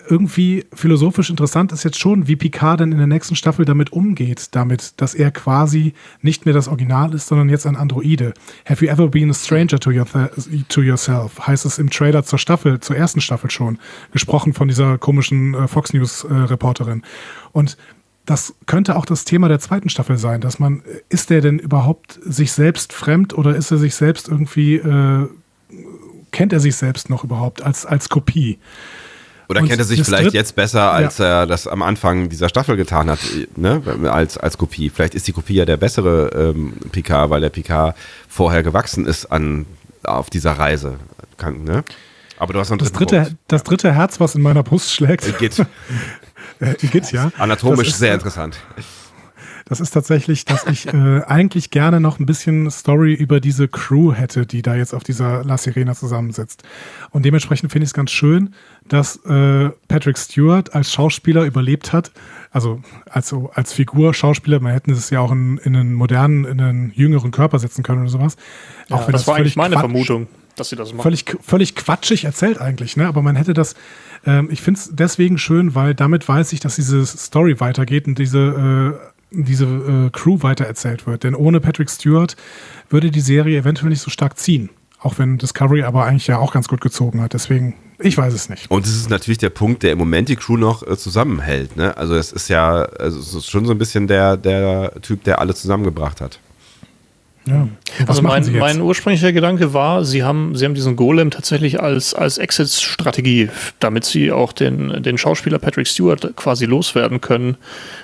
irgendwie philosophisch interessant ist jetzt schon, wie Picard denn in der nächsten Staffel damit umgeht, dass er quasi nicht mehr das Original ist, sondern jetzt ein Androide. Have you ever been a stranger to yourself? Heißt es im Trailer zur ersten Staffel schon, gesprochen von dieser komischen Fox News Reporterin. Und das könnte auch das Thema der zweiten Staffel sein, dass ist der denn überhaupt sich selbst fremd oder ist er sich selbst irgendwie, kennt er sich selbst noch überhaupt als Kopie? Oder kennt er sich vielleicht jetzt besser, als er das am Anfang dieser Staffel getan hat, ne? als Kopie. Vielleicht ist die Kopie ja der bessere Picard, weil der Picard vorher gewachsen ist auf dieser Reise. Ne? Aber du hast noch das dritte Herz, was in meiner Brust schlägt. Igitt, ja. Anatomisch sehr interessant. Das ist tatsächlich, dass ich eigentlich gerne noch ein bisschen Story über diese Crew hätte, die da jetzt auf dieser La Sirena zusammensitzt. Und dementsprechend finde ich es ganz schön, dass Patrick Stewart als Schauspieler überlebt hat. Also als Figur, Schauspieler, man hätte es ja auch in einen jüngeren Körper setzen können oder sowas. Ja, auch wenn das war eigentlich meine Vermutung, dass sie das machen. Völlig quatschig erzählt eigentlich, ne? Aber man hätte das, ich finde es deswegen schön, weil damit weiß ich, dass diese Story weitergeht und diese Crew weitererzählt wird. Denn ohne Patrick Stewart würde die Serie eventuell nicht so stark ziehen. Auch wenn Discovery aber eigentlich ja auch ganz gut gezogen hat. Deswegen, ich weiß es nicht. Und es ist natürlich der Punkt, der im Moment die Crew noch zusammenhält. Ne? Also es ist ja, es ist schon so ein bisschen der Typ, der alle zusammengebracht hat. Ja. Also mein ursprünglicher Gedanke war, sie haben diesen Golem tatsächlich als Exit-Strategie, damit sie auch den Schauspieler Patrick Stewart quasi loswerden können,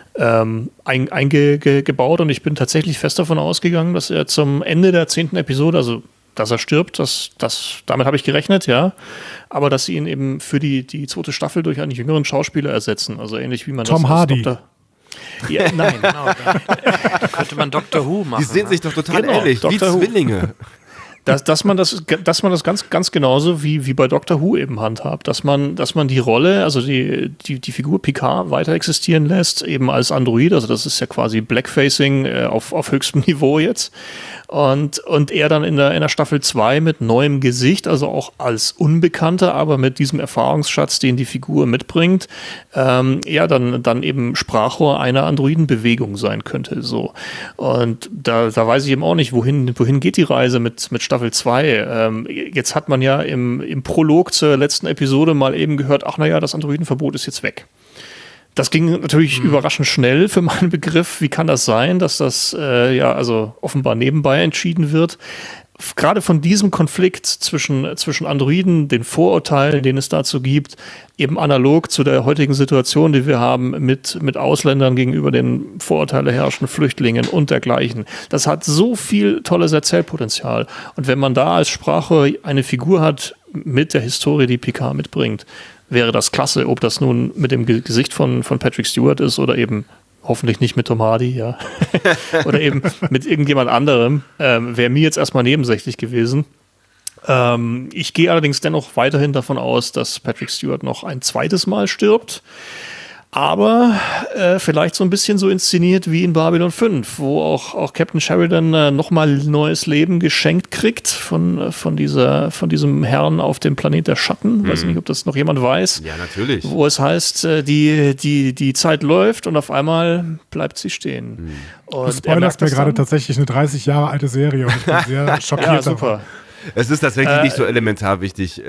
eingebaut. Und ich bin tatsächlich fest davon ausgegangen, dass er zum Ende der 10. Episode, also dass er stirbt, damit habe ich gerechnet, ja. Aber dass sie ihn eben für die zweite Staffel durch einen jüngeren Schauspieler ersetzen. Also ähnlich wie man Tom Hardy. Ja, nein, genau. Da könnte man Doctor Who machen. Die sehen sich doch total ähnlich, wie Zwillinge. Dass man das ganz, ganz genauso wie bei Doctor Who eben handhabt, dass man die Rolle, also die Figur Picard weiter existieren lässt, eben als Android, also das ist ja quasi Blackfacing auf höchstem Niveau jetzt. Und er dann in der Staffel 2 mit neuem Gesicht, also auch als Unbekannter, aber mit diesem Erfahrungsschatz, den die Figur mitbringt, dann eben Sprachrohr einer Androidenbewegung sein könnte. So. Und da weiß ich eben auch nicht, wohin geht die Reise mit Staffel 2. Jetzt hat man ja im Prolog zur letzten Episode mal eben gehört, das Androidenverbot ist jetzt weg. Das ging natürlich überraschend schnell für meinen Begriff. Wie kann das sein, dass das offenbar nebenbei entschieden wird? Gerade von diesem Konflikt zwischen Androiden, den Vorurteilen, den es dazu gibt, eben analog zu der heutigen Situation, die wir haben mit Ausländern gegenüber den Vorurteile herrschenden Flüchtlingen und dergleichen. Das hat so viel tolles Erzählpotenzial. Und wenn man da als Sprache eine Figur hat mit der Historie, die Picard mitbringt, wäre das klasse, ob das nun mit dem Gesicht von Patrick Stewart ist oder eben hoffentlich nicht mit Tom Hardy, ja. Oder eben mit irgendjemand anderem. Wäre mir jetzt erstmal nebensächlich gewesen. Ich gehe allerdings dennoch weiterhin davon aus, dass Patrick Stewart noch ein zweites Mal stirbt. Aber vielleicht so ein bisschen so inszeniert wie in Babylon 5, wo auch Captain Sheridan nochmal neues Leben geschenkt kriegt von diesem Herrn auf dem Planet der Schatten. Weiß nicht, ob das noch jemand weiß. Ja, natürlich. Wo es heißt, die Zeit läuft und auf einmal bleibt sie stehen. Du spoilerst mir gerade tatsächlich eine 30 Jahre alte Serie und ich bin sehr schockiert. Ja, super. Es ist tatsächlich nicht so elementar wichtig.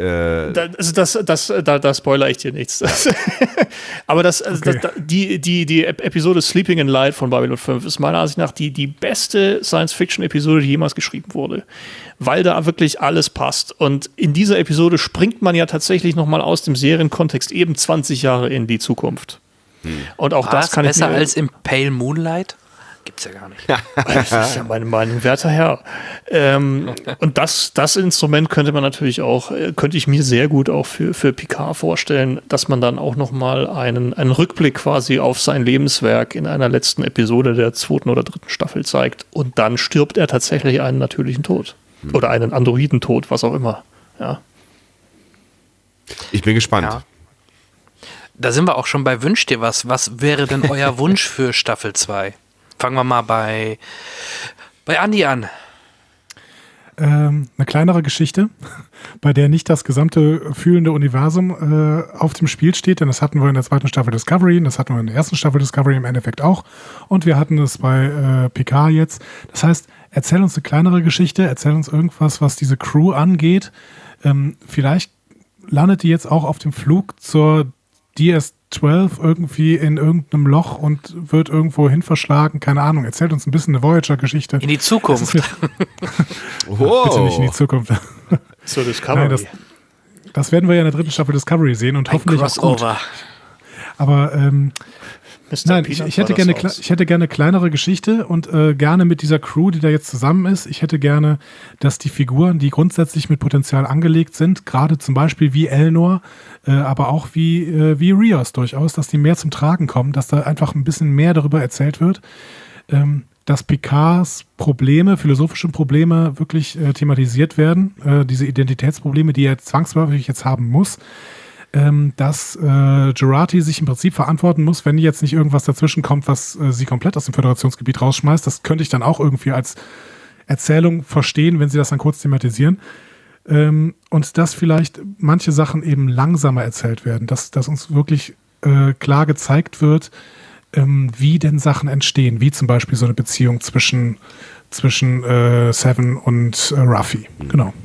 Da spoilere ich dir nichts. Aber die Episode Sleeping in Light von Babylon 5 ist meiner Ansicht nach die beste Science-Fiction-Episode, die jemals geschrieben wurde. Weil da wirklich alles passt. Und in dieser Episode springt man ja tatsächlich nochmal aus dem Serienkontext eben 20 Jahre in die Zukunft. Und auch das kann ich besser als im Pale Moonlight? Gibt's ja gar nicht. Das ist ja meine Meinung, werter Herr. Und das Instrument könnte ich mir sehr gut auch für Picard vorstellen, dass man dann auch nochmal einen Rückblick quasi auf sein Lebenswerk in einer letzten Episode der 2. oder 3. Staffel zeigt. Und dann stirbt er tatsächlich einen natürlichen Tod. Oder einen Androidentod, was auch immer. Ja. Ich bin gespannt. Ja. Da sind wir auch schon bei Wünsch dir was. Was wäre denn euer Wunsch für Staffel 2? Fangen wir mal bei Andi an. eine kleinere Geschichte, bei der nicht das gesamte fühlende Universum auf dem Spiel steht, denn das hatten wir in der zweiten Staffel Discovery, das hatten wir in der ersten Staffel Discovery im Endeffekt auch und wir hatten es bei Picard jetzt. Das heißt, erzähl uns eine kleinere Geschichte, erzähl uns irgendwas, was diese Crew angeht. Vielleicht landet die jetzt auch auf dem Flug zur DS-12 irgendwie in irgendeinem Loch und wird irgendwo hin verschlagen, keine Ahnung. Erzählt uns ein bisschen eine Voyager-Geschichte. In die Zukunft. Wow. Bitte nicht in die Zukunft. Zur Discovery. Nein, das werden wir ja in der dritten Staffel Discovery sehen und hoffentlich auch gut. Aber nein, ich hätte gerne eine kleinere Geschichte und gerne mit dieser Crew, die da jetzt zusammen ist. Ich hätte gerne, dass die Figuren, die grundsätzlich mit Potenzial angelegt sind, gerade zum Beispiel wie Elnor, aber auch wie Rios durchaus, dass die mehr zum Tragen kommen, dass da einfach ein bisschen mehr darüber erzählt wird, dass Picards Probleme, philosophische Probleme wirklich thematisiert werden, diese Identitätsprobleme, die er zwangsläufig jetzt haben muss, dass Jurati sich im Prinzip verantworten muss, wenn jetzt nicht irgendwas dazwischen kommt, was sie komplett aus dem Föderationsgebiet rausschmeißt. Das könnte ich dann auch irgendwie als Erzählung verstehen, wenn sie das dann kurz thematisieren. Und dass vielleicht manche Sachen eben langsamer erzählt werden, dass uns wirklich klar gezeigt wird, wie denn Sachen entstehen, wie zum Beispiel so eine Beziehung zwischen Seven und Raffi. Genau.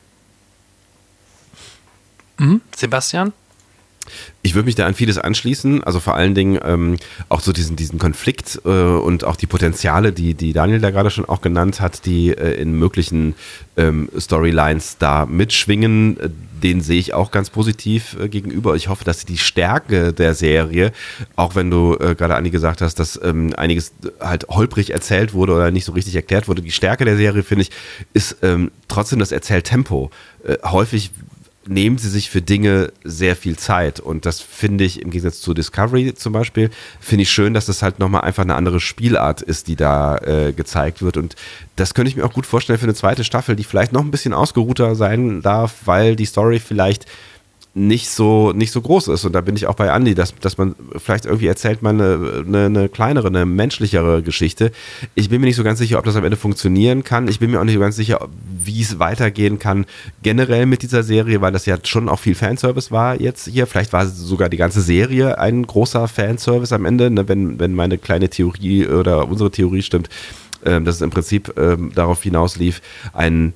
Sebastian? Ich würde mich da an vieles anschließen, also vor allen Dingen auch so diesen Konflikt und auch die Potenziale, die Daniel da gerade schon auch genannt hat, die in möglichen Storylines da mitschwingen, den sehe ich auch ganz positiv gegenüber. Ich hoffe, dass die Stärke der Serie, auch wenn du gerade Andi gesagt hast, dass einiges halt holprig erzählt wurde oder nicht so richtig erklärt wurde, die Stärke der Serie, finde ich, ist trotzdem das Erzähltempo. Häufig nehmen sie sich für Dinge sehr viel Zeit und das finde ich im Gegensatz zu Discovery zum Beispiel, finde ich schön, dass das halt nochmal einfach eine andere Spielart ist, die da gezeigt wird und das könnte ich mir auch gut vorstellen für eine zweite Staffel, die vielleicht noch ein bisschen ausgeruhter sein darf, weil die Story vielleicht nicht so groß ist und da bin ich auch bei Andi, dass man vielleicht irgendwie erzählt man eine kleinere, eine menschlichere Geschichte. Ich bin mir nicht so ganz sicher, ob das am Ende funktionieren kann. Ich bin mir auch nicht so ganz sicher, wie es weitergehen kann generell mit dieser Serie, weil das ja schon auch viel Fanservice war jetzt hier. Vielleicht war sogar die ganze Serie ein großer Fanservice am Ende, ne, wenn meine kleine Theorie oder unsere Theorie stimmt, dass es im Prinzip darauf hinauslief, ein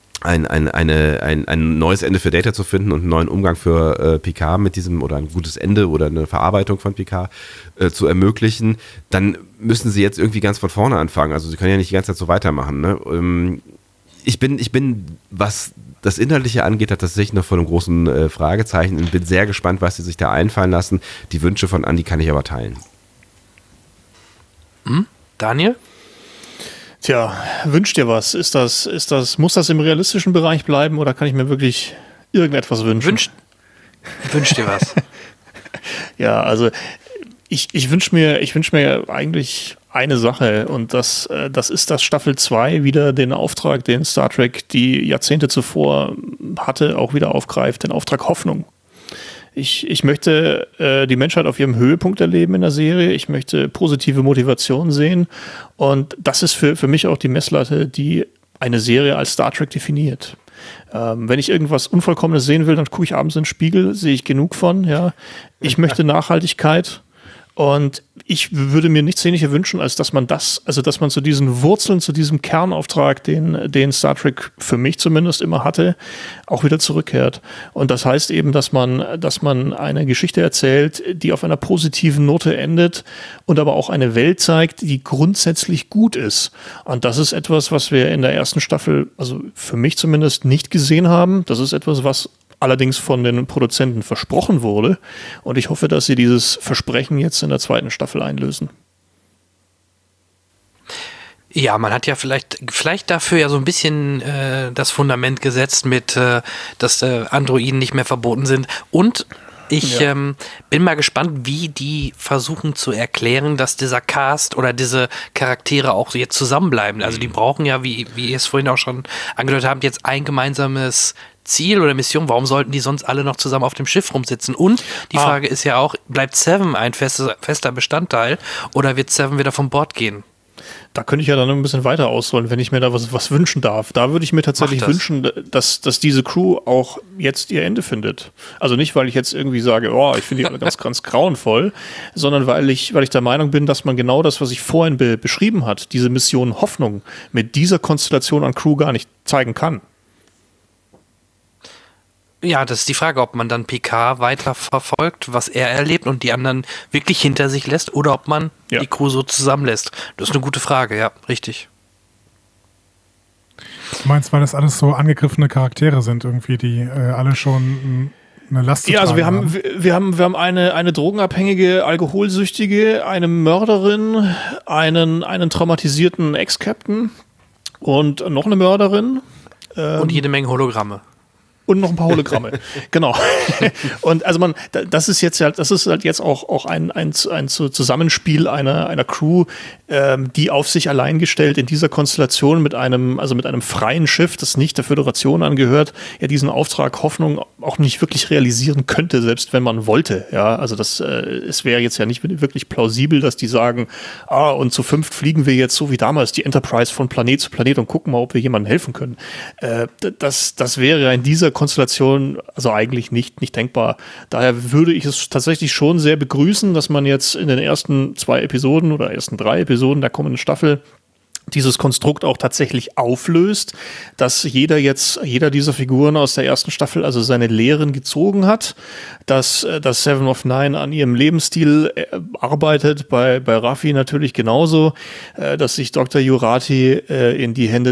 neues Ende für Data zu finden und einen neuen Umgang für Picard mit diesem oder ein gutes Ende oder eine Verarbeitung von Picard zu ermöglichen, dann müssen sie jetzt irgendwie ganz von vorne anfangen. Also sie können ja nicht die ganze Zeit so weitermachen. Ne? Ich bin, was das Inhaltliche angeht, tatsächlich noch vor einem großen Fragezeichen und bin sehr gespannt, was sie sich da einfallen lassen. Die Wünsche von Andi kann ich aber teilen. Daniel? Tja, wünscht dir was? Muss das im realistischen Bereich bleiben oder kann ich mir wirklich irgendetwas wünschen? Wünsch dir was. Ja, also ich wünsche mir eigentlich eine Sache und das ist, dass Staffel 2 wieder den Auftrag, den Star Trek die Jahrzehnte zuvor hatte, auch wieder aufgreift, den Auftrag Hoffnung. Ich möchte die Menschheit auf ihrem Höhepunkt erleben in der Serie. Ich möchte positive Motivation sehen. Und das ist für mich auch die Messlatte, die eine Serie als Star Trek definiert. Wenn ich irgendwas Unvollkommenes sehen will, dann gucke ich abends in den Spiegel, sehe ich genug von. Ja. Ich möchte Nachhaltigkeit. Und ich würde mir nichts sehnlicher wünschen, als dass man dass man zu diesen Wurzeln, zu diesem Kernauftrag, den Star Trek für mich zumindest immer hatte, auch wieder zurückkehrt. Und das heißt eben, dass man eine Geschichte erzählt, die auf einer positiven Note endet und aber auch eine Welt zeigt, die grundsätzlich gut ist. Und das ist etwas, was wir in der ersten Staffel, also für mich zumindest, nicht gesehen haben. Das ist etwas, was allerdings von den Produzenten versprochen wurde. Und ich hoffe, dass sie dieses Versprechen jetzt in der zweiten Staffel einlösen. Ja, man hat ja vielleicht dafür ja so ein bisschen das Fundament gesetzt mit, dass Androiden nicht mehr verboten sind. Und ich bin mal gespannt, wie die versuchen zu erklären, dass dieser Cast oder diese Charaktere auch jetzt zusammenbleiben. Also die brauchen ja, wie ihr es vorhin auch schon angedeutet habt, jetzt ein gemeinsames Ziel oder Mission. Warum sollten die sonst alle noch zusammen auf dem Schiff rumsitzen? Und die Frage ist ja auch, bleibt Seven ein fester Bestandteil oder wird Seven wieder vom Bord gehen? Da könnte ich ja dann ein bisschen weiter ausholen, wenn ich mir da was wünschen darf. Da würde ich mir tatsächlich wünschen, dass diese Crew auch jetzt ihr Ende findet. Also nicht, weil ich jetzt irgendwie sage, oh, ich finde die alle ganz, ganz grauenvoll, sondern weil ich der Meinung bin, dass man genau das, was ich vorhin beschrieben hat, diese Mission Hoffnung mit dieser Konstellation an Crew gar nicht zeigen kann. Ja, das ist die Frage, ob man dann Picard weiter verfolgt, was er erlebt und die anderen wirklich hinter sich lässt oder ob man die Crew so zusammenlässt. Das ist eine gute Frage, ja, richtig. Du meinst, weil das alles so angegriffene Charaktere sind, irgendwie, die alle schon eine Last zu tragen haben? Wir haben eine drogenabhängige, alkoholsüchtige, eine Mörderin, einen traumatisierten Ex-Captain und noch eine Mörderin. Und jede Menge Hologramme. Und noch ein paar Hologramme. Genau. Und also das ist halt jetzt auch ein Zusammenspiel einer Crew, die auf sich allein gestellt in dieser Konstellation mit einem freien Schiff, das nicht der Föderation angehört, ja diesen Auftrag Hoffnung auch nicht wirklich realisieren könnte, selbst wenn man wollte. Ja, also es wäre jetzt ja nicht wirklich plausibel, dass die sagen, und zu 5 fliegen wir jetzt so wie damals die Enterprise von Planet zu Planet und gucken mal, ob wir jemandem helfen können. Das wäre in dieser Konstellation also eigentlich nicht denkbar. Daher würde ich es tatsächlich schon sehr begrüßen, dass man jetzt in den ersten 2 Episoden oder ersten 3 Episoden der kommenden Staffel dieses Konstrukt auch tatsächlich auflöst, dass jeder dieser Figuren aus der ersten Staffel also seine Lehren gezogen hat, dass Seven of Nine an ihrem Lebensstil arbeitet, bei Raffi natürlich genauso, dass sich Dr. Jurati in die Hände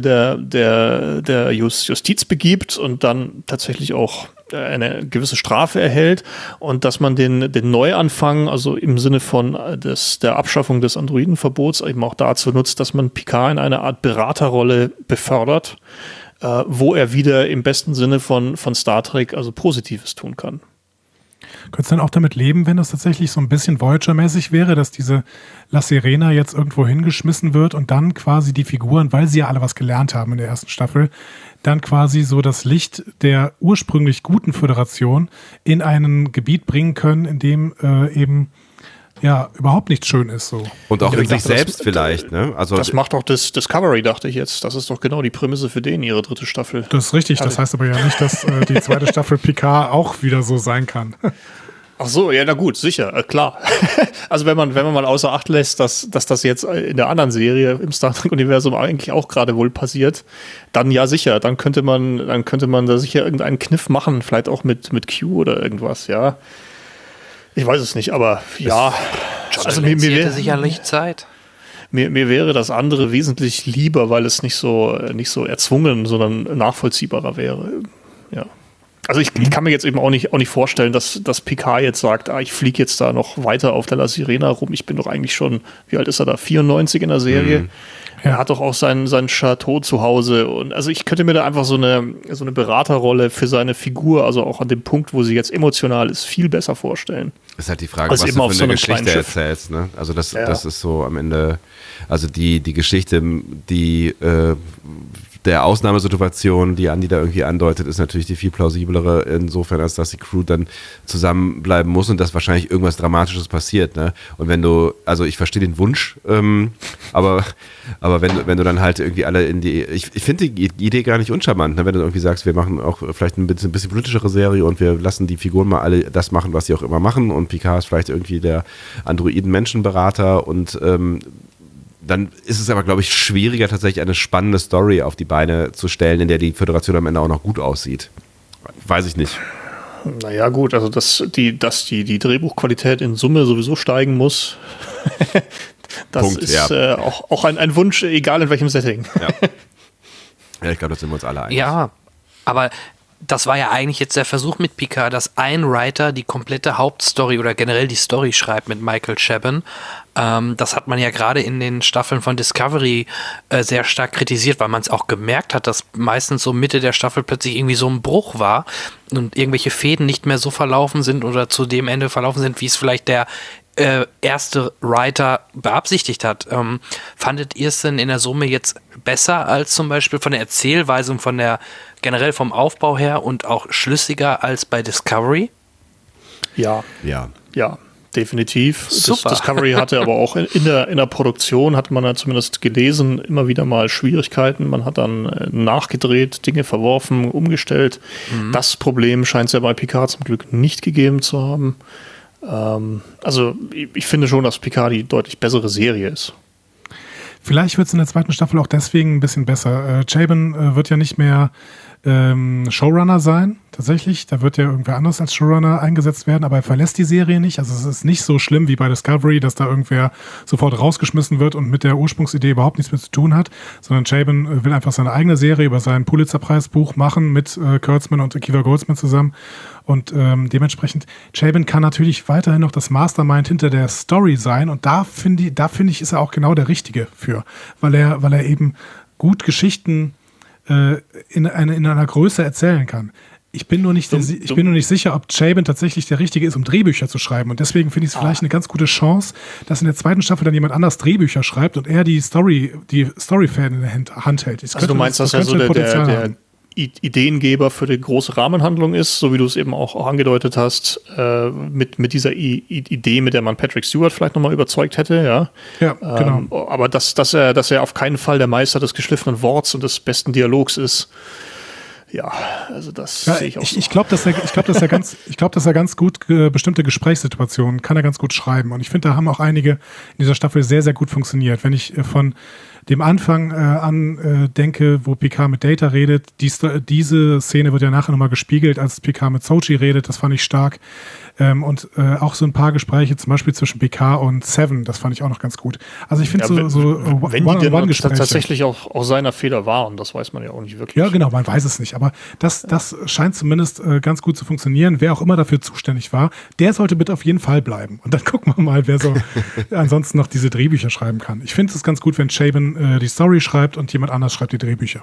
der Justiz begibt und dann tatsächlich auch eine gewisse Strafe erhält und dass man den Neuanfang, also im Sinne von der Abschaffung des Androidenverbots eben auch dazu nutzt, dass man Picard in eine Art Beraterrolle befördert, wo er wieder im besten Sinne von Star Trek also Positives tun kann. Könntest du dann auch damit leben, wenn das tatsächlich so ein bisschen Voyager-mäßig wäre, dass diese La Sirena jetzt irgendwo hingeschmissen wird und dann quasi die Figuren, weil sie ja alle was gelernt haben in der ersten Staffel, dann quasi so das Licht der ursprünglich guten Föderation in ein Gebiet bringen können, in dem eben ja überhaupt nichts schön ist so. Und auch in sich selbst vielleicht, ne? Also das macht doch das Discovery, dachte ich jetzt. Das ist doch genau die Prämisse für ihre 3. Staffel. Das ist richtig, das heißt aber ja nicht, dass die 2. Staffel Picard auch wieder so sein kann. Ach so, ja, na gut, sicher, klar. Also wenn man mal außer Acht lässt, dass das jetzt in der anderen Serie im Star Trek-Universum eigentlich auch gerade wohl passiert, dann ja sicher, dann könnte man da sicher irgendeinen Kniff machen, vielleicht auch mit Q oder irgendwas, ja. Ich weiß es nicht, aber ja. Also mir wäre sicherlich Zeit. Mir wäre das andere wesentlich lieber, weil es nicht so erzwungen, sondern nachvollziehbarer wäre. Ja. Also ich kann mir jetzt eben auch nicht vorstellen, dass Picard jetzt sagt, ich fliege jetzt da noch weiter auf der La Sirena rum. Ich bin doch eigentlich schon, wie alt ist er da? 94 in der Serie. Er hat doch auch sein Chateau zu Hause. Und also ich könnte mir da einfach so eine Beraterrolle für seine Figur, also auch an dem Punkt, wo sie jetzt emotional ist, viel besser vorstellen. Ist halt die Frage, was du von der Geschichte erzählst. Ne? Also das ist so am Ende, also die Geschichte, die der Ausnahmesituation, die Andi da irgendwie andeutet, ist natürlich die viel plausiblere insofern, als dass die Crew dann zusammenbleiben muss und dass wahrscheinlich irgendwas Dramatisches passiert. Ne? Und wenn also ich verstehe den Wunsch, aber wenn du dann halt irgendwie alle ich finde die Idee gar nicht uncharmant, ne? Wenn du irgendwie sagst, wir machen auch vielleicht ein bisschen politischere Serie und wir lassen die Figuren mal alle das machen, was sie auch immer machen und Picard ist vielleicht irgendwie der Androiden-Menschenberater und dann ist es aber, glaube ich, schwieriger, tatsächlich eine spannende Story auf die Beine zu stellen, in der die Föderation am Ende auch noch gut aussieht. Weiß ich nicht. Naja, gut, also dass die Drehbuchqualität in Summe sowieso steigen muss, das Punkt, ist auch ein Wunsch, egal in welchem Setting. Ja, ich glaube, da sind wir uns alle einig. Ja, aber das war ja eigentlich jetzt der Versuch mit Picard, dass ein Writer die komplette Hauptstory oder generell die Story schreibt mit Michael Chabon. Das hat man ja gerade in den Staffeln von Discovery sehr stark kritisiert, weil man es auch gemerkt hat, dass meistens so Mitte der Staffel plötzlich irgendwie so ein Bruch war und irgendwelche Fäden nicht mehr so verlaufen sind oder zu dem Ende verlaufen sind, wie es vielleicht der erste Writer beabsichtigt hat. Fandet ihr es denn in der Summe jetzt besser als zum Beispiel von der Erzählweise und generell vom Aufbau her und auch schlüssiger als bei Discovery? Ja. Definitiv. Super. Discovery hatte aber auch in der Produktion, hat man ja zumindest gelesen, immer wieder mal Schwierigkeiten. Man hat dann nachgedreht, Dinge verworfen, umgestellt. Das Problem scheint es ja bei Picard zum Glück nicht gegeben zu haben. Also ich finde schon, dass Picard die deutlich bessere Serie ist. Vielleicht wird es in der zweiten Staffel auch deswegen ein bisschen besser. Chabon wird ja nicht mehr Showrunner sein, tatsächlich. Da wird ja irgendwer anders als Showrunner eingesetzt werden, aber er verlässt die Serie nicht. Also es ist nicht so schlimm wie bei Discovery, dass da irgendwer sofort rausgeschmissen wird und mit der Ursprungsidee überhaupt nichts mehr zu tun hat, sondern Chabon will einfach seine eigene Serie über sein Pulitzer-Preis-Buch machen mit Kurtzman und Akiva Goldsman zusammen. Und dementsprechend, Chabon kann natürlich weiterhin noch das Mastermind hinter der Story sein und da finde ich, ist er auch genau der Richtige für, weil er eben gut Geschichten in einer Größe erzählen kann. Ich bin nur nicht sicher, ob Chabon tatsächlich der Richtige ist, um Drehbücher zu schreiben. Und deswegen finde ich es vielleicht eine ganz gute Chance, dass in der zweiten Staffel dann jemand anders Drehbücher schreibt und er die Story-Fäden in der Hand hält. Also du meinst, dass er so der Ideengeber für die große Rahmenhandlung ist, so wie du es eben auch angedeutet hast, mit dieser Idee, mit der man Patrick Stewart vielleicht nochmal überzeugt hätte, ja. Ja, genau. Aber dass er auf keinen Fall der Meister des geschliffenen Worts und des besten Dialogs ist, ja, also das sehe ich auch so. Ich glaube, dass er ganz gut bestimmte Gesprächssituationen kann er ganz gut schreiben. Und ich finde, da haben auch einige in dieser Staffel sehr, sehr gut funktioniert. Wenn ich von dem Anfang an denke, wo Picard mit Data redet, diese Szene wird ja nachher nochmal gespiegelt, als Picard mit Sochi redet, das fand ich stark. Und auch so ein paar Gespräche, zum Beispiel zwischen Picard und Seven, das fand ich auch noch ganz gut. Also ich finde wenn die denn tatsächlich auch seiner Fehler waren, das weiß man ja auch nicht wirklich. Ja, genau, man weiß es nicht, aber das scheint zumindest ganz gut zu funktionieren. Wer auch immer dafür zuständig war, der sollte bitte auf jeden Fall bleiben. Und dann gucken wir mal, wer so ansonsten noch diese Drehbücher schreiben kann. Ich finde es ganz gut, wenn Chabon die Story schreibt und jemand anders schreibt die Drehbücher.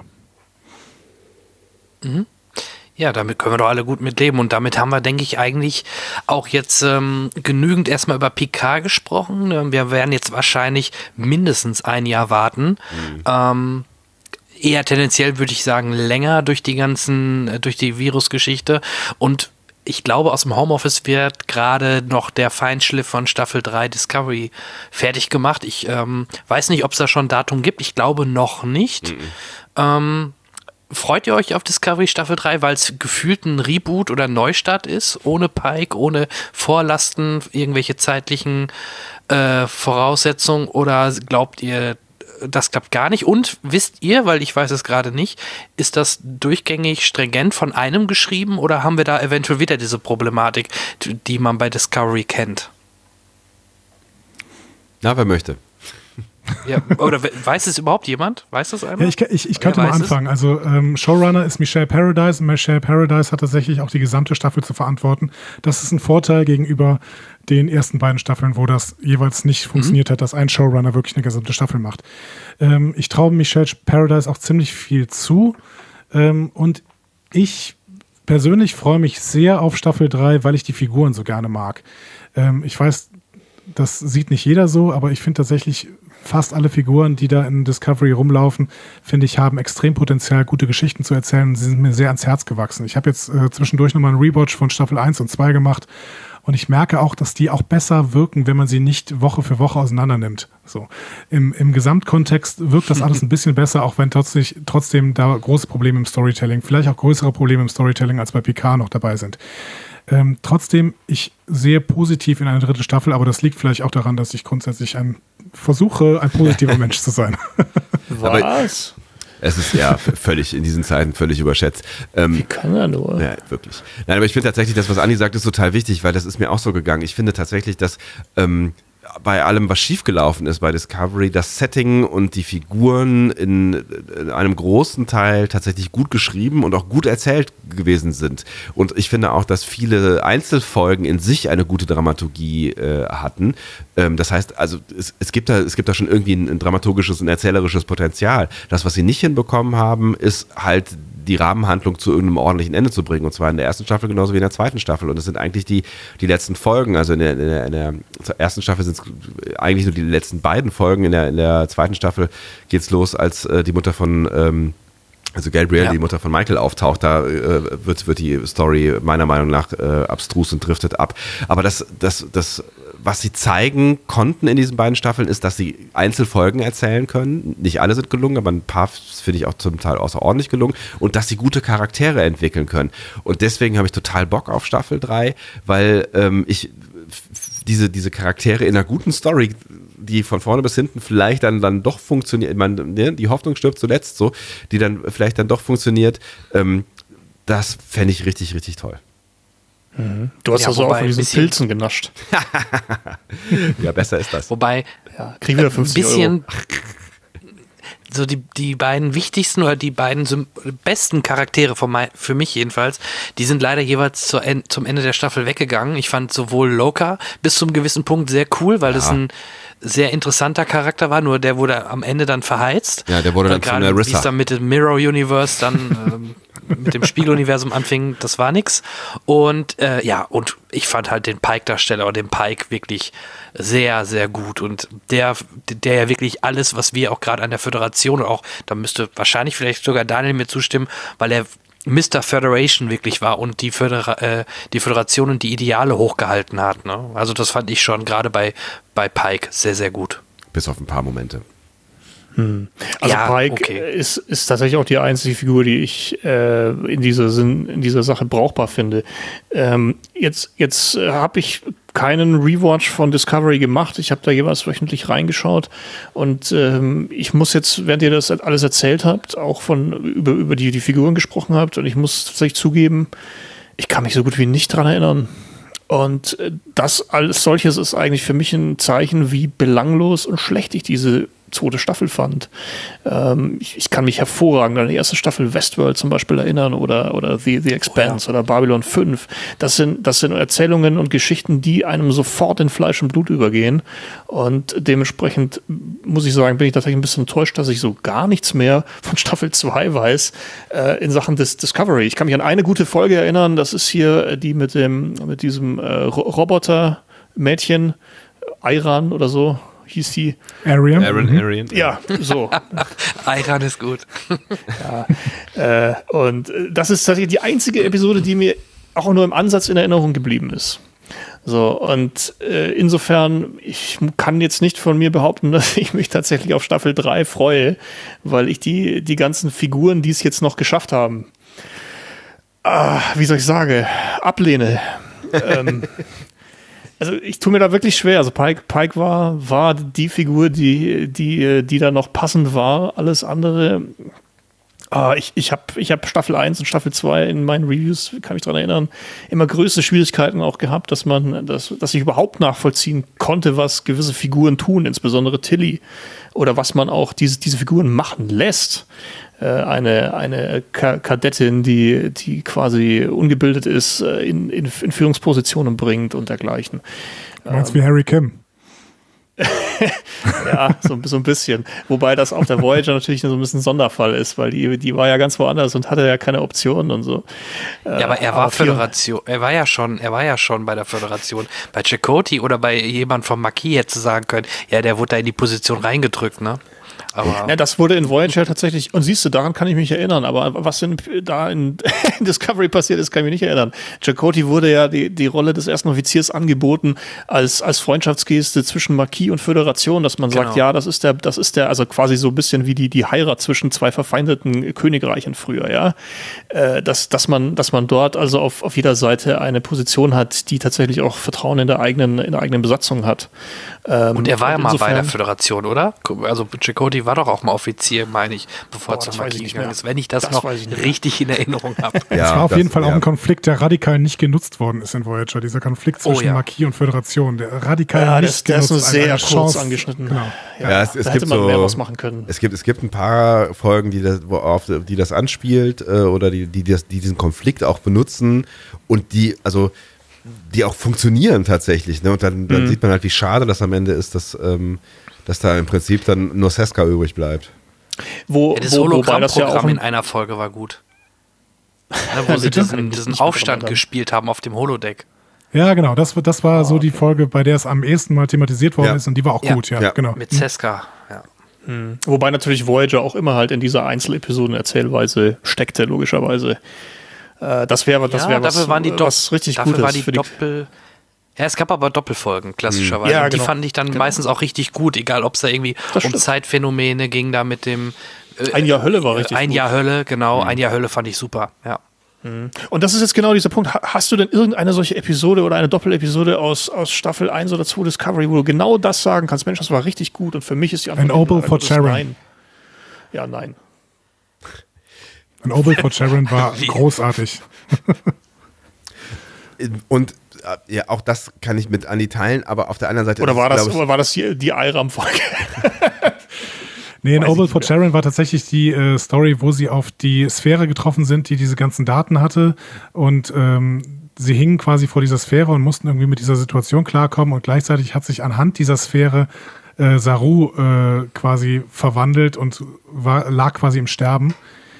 Mhm. Ja, damit können wir doch alle gut mitleben und damit haben wir, denke ich, eigentlich auch jetzt genügend erstmal über Picard gesprochen. Wir werden jetzt wahrscheinlich mindestens ein Jahr warten. Eher tendenziell würde ich sagen länger durch die Virusgeschichte und ich glaube, aus dem Homeoffice wird gerade noch der Feinschliff von Staffel 3 Discovery fertig gemacht. Ich weiß nicht, ob es da schon ein Datum gibt. Ich glaube noch nicht. Freut ihr euch auf Discovery Staffel 3, weil es gefühlt ein Reboot oder Neustart ist? Ohne Pike, ohne Vorlasten, irgendwelche zeitlichen Voraussetzungen? Oder glaubt ihr, das klappt gar nicht? Und wisst ihr, weil ich weiß es gerade nicht, ist das durchgängig stringent von einem geschrieben oder haben wir da eventuell wieder diese Problematik, die man bei Discovery kennt? Na, wer möchte? Ja, oder weiß es überhaupt jemand? Weiß das einer? Ja, ich könnte mal anfangen. Also Showrunner ist Michelle Paradise und Michelle Paradise hat tatsächlich auch die gesamte Staffel zu verantworten. Das ist ein Vorteil gegenüber den ersten beiden Staffeln, wo das jeweils nicht funktioniert hat, dass ein Showrunner wirklich eine gesamte Staffel macht. Ich traue Michelle Paradise auch ziemlich viel zu und ich persönlich freue mich sehr auf Staffel 3, weil ich die Figuren so gerne mag. Ich weiß, das sieht nicht jeder so, aber ich finde tatsächlich fast alle Figuren, die da in Discovery rumlaufen, finde ich, haben extrem Potenzial, gute Geschichten zu erzählen und sie sind mir sehr ans Herz gewachsen. Ich habe jetzt zwischendurch nochmal einen Rewatch von Staffel 1 und 2 gemacht und ich merke auch, dass die auch besser wirken, wenn man sie nicht Woche für Woche auseinander nimmt. So. Im Gesamtkontext wirkt das alles ein bisschen besser, auch wenn trotzdem da große Probleme im Storytelling, vielleicht auch größere Probleme im Storytelling als bei Picard noch dabei sind. Trotzdem, ich sehe positiv in eine dritte Staffel, aber das liegt vielleicht auch daran, dass ich grundsätzlich versuche, ein positiver Mensch zu sein. Was? Es ist ja völlig in diesen Zeiten völlig überschätzt. Wie kann er nur? Ja, wirklich. Nein, aber ich finde tatsächlich, das, was Andi sagt, ist total wichtig, weil das ist mir auch so gegangen. Ich finde tatsächlich, dass bei allem, was schiefgelaufen ist bei Discovery, das Setting und die Figuren in einem großen Teil tatsächlich gut geschrieben und auch gut erzählt gewesen sind. Und ich finde auch, dass viele Einzelfolgen in sich eine gute Dramaturgie hatten. Das heißt, also es gibt da schon irgendwie ein dramaturgisches und erzählerisches Potenzial. Das, was sie nicht hinbekommen haben, ist halt die Rahmenhandlung zu irgendeinem ordentlichen Ende zu bringen. Und zwar in der ersten Staffel genauso wie in der zweiten Staffel. Und das sind eigentlich die letzten Folgen. Also in der ersten Staffel sind es eigentlich nur die letzten beiden Folgen. In der zweiten Staffel geht's los, als die Mutter von also Gabrielle, die Mutter von Michael, auftaucht. Da wird die Story meiner Meinung nach abstrus und driftet ab. Aber das was sie zeigen konnten in diesen beiden Staffeln, ist, dass sie Einzelfolgen erzählen können. Nicht alle sind gelungen, aber ein paar finde ich auch zum Teil außerordentlich gelungen. Und dass sie gute Charaktere entwickeln können. Und deswegen habe ich total Bock auf Staffel 3, weil ich diese Charaktere in einer guten Story, die von vorne bis hinten vielleicht dann doch funktioniert, die Hoffnung stirbt zuletzt so, die dann vielleicht dann doch funktioniert, das fände ich richtig, richtig toll. Du hast also auch von diesen Pilzen genascht. Ja, besser ist das. Wobei, krieg wieder 50 Euro. So die beiden wichtigsten oder die beiden besten Charaktere für mich jedenfalls, die sind leider jeweils zum Ende der Staffel weggegangen. Ich fand sowohl Loka bis zum gewissen Punkt sehr cool, weil das ein sehr interessanter Charakter war, nur der wurde am Ende dann verheizt. Ja, der wurde dann von der Rissa. Wie es dann mit dem Mirror Universe dann mit dem Spiegeluniversum anfing, das war nix. Und und ich fand halt den Pike-Darsteller oder den Pike wirklich sehr, sehr gut. Und der ja wirklich alles, was wir auch gerade an der Föderation und auch, da müsste wahrscheinlich vielleicht sogar Daniel mir zustimmen, weil er Mr. Federation wirklich war und die Föderation und die Ideale hochgehalten hat. Ne? Also das fand ich schon gerade bei Pike sehr, sehr gut. Bis auf ein paar Momente. Also Pike ist tatsächlich auch die einzige Figur, die ich in dieser Sache brauchbar finde. Jetzt habe ich keinen Rewatch von Discovery gemacht. Ich habe da jeweils wöchentlich reingeschaut und ich muss jetzt, während ihr das alles erzählt habt, auch über die Figuren gesprochen habt, und ich muss tatsächlich zugeben, ich kann mich so gut wie nicht dran erinnern. Und das als solches ist eigentlich für mich ein Zeichen, wie belanglos und schlecht ich diese zweite Staffel fand. Ich kann mich hervorragend an die erste Staffel Westworld zum Beispiel erinnern oder The Expanse oder Babylon 5. Das sind Erzählungen und Geschichten, die einem sofort in Fleisch und Blut übergehen, und dementsprechend muss ich sagen, bin ich tatsächlich ein bisschen enttäuscht, dass ich so gar nichts mehr von Staffel 2 weiß in Sachen des Discovery. Ich kann mich an eine gute Folge erinnern, das ist hier die mit diesem Roboter-Mädchen, Iran oder so hieß die. Arian. Ja, so. Iran ist gut. Und das ist tatsächlich die einzige Episode, die mir auch nur im Ansatz in Erinnerung geblieben ist. So, und insofern, ich kann jetzt nicht von mir behaupten, dass ich mich tatsächlich auf Staffel 3 freue, weil ich die ganzen Figuren, die es jetzt noch geschafft haben, wie soll ich sagen, ablehne. Also ich tue mir da wirklich schwer. Also Pike war die Figur, die da noch passend war. Alles andere, ich hab Staffel 1 und Staffel 2 in meinen Reviews, kann mich daran erinnern, immer größte Schwierigkeiten auch gehabt, dass ich überhaupt nachvollziehen konnte, was gewisse Figuren tun, insbesondere Tilly, oder was man auch diese Figuren machen lässt. Eine Kadettin, die quasi ungebildet ist, in Führungspositionen bringt und dergleichen. Meinst du wie Harry Kim? Ja, so ein bisschen. Wobei das auf der Voyager natürlich so ein bisschen ein Sonderfall ist, weil die war ja ganz woanders und hatte ja keine Optionen und so. Ja, aber er war Föderation. Er war ja schon bei der Föderation. Bei Chakotay oder bei jemand vom Maquis hätte sagen können, ja, der wurde da in die Position reingedrückt, ne? Aber ja, das wurde in Voyager tatsächlich, und siehst du, daran kann ich mich erinnern, aber was da in Discovery passiert ist, kann ich mich nicht erinnern. Chakotay wurde ja die Rolle des ersten Offiziers angeboten als Freundschaftsgeste zwischen Maquis und Föderation, dass man sagt, ja, das ist der, also quasi so ein bisschen wie die Heirat zwischen zwei verfeindeten Königreichen früher, ja. Dass man dort also auf jeder Seite eine Position hat, die tatsächlich auch Vertrauen in der eigenen Besatzung hat. Und er war ja mal bei der Föderation, oder? Also Chakotay war doch auch mal Offizier, meine ich, bevor er zum Maquis gegangen ist, wenn ich das noch richtig in Erinnerung habe. Es war auf jeden Fall auch ein Konflikt, der radikal nicht genutzt worden ist in Voyager. Dieser Konflikt zwischen Maquis und Föderation, der radikal nicht genutzt wurde. Der ist nur sehr kurz angeschnitten. Genau. Es gibt hätte man mehr was machen können. Es gibt ein paar Folgen, die das anspielt oder die diesen Konflikt auch benutzen und die auch funktionieren tatsächlich. Ne? Und dann sieht man halt, wie schade das am Ende ist, dass da im Prinzip dann nur Seska übrig bleibt. Das Hologrammprogramm in einer Folge war gut. Wo sie diesen Aufstand gespielt haben auf dem Holodeck. Ja, genau. Das war so die Folge, bei der es am ehesten mal thematisiert worden ist, und die war auch gut. Ja, genau. Mit Seska, ja. Wobei natürlich Voyager auch immer halt in dieser Einzelepisoden-Erzählweise steckte, logischerweise. Das wäre was richtig Gutes für die Ja, es gab aber Doppelfolgen, klassischerweise. Ja, und die genau. fand ich dann meistens auch richtig gut, egal ob es da irgendwie Das um stimmt. Zeitphänomene ging, da mit dem Ein Jahr Hölle war richtig Ein gut. Jahr Hölle, genau. Ein Jahr Hölle fand ich super, ja. Und das ist jetzt genau dieser Punkt. Hast du denn irgendeine solche Episode oder eine Doppelepisode aus Staffel 1 oder 2 Discovery, wo du genau das sagen kannst, Mensch, das war richtig gut und für mich ist die Antwort An Opal leider for Gottes Sharon. nein. Ja, nein. Und Opal for Sharon war großartig. Und ja, auch das kann ich mit Andi teilen, aber auf der anderen Seite Oder war ist, das, glaub ich, oder war das die IRAM-Folge? Nee, in Weiß ich Opal nicht for mehr. Sharon war tatsächlich die Story, wo sie auf die Sphäre getroffen sind, die diese ganzen Daten hatte. Und sie hingen quasi vor dieser Sphäre und mussten irgendwie mit dieser Situation klarkommen. Und gleichzeitig hat sich anhand dieser Sphäre Saru quasi verwandelt und lag quasi im Sterben.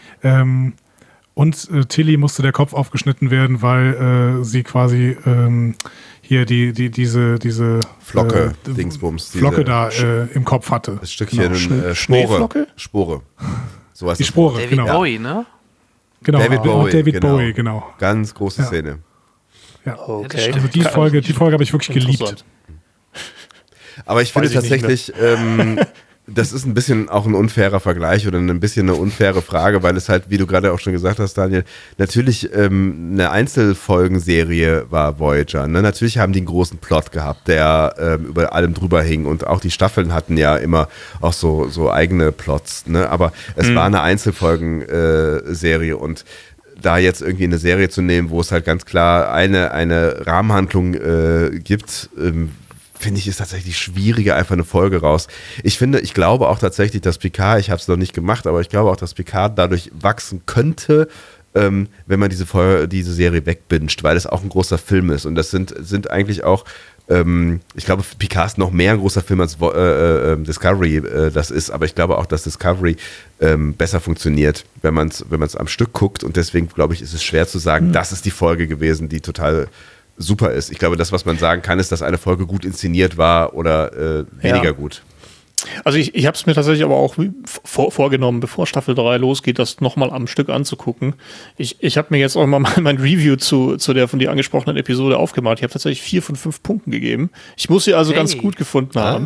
Und Tilly musste der Kopf aufgeschnitten werden, weil sie quasi hier diese Flocke, Dingsbums. Flocke da im Kopf hatte. Das Stückchen Spore. Schneeflocke? Spore. So heißt Die das. Spore, David genau. Bowie, ne? Genau, David Bowie. David Bowie, genau. Ganz große Ja. Szene. Ja. Okay. Also die Folge habe ich wirklich geliebt. Interessant. Aber ich finde Weiß ich nicht tatsächlich, das ist ein bisschen auch ein unfairer Vergleich oder ein bisschen eine unfaire Frage, weil es halt, wie du gerade auch schon gesagt hast, Daniel, natürlich eine Einzelfolgenserie war Voyager. Ne? Natürlich haben die einen großen Plot gehabt, der über allem drüber hing und auch die Staffeln hatten ja immer auch so eigene Plots. Ne? Aber es war eine Einzelfolgenserie und da jetzt irgendwie eine Serie zu nehmen, wo es halt ganz klar eine Rahmenhandlung gibt, finde ich, ist tatsächlich schwieriger, einfach eine Folge raus. Ich glaube auch tatsächlich, dass Picard, ich habe es noch nicht gemacht, aber ich glaube auch, dass Picard dadurch wachsen könnte, wenn man diese Serie wegbinscht, weil es auch ein großer Film ist. Und das sind eigentlich auch, ich glaube, Picard ist noch mehr ein großer Film als Discovery das ist, aber ich glaube auch, dass Discovery besser funktioniert, wenn man es am Stück guckt. Und deswegen, glaube ich, ist es schwer zu sagen, das ist die Folge gewesen, die total super ist. Ich glaube, das, was man sagen kann, ist, dass eine Folge gut inszeniert war oder weniger gut. Also ich habe es mir tatsächlich aber auch vorgenommen, bevor Staffel 3 losgeht, das nochmal am Stück anzugucken. Ich habe mir jetzt auch mal mein Review zu der von dir angesprochenen Episode aufgemacht. Ich habe tatsächlich 4 von 5 Punkten gegeben. Ich muss sie also ganz gut gefunden haben.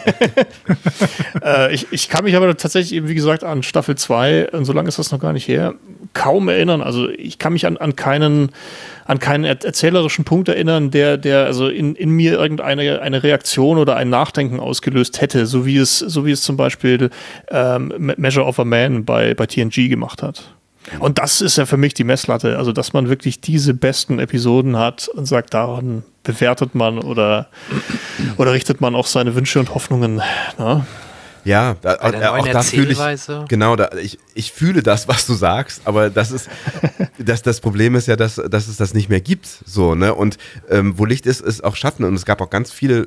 Ich kann mich aber tatsächlich eben, wie gesagt, an Staffel 2, und so lange ist das noch gar nicht her, kaum erinnern. Also ich kann mich an keinen erzählerischen Punkt erinnern, der also in mir eine Reaktion oder ein Nachdenken ausgelöst hätte, so wie es zum Beispiel Measure of a Man bei TNG gemacht hat. Und das ist ja für mich die Messlatte, also dass man wirklich diese besten Episoden hat und sagt, daran bewertet man oder richtet man auch seine Wünsche und Hoffnungen. Na? Ja, Bei der neuen auch das fühle ich. Erzählweise. Genau, ich fühle das, was du sagst, aber das Problem ist ja, dass es das nicht mehr gibt. So, ne? Und wo Licht ist auch Schatten. Und es gab auch ganz viele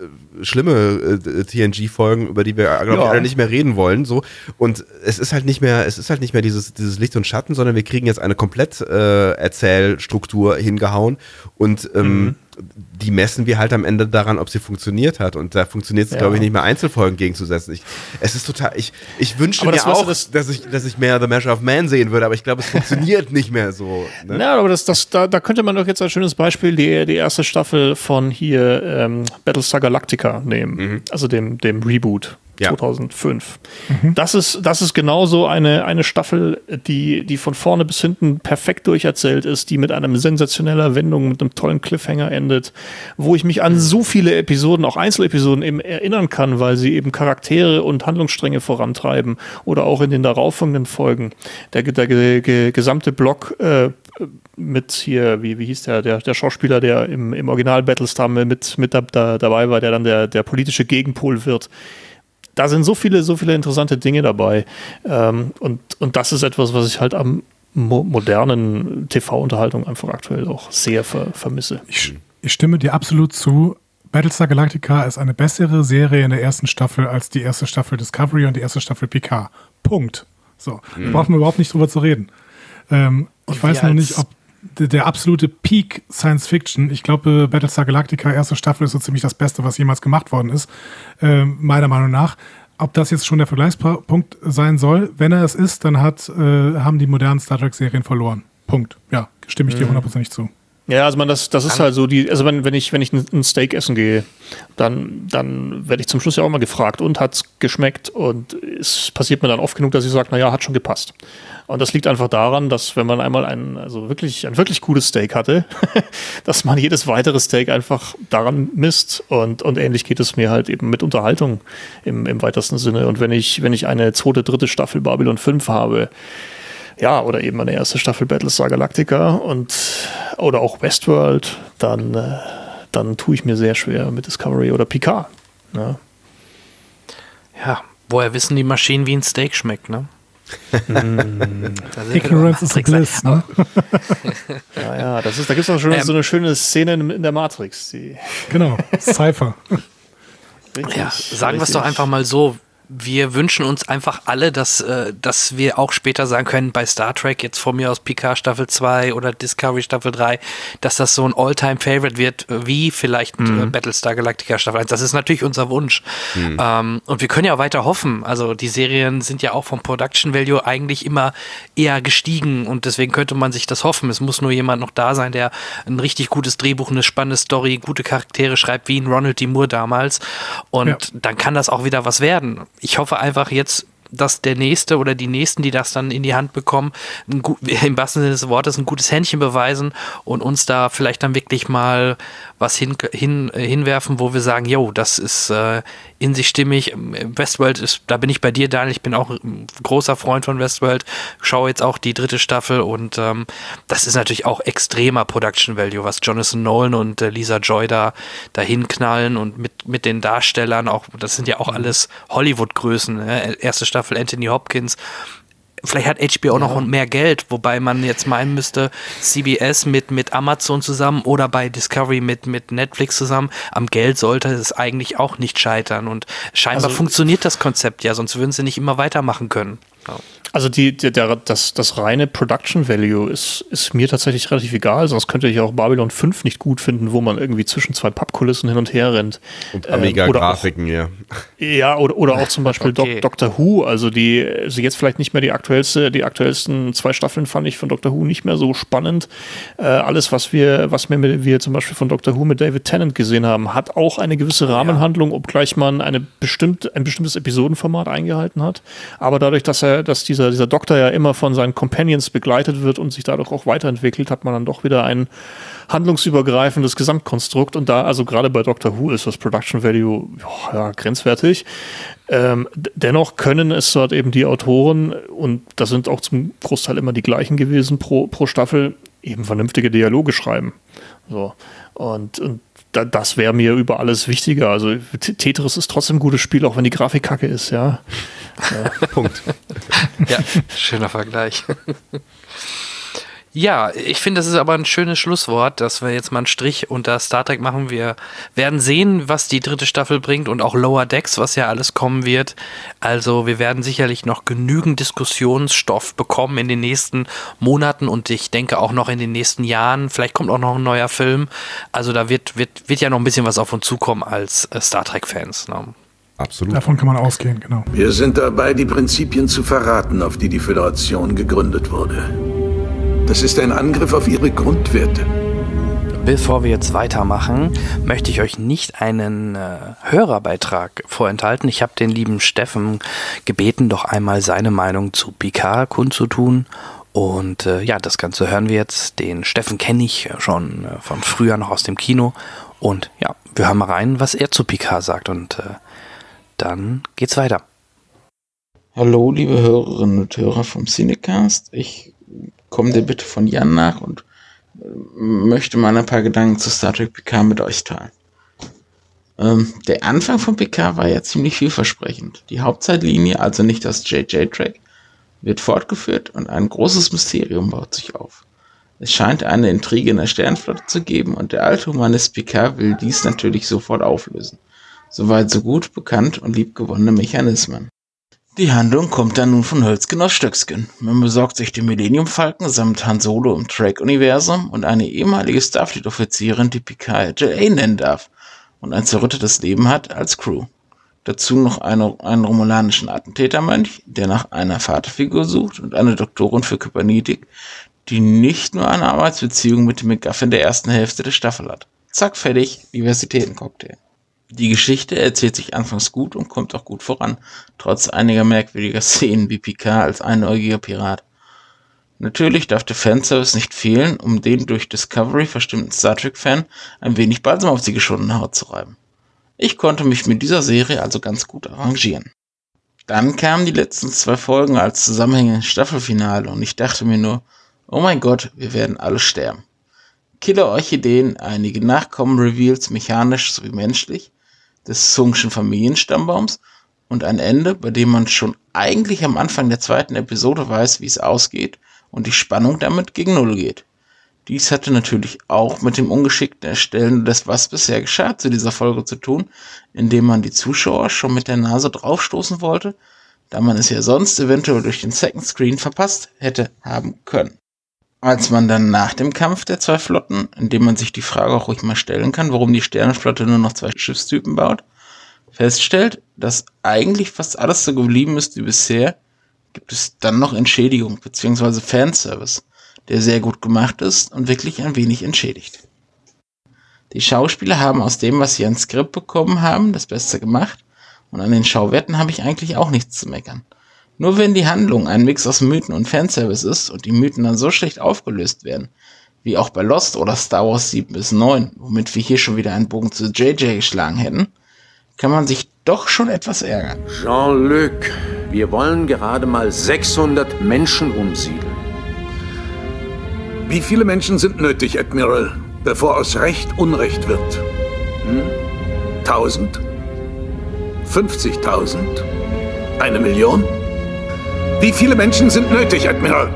schlimme TNG-Folgen, über die wir, glaube ich, alle nicht mehr reden wollen. So. Und es ist halt nicht mehr dieses Licht und Schatten, sondern wir kriegen jetzt eine komplett Erzählstruktur hingehauen und die messen wir halt am Ende daran, ob sie funktioniert hat. Und da funktioniert es, glaube ich, nicht mehr, Einzelfolgen gegenzusetzen. Es ist total, ich wünschte mir auch, dass ich mehr The Measure of Man sehen würde, aber ich glaube, es funktioniert nicht mehr so. Ne? Ja, aber da könnte man doch jetzt als schönes Beispiel die erste Staffel von hier Battlestar Galactica nehmen. Also dem Reboot. 2005. Das ist genauso eine Staffel, die von vorne bis hinten perfekt durcherzählt ist, die mit einer sensationeller Wendung, mit einem tollen Cliffhanger endet, wo ich mich an so viele Episoden, auch Einzelepisoden eben erinnern kann, weil sie eben Charaktere und Handlungsstränge vorantreiben oder auch in den darauffolgenden Folgen. Der gesamte Block mit hier, wie hieß der Schauspieler, der im Original Battlestar mit dabei war, der dann der politische Gegenpol wird. Da sind so viele interessante Dinge dabei. Und das ist etwas, was ich halt am modernen TV-Unterhaltung einfach aktuell auch sehr vermisse. Ich stimme dir absolut zu. Battlestar Galactica ist eine bessere Serie in der ersten Staffel als die erste Staffel Discovery und die erste Staffel Picard. Punkt. So, da brauchen wir überhaupt nicht drüber zu reden. Ich weiß noch nicht, ob der absolute Peak Science Fiction, ich glaube, Battlestar Galactica erste Staffel ist so ziemlich das Beste, was jemals gemacht worden ist, meiner Meinung nach. Ob das jetzt schon der Vergleichspunkt sein soll, wenn er es ist, dann haben die modernen Star Trek-Serien verloren. Punkt. Ja, stimme ich dir hundertprozentig zu. Ja, also das ist halt so also wenn ich ein Steak essen gehe, dann werde ich zum Schluss ja auch mal gefragt, und hat's geschmeckt? Und es passiert mir dann oft genug, dass ich sage, naja, hat schon gepasst. Und das liegt einfach daran, dass wenn man einmal ein wirklich gutes Steak hatte, dass man jedes weitere Steak einfach daran misst. Und ähnlich geht es mir halt eben mit Unterhaltung im weitesten Sinne. Und wenn ich eine zweite, dritte Staffel Babylon 5 habe, ja, oder eben eine erste Staffel Battlestar Galactica oder auch Westworld, dann tue ich mir sehr schwer mit Discovery oder Picard. Ja, woher wissen die Maschinen, wie ein Steak schmeckt, ne? Ignorance is bliss, ne? Ja, da gibt es auch schon so eine schöne Szene in der Matrix. Genau, Cypher. Sagen wir es doch einfach mal so. Wir wünschen uns einfach alle, dass wir auch später sagen können, bei Star Trek, jetzt von mir aus Picard Staffel 2 oder Discovery Staffel 3, dass das so ein All-Time-Favorite wird, wie vielleicht Battlestar Galactica Staffel 1. Das ist natürlich unser Wunsch. Und wir können ja auch weiter hoffen. Also die Serien sind ja auch vom Production Value eigentlich immer eher gestiegen und deswegen könnte man sich das hoffen. Es muss nur jemand noch da sein, der ein richtig gutes Drehbuch, eine spannende Story, gute Charaktere schreibt, wie in Ronald D. Moore damals. Und dann kann das auch wieder was werden. Ich hoffe einfach jetzt, dass der Nächste oder die Nächsten, die das dann in die Hand bekommen, im wahrsten Sinne des Wortes ein gutes Händchen beweisen und uns da vielleicht dann wirklich mal was hinwerfen, wo wir sagen, jo, das ist in sich stimmig. Westworld da bin ich bei dir, Daniel, ich bin auch ein großer Freund von Westworld, schaue jetzt auch die 3. Staffel und das ist natürlich auch extremer Production Value, was Jonathan Nolan und Lisa Joy da hinknallen und mit den Darstellern auch, das sind ja auch alles Hollywood-Größen, ne? Erste Staffel Anthony Hopkins. Vielleicht hat HBO noch mehr Geld, wobei man jetzt meinen müsste, CBS mit Amazon zusammen oder bei Discovery mit Netflix zusammen, am Geld sollte es eigentlich auch nicht scheitern und scheinbar funktioniert das Konzept ja, sonst würden sie nicht immer weitermachen können. Ja. Also das reine Production Value ist mir tatsächlich relativ egal, sonst könnte ich auch Babylon 5 nicht gut finden, wo man irgendwie zwischen zwei Pappkulissen hin und her rennt. Und Amiga-Grafiken, ja. Ja, oder auch zum Beispiel Doctor Who, also jetzt vielleicht nicht mehr die aktuellsten 2 Staffeln fand ich von Doctor Who nicht mehr so spannend. Alles, was wir zum Beispiel von Doctor Who mit David Tennant gesehen haben, hat auch eine gewisse Rahmenhandlung, obgleich man ein bestimmtes Episodenformat eingehalten hat. Aber dadurch, dass dieser Doktor ja immer von seinen Companions begleitet wird und sich dadurch auch weiterentwickelt, hat man dann doch wieder ein handlungsübergreifendes Gesamtkonstrukt und da, also gerade bei Doctor Who ist das Production Value grenzwertig. Dennoch können es dort eben die Autoren, und das sind auch zum Großteil immer die gleichen gewesen pro Staffel, eben vernünftige Dialoge schreiben. So. Und das wäre mir über alles wichtiger. Also Tetris ist trotzdem ein gutes Spiel, auch wenn die Grafik kacke ist, ja. Punkt. Ja, schöner Vergleich. Ja, ich finde, das ist aber ein schönes Schlusswort, dass wir jetzt mal einen Strich unter Star Trek machen. Wir werden sehen, was die 3. Staffel bringt und auch Lower Decks, was ja alles kommen wird. Also wir werden sicherlich noch genügend Diskussionsstoff bekommen in den nächsten Monaten und ich denke auch noch in den nächsten Jahren. Vielleicht kommt auch noch ein neuer Film. Also da wird ja noch ein bisschen was auf uns zukommen als Star Trek-Fans. Ne? Absolut. Davon kann man ausgehen, genau. Wir sind dabei, die Prinzipien zu verraten, auf die Föderation gegründet wurde. Das ist ein Angriff auf ihre Grundwerte. Bevor wir jetzt weitermachen, möchte ich euch nicht einen Hörerbeitrag vorenthalten. Ich habe den lieben Steffen gebeten, doch einmal seine Meinung zu Picard kundzutun. Und das Ganze hören wir jetzt. Den Steffen kenne ich schon von früher noch aus dem Kino. Und ja, wir hören mal rein, was er zu Picard sagt. Und dann geht's weiter. Hallo, liebe Hörerinnen und Hörer vom Cinecast. Ich komme der Bitte von Jan nach und möchte mal ein paar Gedanken zu Star Trek Picard mit euch teilen. Der Anfang von Picard war ja ziemlich vielversprechend. Die Hauptzeitlinie, also nicht das JJ-Track, wird fortgeführt und ein großes Mysterium baut sich auf. Es scheint eine Intrige in der Sternenflotte zu geben und der alte Humanist Picard will dies natürlich sofort auflösen. Soweit so gut bekannt und liebgewonnene Mechanismen. Die Handlung kommt dann nun von Hölzgen auf Stöcksken. Man besorgt sich den Millennium Falcon samt Han Solo im Trek-Universum und eine ehemalige Starfleet-Offizierin, die Picard J.A. nennen darf und ein zerrüttetes Leben hat als Crew. Dazu noch einen romulanischen Attentätermönch, der nach einer Vaterfigur sucht und eine Doktorin für Kybernetik, die nicht nur eine Arbeitsbeziehung mit dem MacGuffin der ersten Hälfte der Staffel hat. Zack, fertig, Diversitätencocktail. Die Geschichte erzählt sich anfangs gut und kommt auch gut voran, trotz einiger merkwürdiger Szenen wie Picard als einäugiger Pirat. Natürlich darf der Fanservice nicht fehlen, um den durch Discovery verstimmten Star Trek-Fan ein wenig Balsam auf die geschundene Haut zu reiben. Ich konnte mich mit dieser Serie also ganz gut arrangieren. Dann kamen die letzten 2 Folgen als zusammenhängendes Staffelfinale und ich dachte mir nur, oh mein Gott, wir werden alle sterben. Killer-Orchideen, einige Nachkommen-Reveals mechanisch sowie menschlich, des Sung'schen Familienstammbaums und ein Ende, bei dem man schon eigentlich am Anfang der 2. Episode weiß, wie es ausgeht und die Spannung damit gegen Null geht. Dies hatte natürlich auch mit dem ungeschickten Erstellen des Was bisher geschah zu dieser Folge zu tun, indem man die Zuschauer schon mit der Nase draufstoßen wollte, da man es ja sonst eventuell durch den Second Screen verpasst hätte haben können. Als man dann nach dem Kampf der 2 Flotten, in dem man sich die Frage auch ruhig mal stellen kann, warum die Sternenflotte nur noch 2 Schiffstypen baut, feststellt, dass eigentlich fast alles so geblieben ist wie bisher, gibt es dann noch Entschädigung bzw. Fanservice, der sehr gut gemacht ist und wirklich ein wenig entschädigt. Die Schauspieler haben aus dem, was sie an Skript bekommen haben, das Beste gemacht und an den Schauwerten habe ich eigentlich auch nichts zu meckern. Nur wenn die Handlung ein Mix aus Mythen und Fanservice ist und die Mythen dann so schlecht aufgelöst werden, wie auch bei Lost oder Star Wars 7-9, womit wir hier schon wieder einen Bogen zu JJ geschlagen hätten, kann man sich doch schon etwas ärgern. Jean-Luc, wir wollen gerade mal 600 Menschen umsiedeln. Wie viele Menschen sind nötig, Admiral, bevor aus Recht Unrecht wird? 1000? 50.000? 1 Million? Wie viele Menschen sind nötig, Admiral?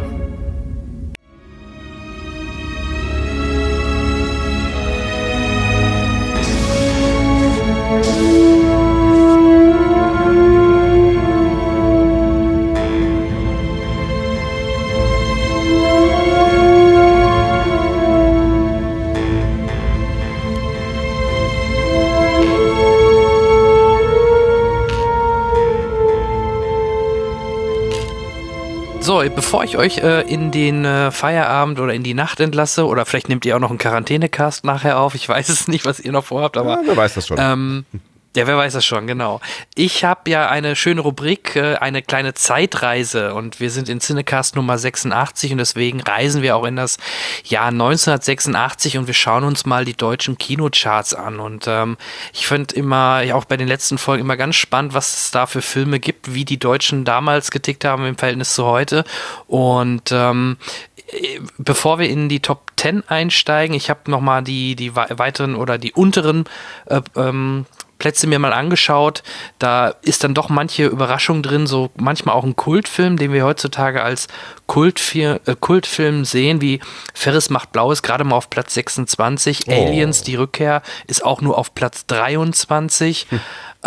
So, bevor ich euch in den Feierabend oder in die Nacht entlasse, oder vielleicht nehmt ihr auch noch einen Quarantänecast nachher auf, ich weiß es nicht, was ihr noch vorhabt, aber... Ja, wer weiß das schon. Ja, wer weiß das schon, genau. Ich habe ja eine schöne Rubrik, eine kleine Zeitreise und wir sind in Cinecast Nummer 86 und deswegen reisen wir auch in das Jahr 1986 und wir schauen uns mal die deutschen Kinocharts an und ich finde immer, ja auch bei den letzten Folgen immer ganz spannend, was es da für Filme gibt, wie die Deutschen damals getickt haben im Verhältnis zu heute und bevor wir in die Top 10 einsteigen, ich habe nochmal die weiteren oder die unteren Plätze mir mal angeschaut, da ist dann doch manche Überraschung drin, so manchmal auch ein Kultfilm, den wir heutzutage als Kultfilm sehen, wie Ferris macht Blaues, gerade mal auf Platz 26, Aliens, die Rückkehr, ist auch nur auf Platz 23 und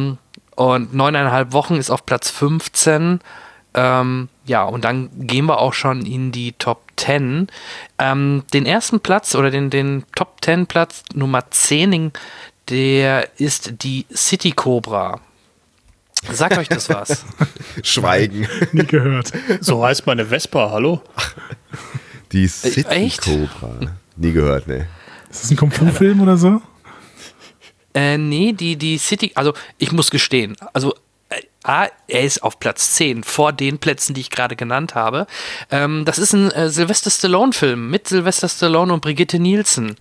9,5 Wochen ist auf Platz 15. Ja, und dann gehen wir auch schon in die Top 10. Den ersten Platz oder den Top 10 Platz Nummer 10, der ist die City Cobra. Sagt euch das was? Schweigen. Nie gehört. So heißt meine Vespa, hallo? Die City Echt? Cobra. Nie gehört, ne. Ist das ein Kung-Fu-Film oder so? Nee, die City, also ich muss gestehen, also er ist auf Platz 10 vor den Plätzen, die ich gerade genannt habe. Das ist ein Sylvester Stallone-Film mit Sylvester Stallone und Brigitte Nielsen.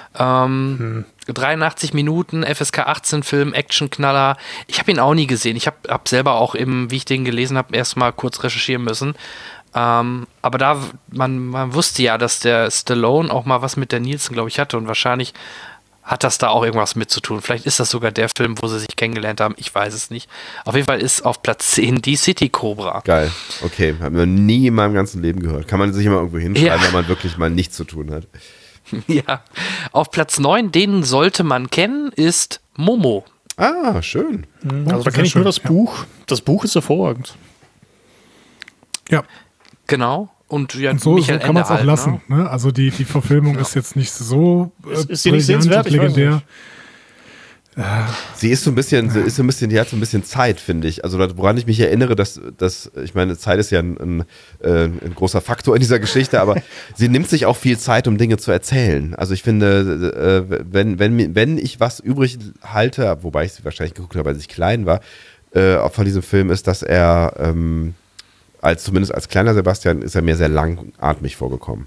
83 Minuten, FSK 18 Film, Actionknaller. Ich habe ihn auch nie gesehen. Ich hab selber auch, wie ich den gelesen habe, erst mal kurz recherchieren müssen. Aber da, man wusste ja, dass der Stallone auch mal was mit der Nielsen, glaube ich, hatte und wahrscheinlich hat das da auch irgendwas mit zu tun. Vielleicht ist das sogar der Film, wo sie sich kennengelernt haben. Ich weiß es nicht. Auf jeden Fall ist auf Platz 10 die City Cobra. Geil. Okay. Haben wir nie in meinem ganzen Leben gehört. Kann man sich immer irgendwo hinschreiben, wenn man wirklich mal nichts zu tun hat. Ja. Auf Platz 9, den sollte man kennen, ist Momo. Ah, schön. Also da kenne ich nur das Buch. Das Buch ist hervorragend. Ja. Genau. Und ja, Und so kann man es auch lassen. Ne? Also die Verfilmung ist jetzt nicht so ist die nicht sehenswert, legendär. Sie ist so ein bisschen, die hat so ein bisschen Zeit, finde ich. Also woran ich mich erinnere, dass ich meine, Zeit ist ja ein großer Faktor in dieser Geschichte, aber sie nimmt sich auch viel Zeit, um Dinge zu erzählen. Also ich finde, wenn ich was übrig halte, wobei ich sie wahrscheinlich geguckt habe, als ich klein war, auch von diesem Film ist, dass er zumindest als kleiner Sebastian ist er mir sehr langatmig vorgekommen.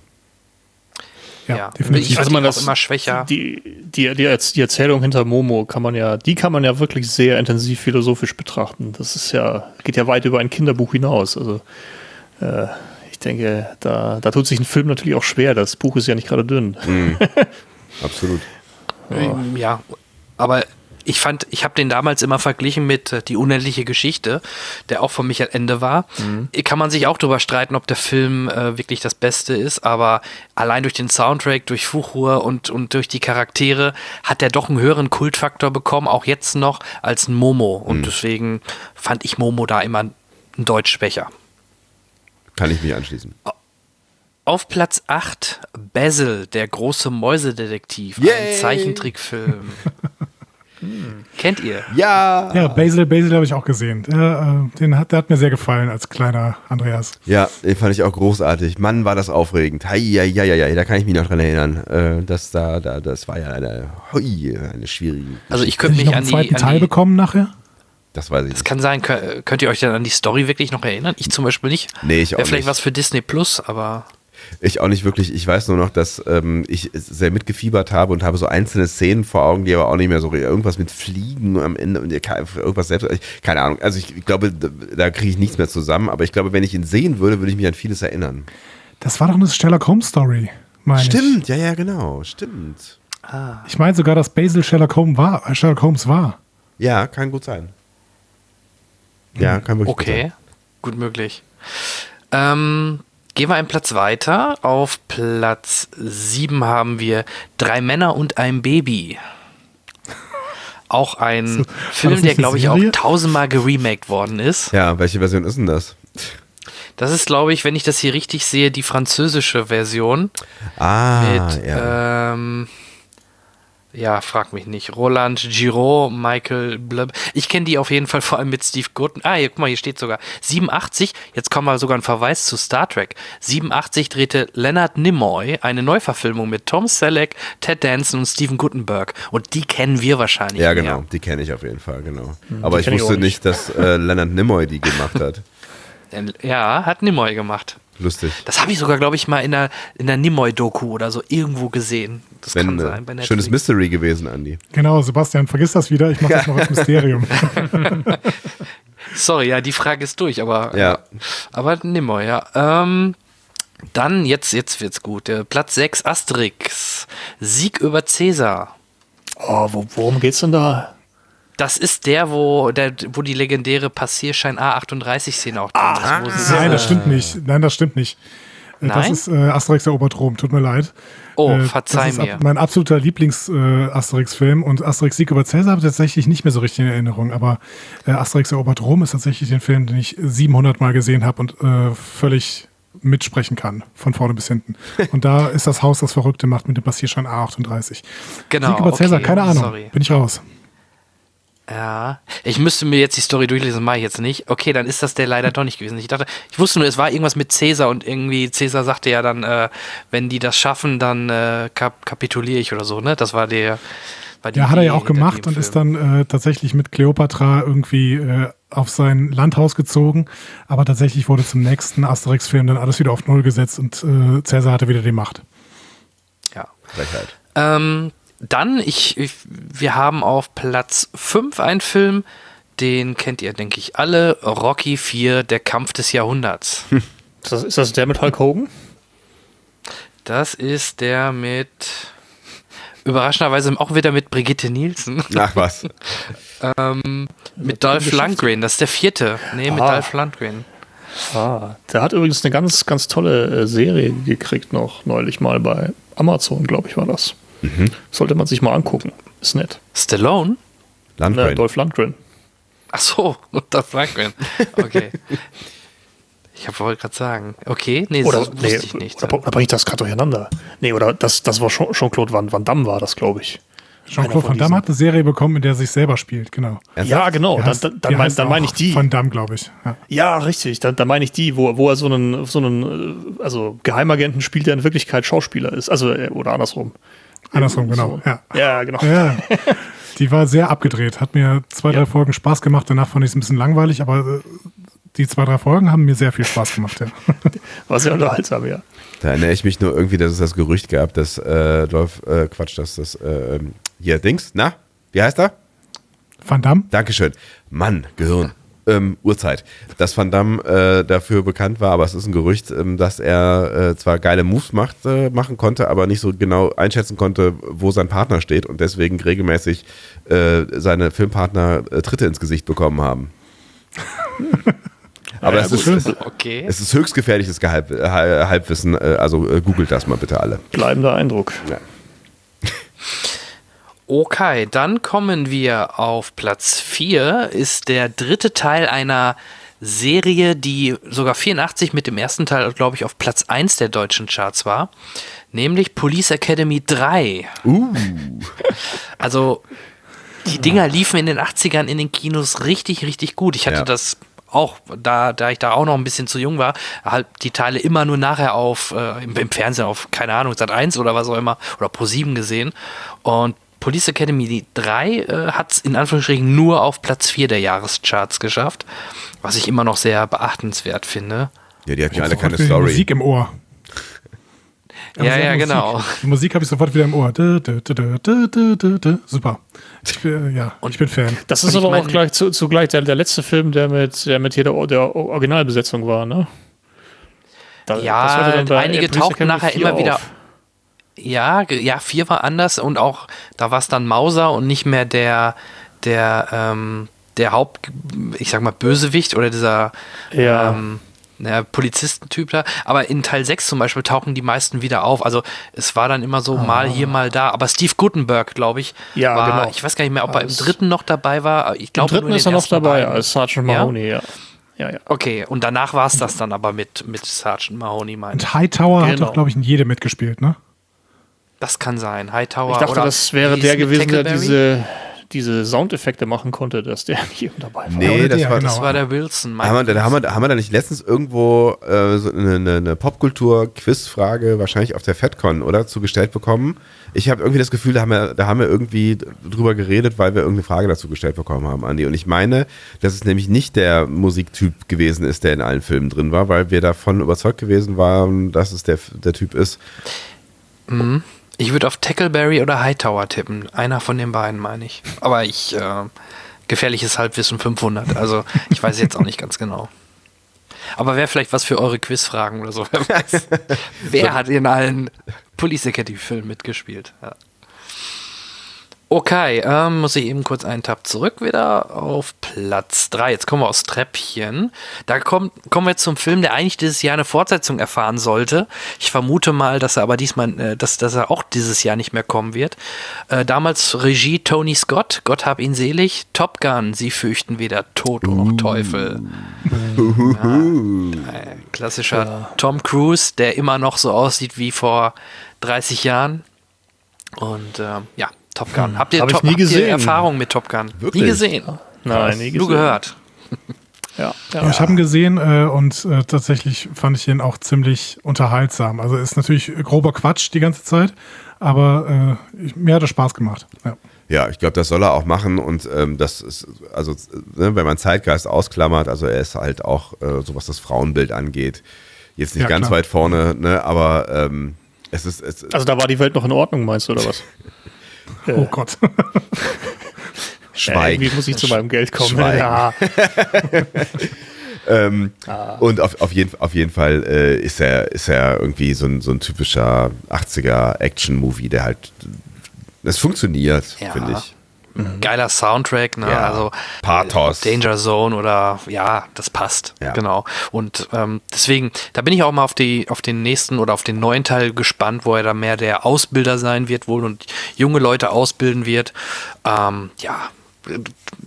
Ja, definitiv. also man das immer schwächer. Die Erzählung hinter Momo kann man ja wirklich sehr intensiv philosophisch betrachten. Das ist geht ja weit über ein Kinderbuch hinaus. Also ich denke, da tut sich ein Film natürlich auch schwer. Das Buch ist ja nicht gerade dünn. Absolut. Ja, aber ich habe den damals immer verglichen mit Die unendliche Geschichte, der auch von Michael Ende war. Kann man sich auch drüber streiten, ob der Film wirklich das Beste ist, aber allein durch den Soundtrack, durch Fuchur und durch die Charaktere hat er doch einen höheren Kultfaktor bekommen, auch jetzt noch, als ein Momo. Und deswegen fand ich Momo da immer ein Deut schwächer. Kann ich mich anschließen. Auf Platz 8 Basil, der große Mäusedetektiv, ein Zeichentrickfilm. Kennt ihr? Ja! Ja, Basil habe ich auch gesehen. Der hat mir sehr gefallen als kleiner Andreas. Ja, den fand ich auch großartig. Mann, war das aufregend. Da kann ich mich noch dran erinnern. Das war ja eine schwierige Geschichte. Also ich könnte mich noch einen zweiten Teil bekommen nachher? Das weiß ich Das nicht. kann sein. Könnt ihr euch dann an die Story wirklich noch erinnern? Ich zum Beispiel nicht. Nee, ich auch Wäre vielleicht nicht. was für Disney Plus, aber... Ich auch nicht wirklich. Ich weiß nur noch, dass ich sehr mitgefiebert habe und habe so einzelne Szenen vor Augen, die aber auch nicht mehr so irgendwas mit Fliegen am Ende und irgendwas selbst. Keine Ahnung. Also ich glaube, da kriege ich nichts mehr zusammen. Aber ich glaube, wenn ich ihn sehen würde ich mich an vieles erinnern. Das war doch eine Sherlock Holmes Story, meine ich. Stimmt, ja, genau. Stimmt. Ich meine sogar, dass Basil Sherlock Holmes war. Ja, kann gut sein. Ja, kann wirklich gut sein. Okay, gut möglich. Gehen wir einen Platz weiter. Auf Platz 7 haben wir 3 Männer und ein Baby. Auch ein Film, der, glaube ich, auch 1000-mal geremaked worden ist. Ja, welche Version ist denn das? Das ist, glaube ich, wenn ich das hier richtig sehe, die französische Version. Ja, frag mich nicht. Roland Giraud, Michael Blub. Ich kenne die auf jeden Fall vor allem mit Steve Gutton. Hier, guck mal, hier steht sogar 87, jetzt kommen wir sogar ein Verweis zu Star Trek. 87 drehte Leonard Nimoy eine Neuverfilmung mit Tom Selleck, Ted Danson und Steven Guttenberg. Und die kennen wir wahrscheinlich. Ja, genau, die kenne ich auf jeden Fall, genau. Aber ich wusste nicht, dass Leonard Nimoy die gemacht hat. Ja, hat Nimoy gemacht. Lustig. Das habe ich sogar, glaube ich, mal in der Nimoy-Doku oder so irgendwo gesehen. Das kann sein. Bei Netflix. Schönes Mystery gewesen, Andi. Genau, Sebastian, vergiss das wieder. Ich mache das noch als Mysterium. Sorry, ja, die Frage ist durch, aber, ja. Aber Nimoy, ja. Dann, jetzt wird's gut. Platz 6, Asterix. Sieg über Cäsar. Oh, worum geht's denn da? Das ist wo die legendäre Passierschein A38-Szene auch drin ist. Nein, das stimmt nicht. Das ist Asterix erobert Rom, tut mir leid. Oh, verzeih mir. Das ist mein absoluter Lieblings-Asterix-Film und Asterix Sieg über Cäsar habe ich tatsächlich nicht mehr so richtig in Erinnerung, aber Asterix erobert Rom ist tatsächlich den Film, den ich 700 Mal gesehen habe und völlig mitsprechen kann, von vorne bis hinten. Und da ist das Haus, das Verrückte macht mit dem Passierschein A38. Genau, Sieg über Cäsar, keine Ahnung, sorry. bin ich raus. Ja, ich müsste mir jetzt die Story durchlesen, mache ich jetzt nicht. Okay, dann ist das der leider doch nicht gewesen. Ich wusste nur, es war irgendwas mit Cäsar und irgendwie Cäsar sagte ja dann, wenn die das schaffen, dann kapituliere ich oder so, ne? Das war der... Ja, hat er ja auch gemacht und ist dann tatsächlich mit Kleopatra irgendwie auf sein Landhaus gezogen, aber tatsächlich wurde zum nächsten Asterix-Film dann alles wieder auf Null gesetzt und Cäsar hatte wieder die Macht. Ja. Frechheit. Dann, wir haben auf Platz 5 einen Film, den kennt ihr, denke ich, alle. Rocky IV, der Kampf des Jahrhunderts. Ist das der mit Hulk Hogan? Das ist der mit, überraschenderweise auch wieder mit Brigitte Nielsen. Ach was. Mit Dolph Lundgren, das ist der 4. Nee, mit Dolph Lundgren. Der hat übrigens eine ganz, ganz tolle Serie gekriegt noch neulich mal bei Amazon, glaube ich, war das. Sollte man sich mal angucken. Ist nett. Stallone? Dolph Lundgren. Ach so, Dolph Lundgren. Okay. Ich wollte gerade sagen. Okay, wusste ich nicht. Da bringe ich das gerade durcheinander. Nee, oder das war Jean-Claude Van Damme war das, glaube ich. Jean-Claude Van Damme hat eine Serie bekommen, in der er sich selber spielt, genau. Ja, genau. Dann meine ich die. Van Damme, glaube ich. Ja, richtig. Dann meine ich die, wo er so einen also Geheimagenten spielt, der in Wirklichkeit Schauspieler ist. Also, oder andersrum. Andersrum, genau. So. Ja, genau. Ja. Die war sehr abgedreht. Hat mir 2-3 Folgen Spaß gemacht. Danach fand ich es ein bisschen langweilig, aber die 2-3 Folgen haben mir sehr viel Spaß gemacht, ja. War sehr unterhaltsam, ja. Da erinnere ich mich nur irgendwie, dass es das Gerücht gab, dass hier Dings, na, wie heißt er? Van Damme? Dankeschön. Mann, Gehirn. Uhrzeit. Dass Van Damme dafür bekannt war, aber es ist ein Gerücht, dass er zwar geile Moves machen konnte, aber nicht so genau einschätzen konnte, wo sein Partner steht und deswegen regelmäßig seine Filmpartner Tritte ins Gesicht bekommen haben. Aber ja, es ist höchst gefährliches Halbwissen, also googelt das mal bitte alle. Bleibender Eindruck. Ja. Okay, dann kommen wir auf Platz 4, ist der dritte Teil einer Serie, die sogar 84 mit dem ersten Teil, glaube ich, auf Platz 1 der deutschen Charts war, nämlich Police Academy 3. Also die Dinger liefen in den 80ern in den Kinos richtig, richtig gut. Ich hatte das auch, da ich da auch noch ein bisschen zu jung war, halt die Teile immer nur nachher im Fernsehen auf, keine Ahnung, Sat.1 oder was auch immer, oder Pro7 gesehen. Und Police Academy 3 hat es in Anführungsstrichen nur auf Platz 4 der Jahrescharts geschafft, was ich immer noch sehr beachtenswert finde. Ja, die hatten ja alle keine Die Story. Musik im Ohr. Ja, genau. Die Musik habe ich sofort wieder im Ohr. Super. Ich bin Fan. Das ist aber auch gleich zugleich der letzte Film, der mit hier der Originalbesetzung war, ne? Einige tauchten nachher immer wieder auf. Ja, 4 war anders und auch, da war es dann Mauser und nicht mehr der Haupt, ich sag mal, Bösewicht oder dieser Polizistentyp da. Aber in Teil 6 zum Beispiel tauchen die meisten wieder auf. Also es war dann immer so mal hier, mal da. Aber Steve Guttenberg, glaube ich, war, genau. Ich weiß gar nicht mehr, ob er im dritten noch dabei war. Ich glaube, im dritten ist er noch dabei, als Sergeant Mahoney, ja. Okay, und danach war es das dann aber mit Sergeant Mahoney, meine ich. Und Hightower hat doch, glaube ich, in jedem mitgespielt, ne? Das kann sein. Hightower. Ich dachte, das wäre der gewesen, der diese Soundeffekte machen konnte, dass der hier dabei war. Nee, das war der Wilson. Haben wir da nicht letztens irgendwo so eine Popkultur-Quizfrage wahrscheinlich auf der FedCon, oder? Zugestellt bekommen? Ich habe irgendwie das Gefühl, da haben wir irgendwie drüber geredet, weil wir irgendeine Frage dazu gestellt bekommen haben, Andi. Und ich meine, dass es nämlich nicht der Musiktyp gewesen ist, der in allen Filmen drin war, weil wir davon überzeugt gewesen waren, dass es der Typ ist. Mhm. Ich würde auf Tackleberry oder Hightower tippen. Einer von den beiden, meine ich. Aber gefährliches Halbwissen 500. Also ich weiß jetzt auch nicht ganz genau. Aber wäre vielleicht was für eure Quizfragen oder so. Wer weiß. Wer hat in allen Police Academy-Filmen mitgespielt? Ja. Okay, muss ich eben kurz einen Tab zurück wieder auf Platz 3. Jetzt kommen wir aufs Treppchen. Da kommen wir jetzt zum Film, der eigentlich dieses Jahr eine Fortsetzung erfahren sollte. Ich vermute mal, dass er aber diesmal, dass er auch dieses Jahr nicht mehr kommen wird. Damals Regie Tony Scott, Gott hab ihn selig. Top Gun, sie fürchten weder Tod noch Teufel. Klassischer Tom Cruise, der immer noch so aussieht wie vor 30 Jahren. Und Top Gun. Habt ihr Erfahrung mit Top Gun? Wirklich? Nie gesehen? Nein, nie gesehen. Nur gehört. Ja, ich habe ihn gesehen und tatsächlich fand ich ihn auch ziemlich unterhaltsam. Also ist natürlich grober Quatsch die ganze Zeit, aber mir hat er Spaß gemacht. Ja, ich glaube, das soll er auch machen und das ist, also wenn man Zeitgeist ausklammert, also er ist halt auch, so was das Frauenbild angeht, jetzt nicht ganz weit vorne, ne, aber es ist... Also da war die Welt noch in Ordnung, meinst du, oder was? Oh Gott. Schweig. Wie muss ich zu meinem Geld kommen? Ja. Und auf jeden Fall ist er irgendwie so ein typischer 80er Action-Movie, der halt, das funktioniert, finde ich. Geiler Soundtrack, ne? Ja. Also Pathos. Danger Zone oder das passt. Ja. Genau. Und deswegen, da bin ich auch mal auf den nächsten oder auf den neuen Teil gespannt, wo er da mehr der Ausbilder sein wird wohl und junge Leute ausbilden wird.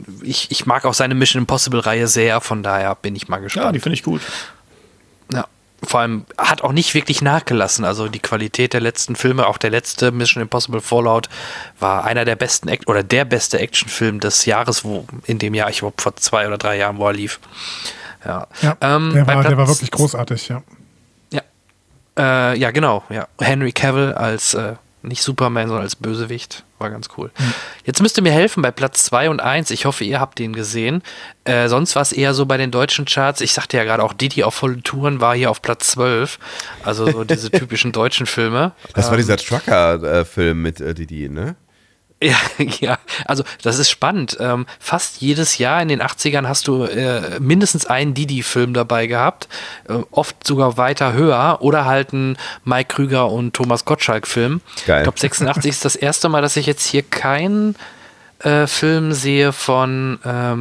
Ich mag auch seine Mission Impossible Reihe sehr, von daher bin ich mal gespannt. Ja, die finde ich gut. Ja. vor allem hat auch nicht wirklich nachgelassen. Also die Qualität der letzten Filme, auch der letzte Mission Impossible Fallout war einer der besten oder der beste Actionfilm des Jahres, in dem Jahr, ich glaube vor 2 oder 3 Jahren, wo er lief. Ja, der war wirklich großartig, ja. Ja, genau. Ja. Henry Cavill als nicht Superman, sondern als Bösewicht. War ganz cool. Jetzt müsst ihr mir helfen bei Platz 2 und 1. Ich hoffe, ihr habt den gesehen. Sonst war es eher so bei den deutschen Charts. Ich sagte ja gerade auch, Didi auf vollen Touren war hier auf Platz 12. Also so diese typischen deutschen Filme. Das war dieser Trucker-Film mit Didi, ne? Ja, also das ist spannend. Fast jedes Jahr in den 80ern hast du mindestens einen Didi-Film dabei gehabt, oft sogar weiter höher oder halt einen Mike Krüger und Thomas Gottschalk-Film. Geil. Ich glaube, 86 ist das erste Mal, dass ich jetzt hier keinen Film sehe von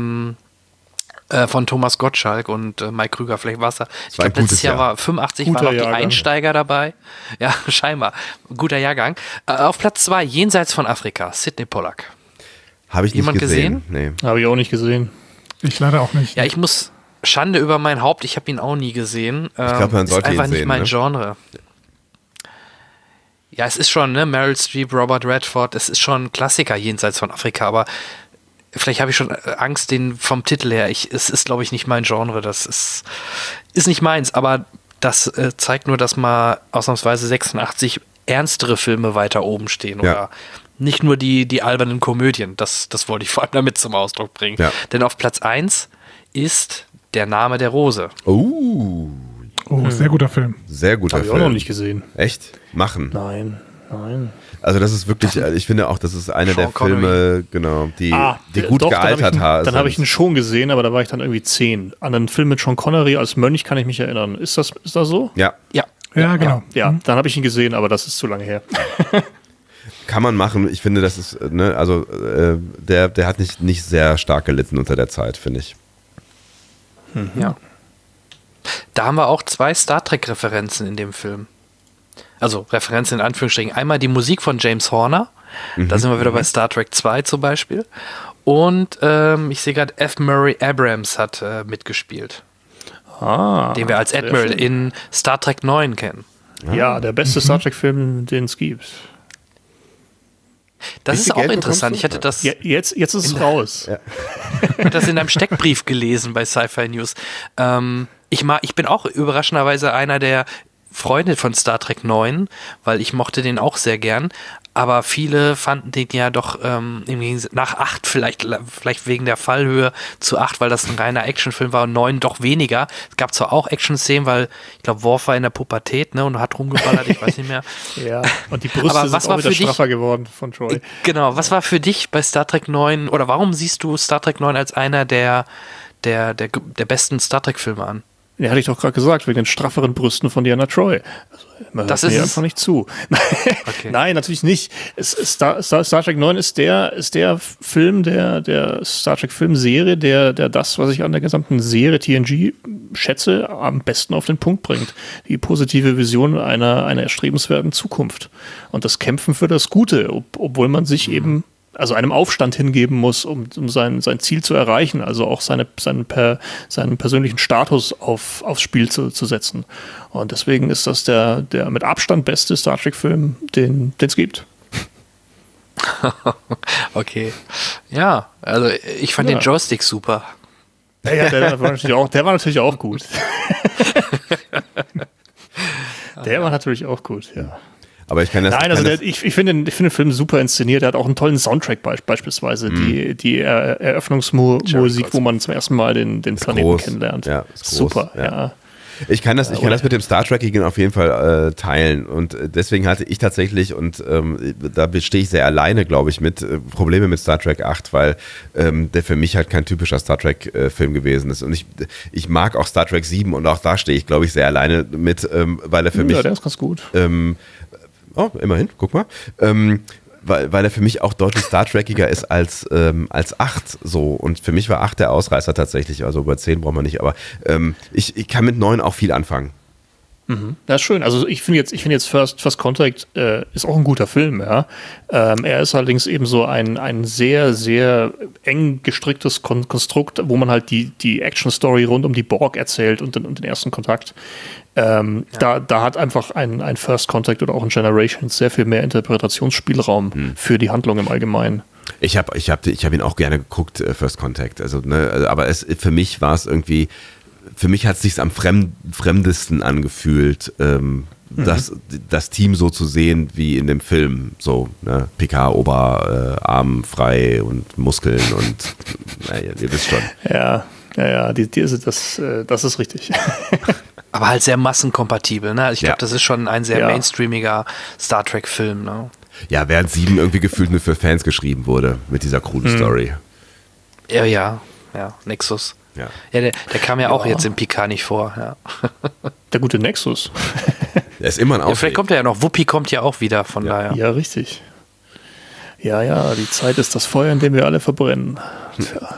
Thomas Gottschalk und Mike Krüger. Vielleicht war es da. Ich glaube, letztes Jahr war 85, waren noch die Einsteiger dabei. Ja, scheinbar. Guter Jahrgang. Auf Platz 2, Jenseits von Afrika, Sidney Pollack. Habe ich nicht gesehen? Nee. Habe ich auch nicht gesehen. Ich leider auch nicht. Ja, ich muss, Schande über mein Haupt, ich habe ihn auch nie gesehen. Ich glaube, man sollte ihn sehen. Ist einfach nicht mein Genre. Ja, es ist schon, ne, Meryl Streep, Robert Redford, es ist schon ein Klassiker, Jenseits von Afrika, aber vielleicht habe ich schon Angst vom Titel her. Es ist, glaube ich, nicht mein Genre. Das ist nicht meins, aber das zeigt nur, dass mal ausnahmsweise 86 ernstere Filme weiter oben stehen. Ja. Oder nicht nur die albernen Komödien. Das wollte ich vor allem damit zum Ausdruck bringen. Ja. Denn auf Platz 1 ist Der Name der Rose. Oh, sehr guter Film. Sehr guter Film. Habe ich auch noch nicht gesehen. Echt? Machen. Nein. Also das ist wirklich, ich finde auch, das ist einer der Filme, genau, die gut gealtert haben. Dann habe ich ihn schon gesehen, aber da war ich dann irgendwie 10. An einen Film mit Sean Connery als Mönch kann ich mich erinnern. Ist das so? Ja. Ja, genau. Ja, dann habe ich ihn gesehen, aber das ist zu lange her. Kann man machen. Ich finde, das ist, ne, also der hat nicht sehr stark gelitten unter der Zeit, finde ich. Ja. Da haben wir auch 2 Star Trek-Referenzen in dem Film. Also Referenzen in Anführungsstrichen. Einmal die Musik von James Horner. Da sind wir wieder bei Star Trek 2 zum Beispiel. Und ich sehe gerade, F. Murray Abrams hat mitgespielt. Den wir als Admiral in Star Trek 9 kennen. Ja, der beste Star Trek-Film, den es gibt. Das ist auch interessant. Ich hatte das. Jetzt ist es raus. Ja. Ich habe das in einem Steckbrief gelesen bei Sci-Fi News. Ich bin auch überraschenderweise einer der Freunde von Star Trek 9, weil ich mochte den auch sehr gern. Aber viele fanden den ja doch nach 8 vielleicht wegen der Fallhöhe zu 8, weil das ein reiner Actionfilm war und 9 doch weniger. Es gab zwar auch Action-Szenen, weil ich glaube, Worf war in der Pubertät, ne, und hat rumgeballert, ich weiß nicht mehr. Ja, und die Brüste sind auch wieder straffer geworden von Troy. Genau, was war für dich bei Star Trek 9, oder warum siehst du Star Trek 9 als einer der besten Star Trek-Filme an? Ja, hatte ich doch gerade gesagt, wegen den strafferen Brüsten von Diana Troy. Also, man hört mir einfach nicht zu. Okay. Nein, natürlich nicht. Star Trek 9 ist der Film der Star Trek Filmserie, der das, was ich an der gesamten Serie TNG schätze, am besten auf den Punkt bringt. Die positive Vision einer erstrebenswerten Zukunft. Und das Kämpfen für das Gute, obwohl man sich eben einem Aufstand hingeben muss, um sein Ziel zu erreichen, also auch seinen persönlichen Status aufs Spiel zu setzen. Und deswegen ist das der mit Abstand beste Star Trek-Film, den es gibt. Okay. Ja, also ich fand den Joystick super. Ja, der war natürlich auch gut. Der war natürlich auch gut, ja. Aber ich kann das. Nein, also ich finde den Film super inszeniert. Er hat auch einen tollen Soundtrack beispielsweise. Die Eröffnungsmusik, wo man zum ersten Mal den Planeten kennenlernt. Ja, ist groß. Super, ja. Ich kann das mit dem Star Trek auf jeden Fall teilen. Und deswegen hatte ich tatsächlich, und da stehe ich sehr alleine, glaube ich, mit Probleme mit Star Trek 8, weil der für mich halt kein typischer Star Trek-Film gewesen ist. Und ich mag auch Star Trek 7 und auch da stehe ich, glaube ich, sehr alleine mit, weil er für mich. Ja, der ist ganz gut. Oh, immerhin, guck mal. Weil er für mich auch deutlich Star Trekiger ist als 8 so. Und für mich war 8 der Ausreißer tatsächlich. Also über 10 braucht man nicht, aber ich kann mit 9 auch viel anfangen. Ja, schön. Also ich finde jetzt First Contact ist auch ein guter Film, ja. Er ist allerdings eben so ein sehr, sehr eng gestricktes Konstrukt, wo man halt die Action-Story rund um die Borg erzählt und den ersten Kontakt. Da hat einfach ein First Contact oder auch ein Generations sehr viel mehr Interpretationsspielraum für die Handlung im Allgemeinen. Ich hab ihn auch gerne geguckt, First Contact. Also, ne, aber für mich war es irgendwie, für mich hat es sich am fremdesten angefühlt, das Team so zu sehen wie in dem Film. So, ne? Picard, Oberarm frei und Muskeln und naja, ihr wisst schon. Ja, das ist richtig. Aber halt sehr massenkompatibel, ne? Ich glaube, das ist schon ein sehr mainstreamiger Star Trek-Film, ne? Ja, während 7 irgendwie gefühlt nur für Fans geschrieben wurde mit dieser coolen Story. Ja, Nexus. Ja, der kam ja auch jetzt in Picard nicht vor. Ja. Der gute Nexus. Der ist immer ein Aufweg. Vielleicht kommt er ja noch. Whoopi kommt ja auch wieder, von daher. Ja, richtig. Ja, die Zeit ist das Feuer, in dem wir alle verbrennen. Tja.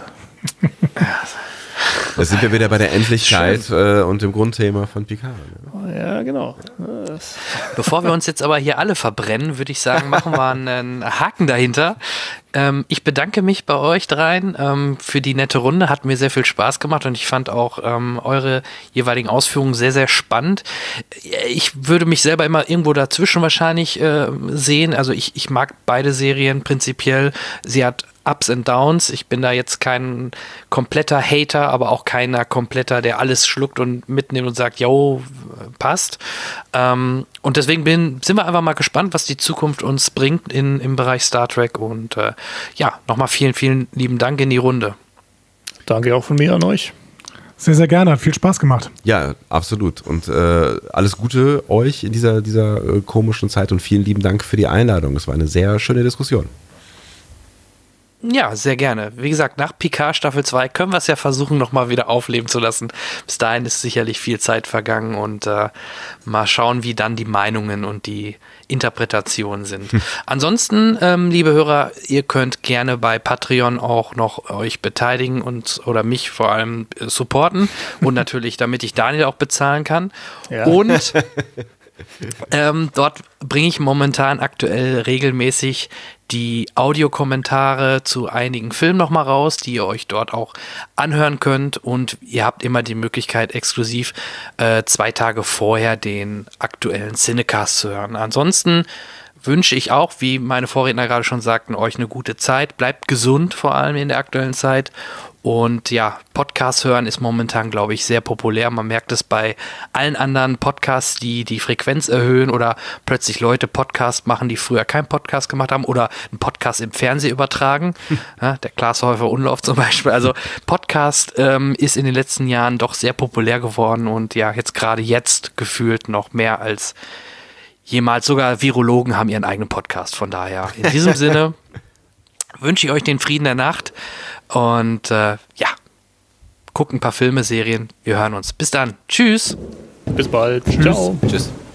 Da sind wir wieder bei der Endlichkeit und dem Grundthema von Picard. Ne? Ja, genau. Bevor wir uns jetzt aber hier alle verbrennen, würde ich sagen, machen wir einen Haken dahinter. Ich bedanke mich bei euch dreien für die nette Runde. Hat mir sehr viel Spaß gemacht und ich fand auch eure jeweiligen Ausführungen sehr, sehr spannend. Ich würde mich selber immer irgendwo dazwischen wahrscheinlich sehen. Also ich mag beide Serien prinzipiell. Sie hat Ups and Downs. Ich bin da jetzt kein kompletter Hater, aber auch keiner kompletter, der alles schluckt und mitnimmt und sagt, jo, passt. Und deswegen sind wir einfach mal gespannt, was die Zukunft uns bringt im Bereich Star Trek. Und nochmal vielen, vielen lieben Dank in die Runde. Danke auch von mir an euch. Sehr, sehr gerne. Hat viel Spaß gemacht. Ja, absolut. Und alles Gute euch in dieser komischen Zeit und vielen lieben Dank für die Einladung. Es war eine sehr schöne Diskussion. Ja, sehr gerne. Wie gesagt, nach Picard Staffel 2 können wir es ja versuchen, nochmal wieder aufleben zu lassen. Bis dahin ist sicherlich viel Zeit vergangen und mal schauen, wie dann die Meinungen und die Interpretationen sind. Ansonsten, liebe Hörer, ihr könnt gerne bei Patreon auch noch euch beteiligen oder mich vor allem supporten und natürlich, damit ich Daniel auch bezahlen kann. Ja. Und dort bringe ich momentan aktuell regelmäßig die Audiokommentare zu einigen Filmen nochmal raus, die ihr euch dort auch anhören könnt und ihr habt immer die Möglichkeit, exklusiv 2 Tage vorher den aktuellen Cinecast zu hören. Ansonsten wünsche ich auch, wie meine Vorredner gerade schon sagten, euch eine gute Zeit. Bleibt gesund, vor allem in der aktuellen Zeit. Und ja, Podcast hören ist momentan, glaube ich, sehr populär. Man merkt es bei allen anderen Podcasts, die die Frequenz erhöhen oder plötzlich Leute Podcast machen, die früher keinen Podcast gemacht haben oder einen Podcast im Fernsehen übertragen. Ja, der Glashäufer Unlauf zum Beispiel. Also Podcast ist in den letzten Jahren doch sehr populär geworden und ja, gerade jetzt gefühlt noch mehr als jemals. Sogar Virologen haben ihren eigenen Podcast. Von daher, in diesem Sinne wünsche ich euch den Frieden der Nacht. Und guckt ein paar Filme, Serien. Wir hören uns. Bis dann. Tschüss. Bis bald. Tschüss. Ciao. Tschüss.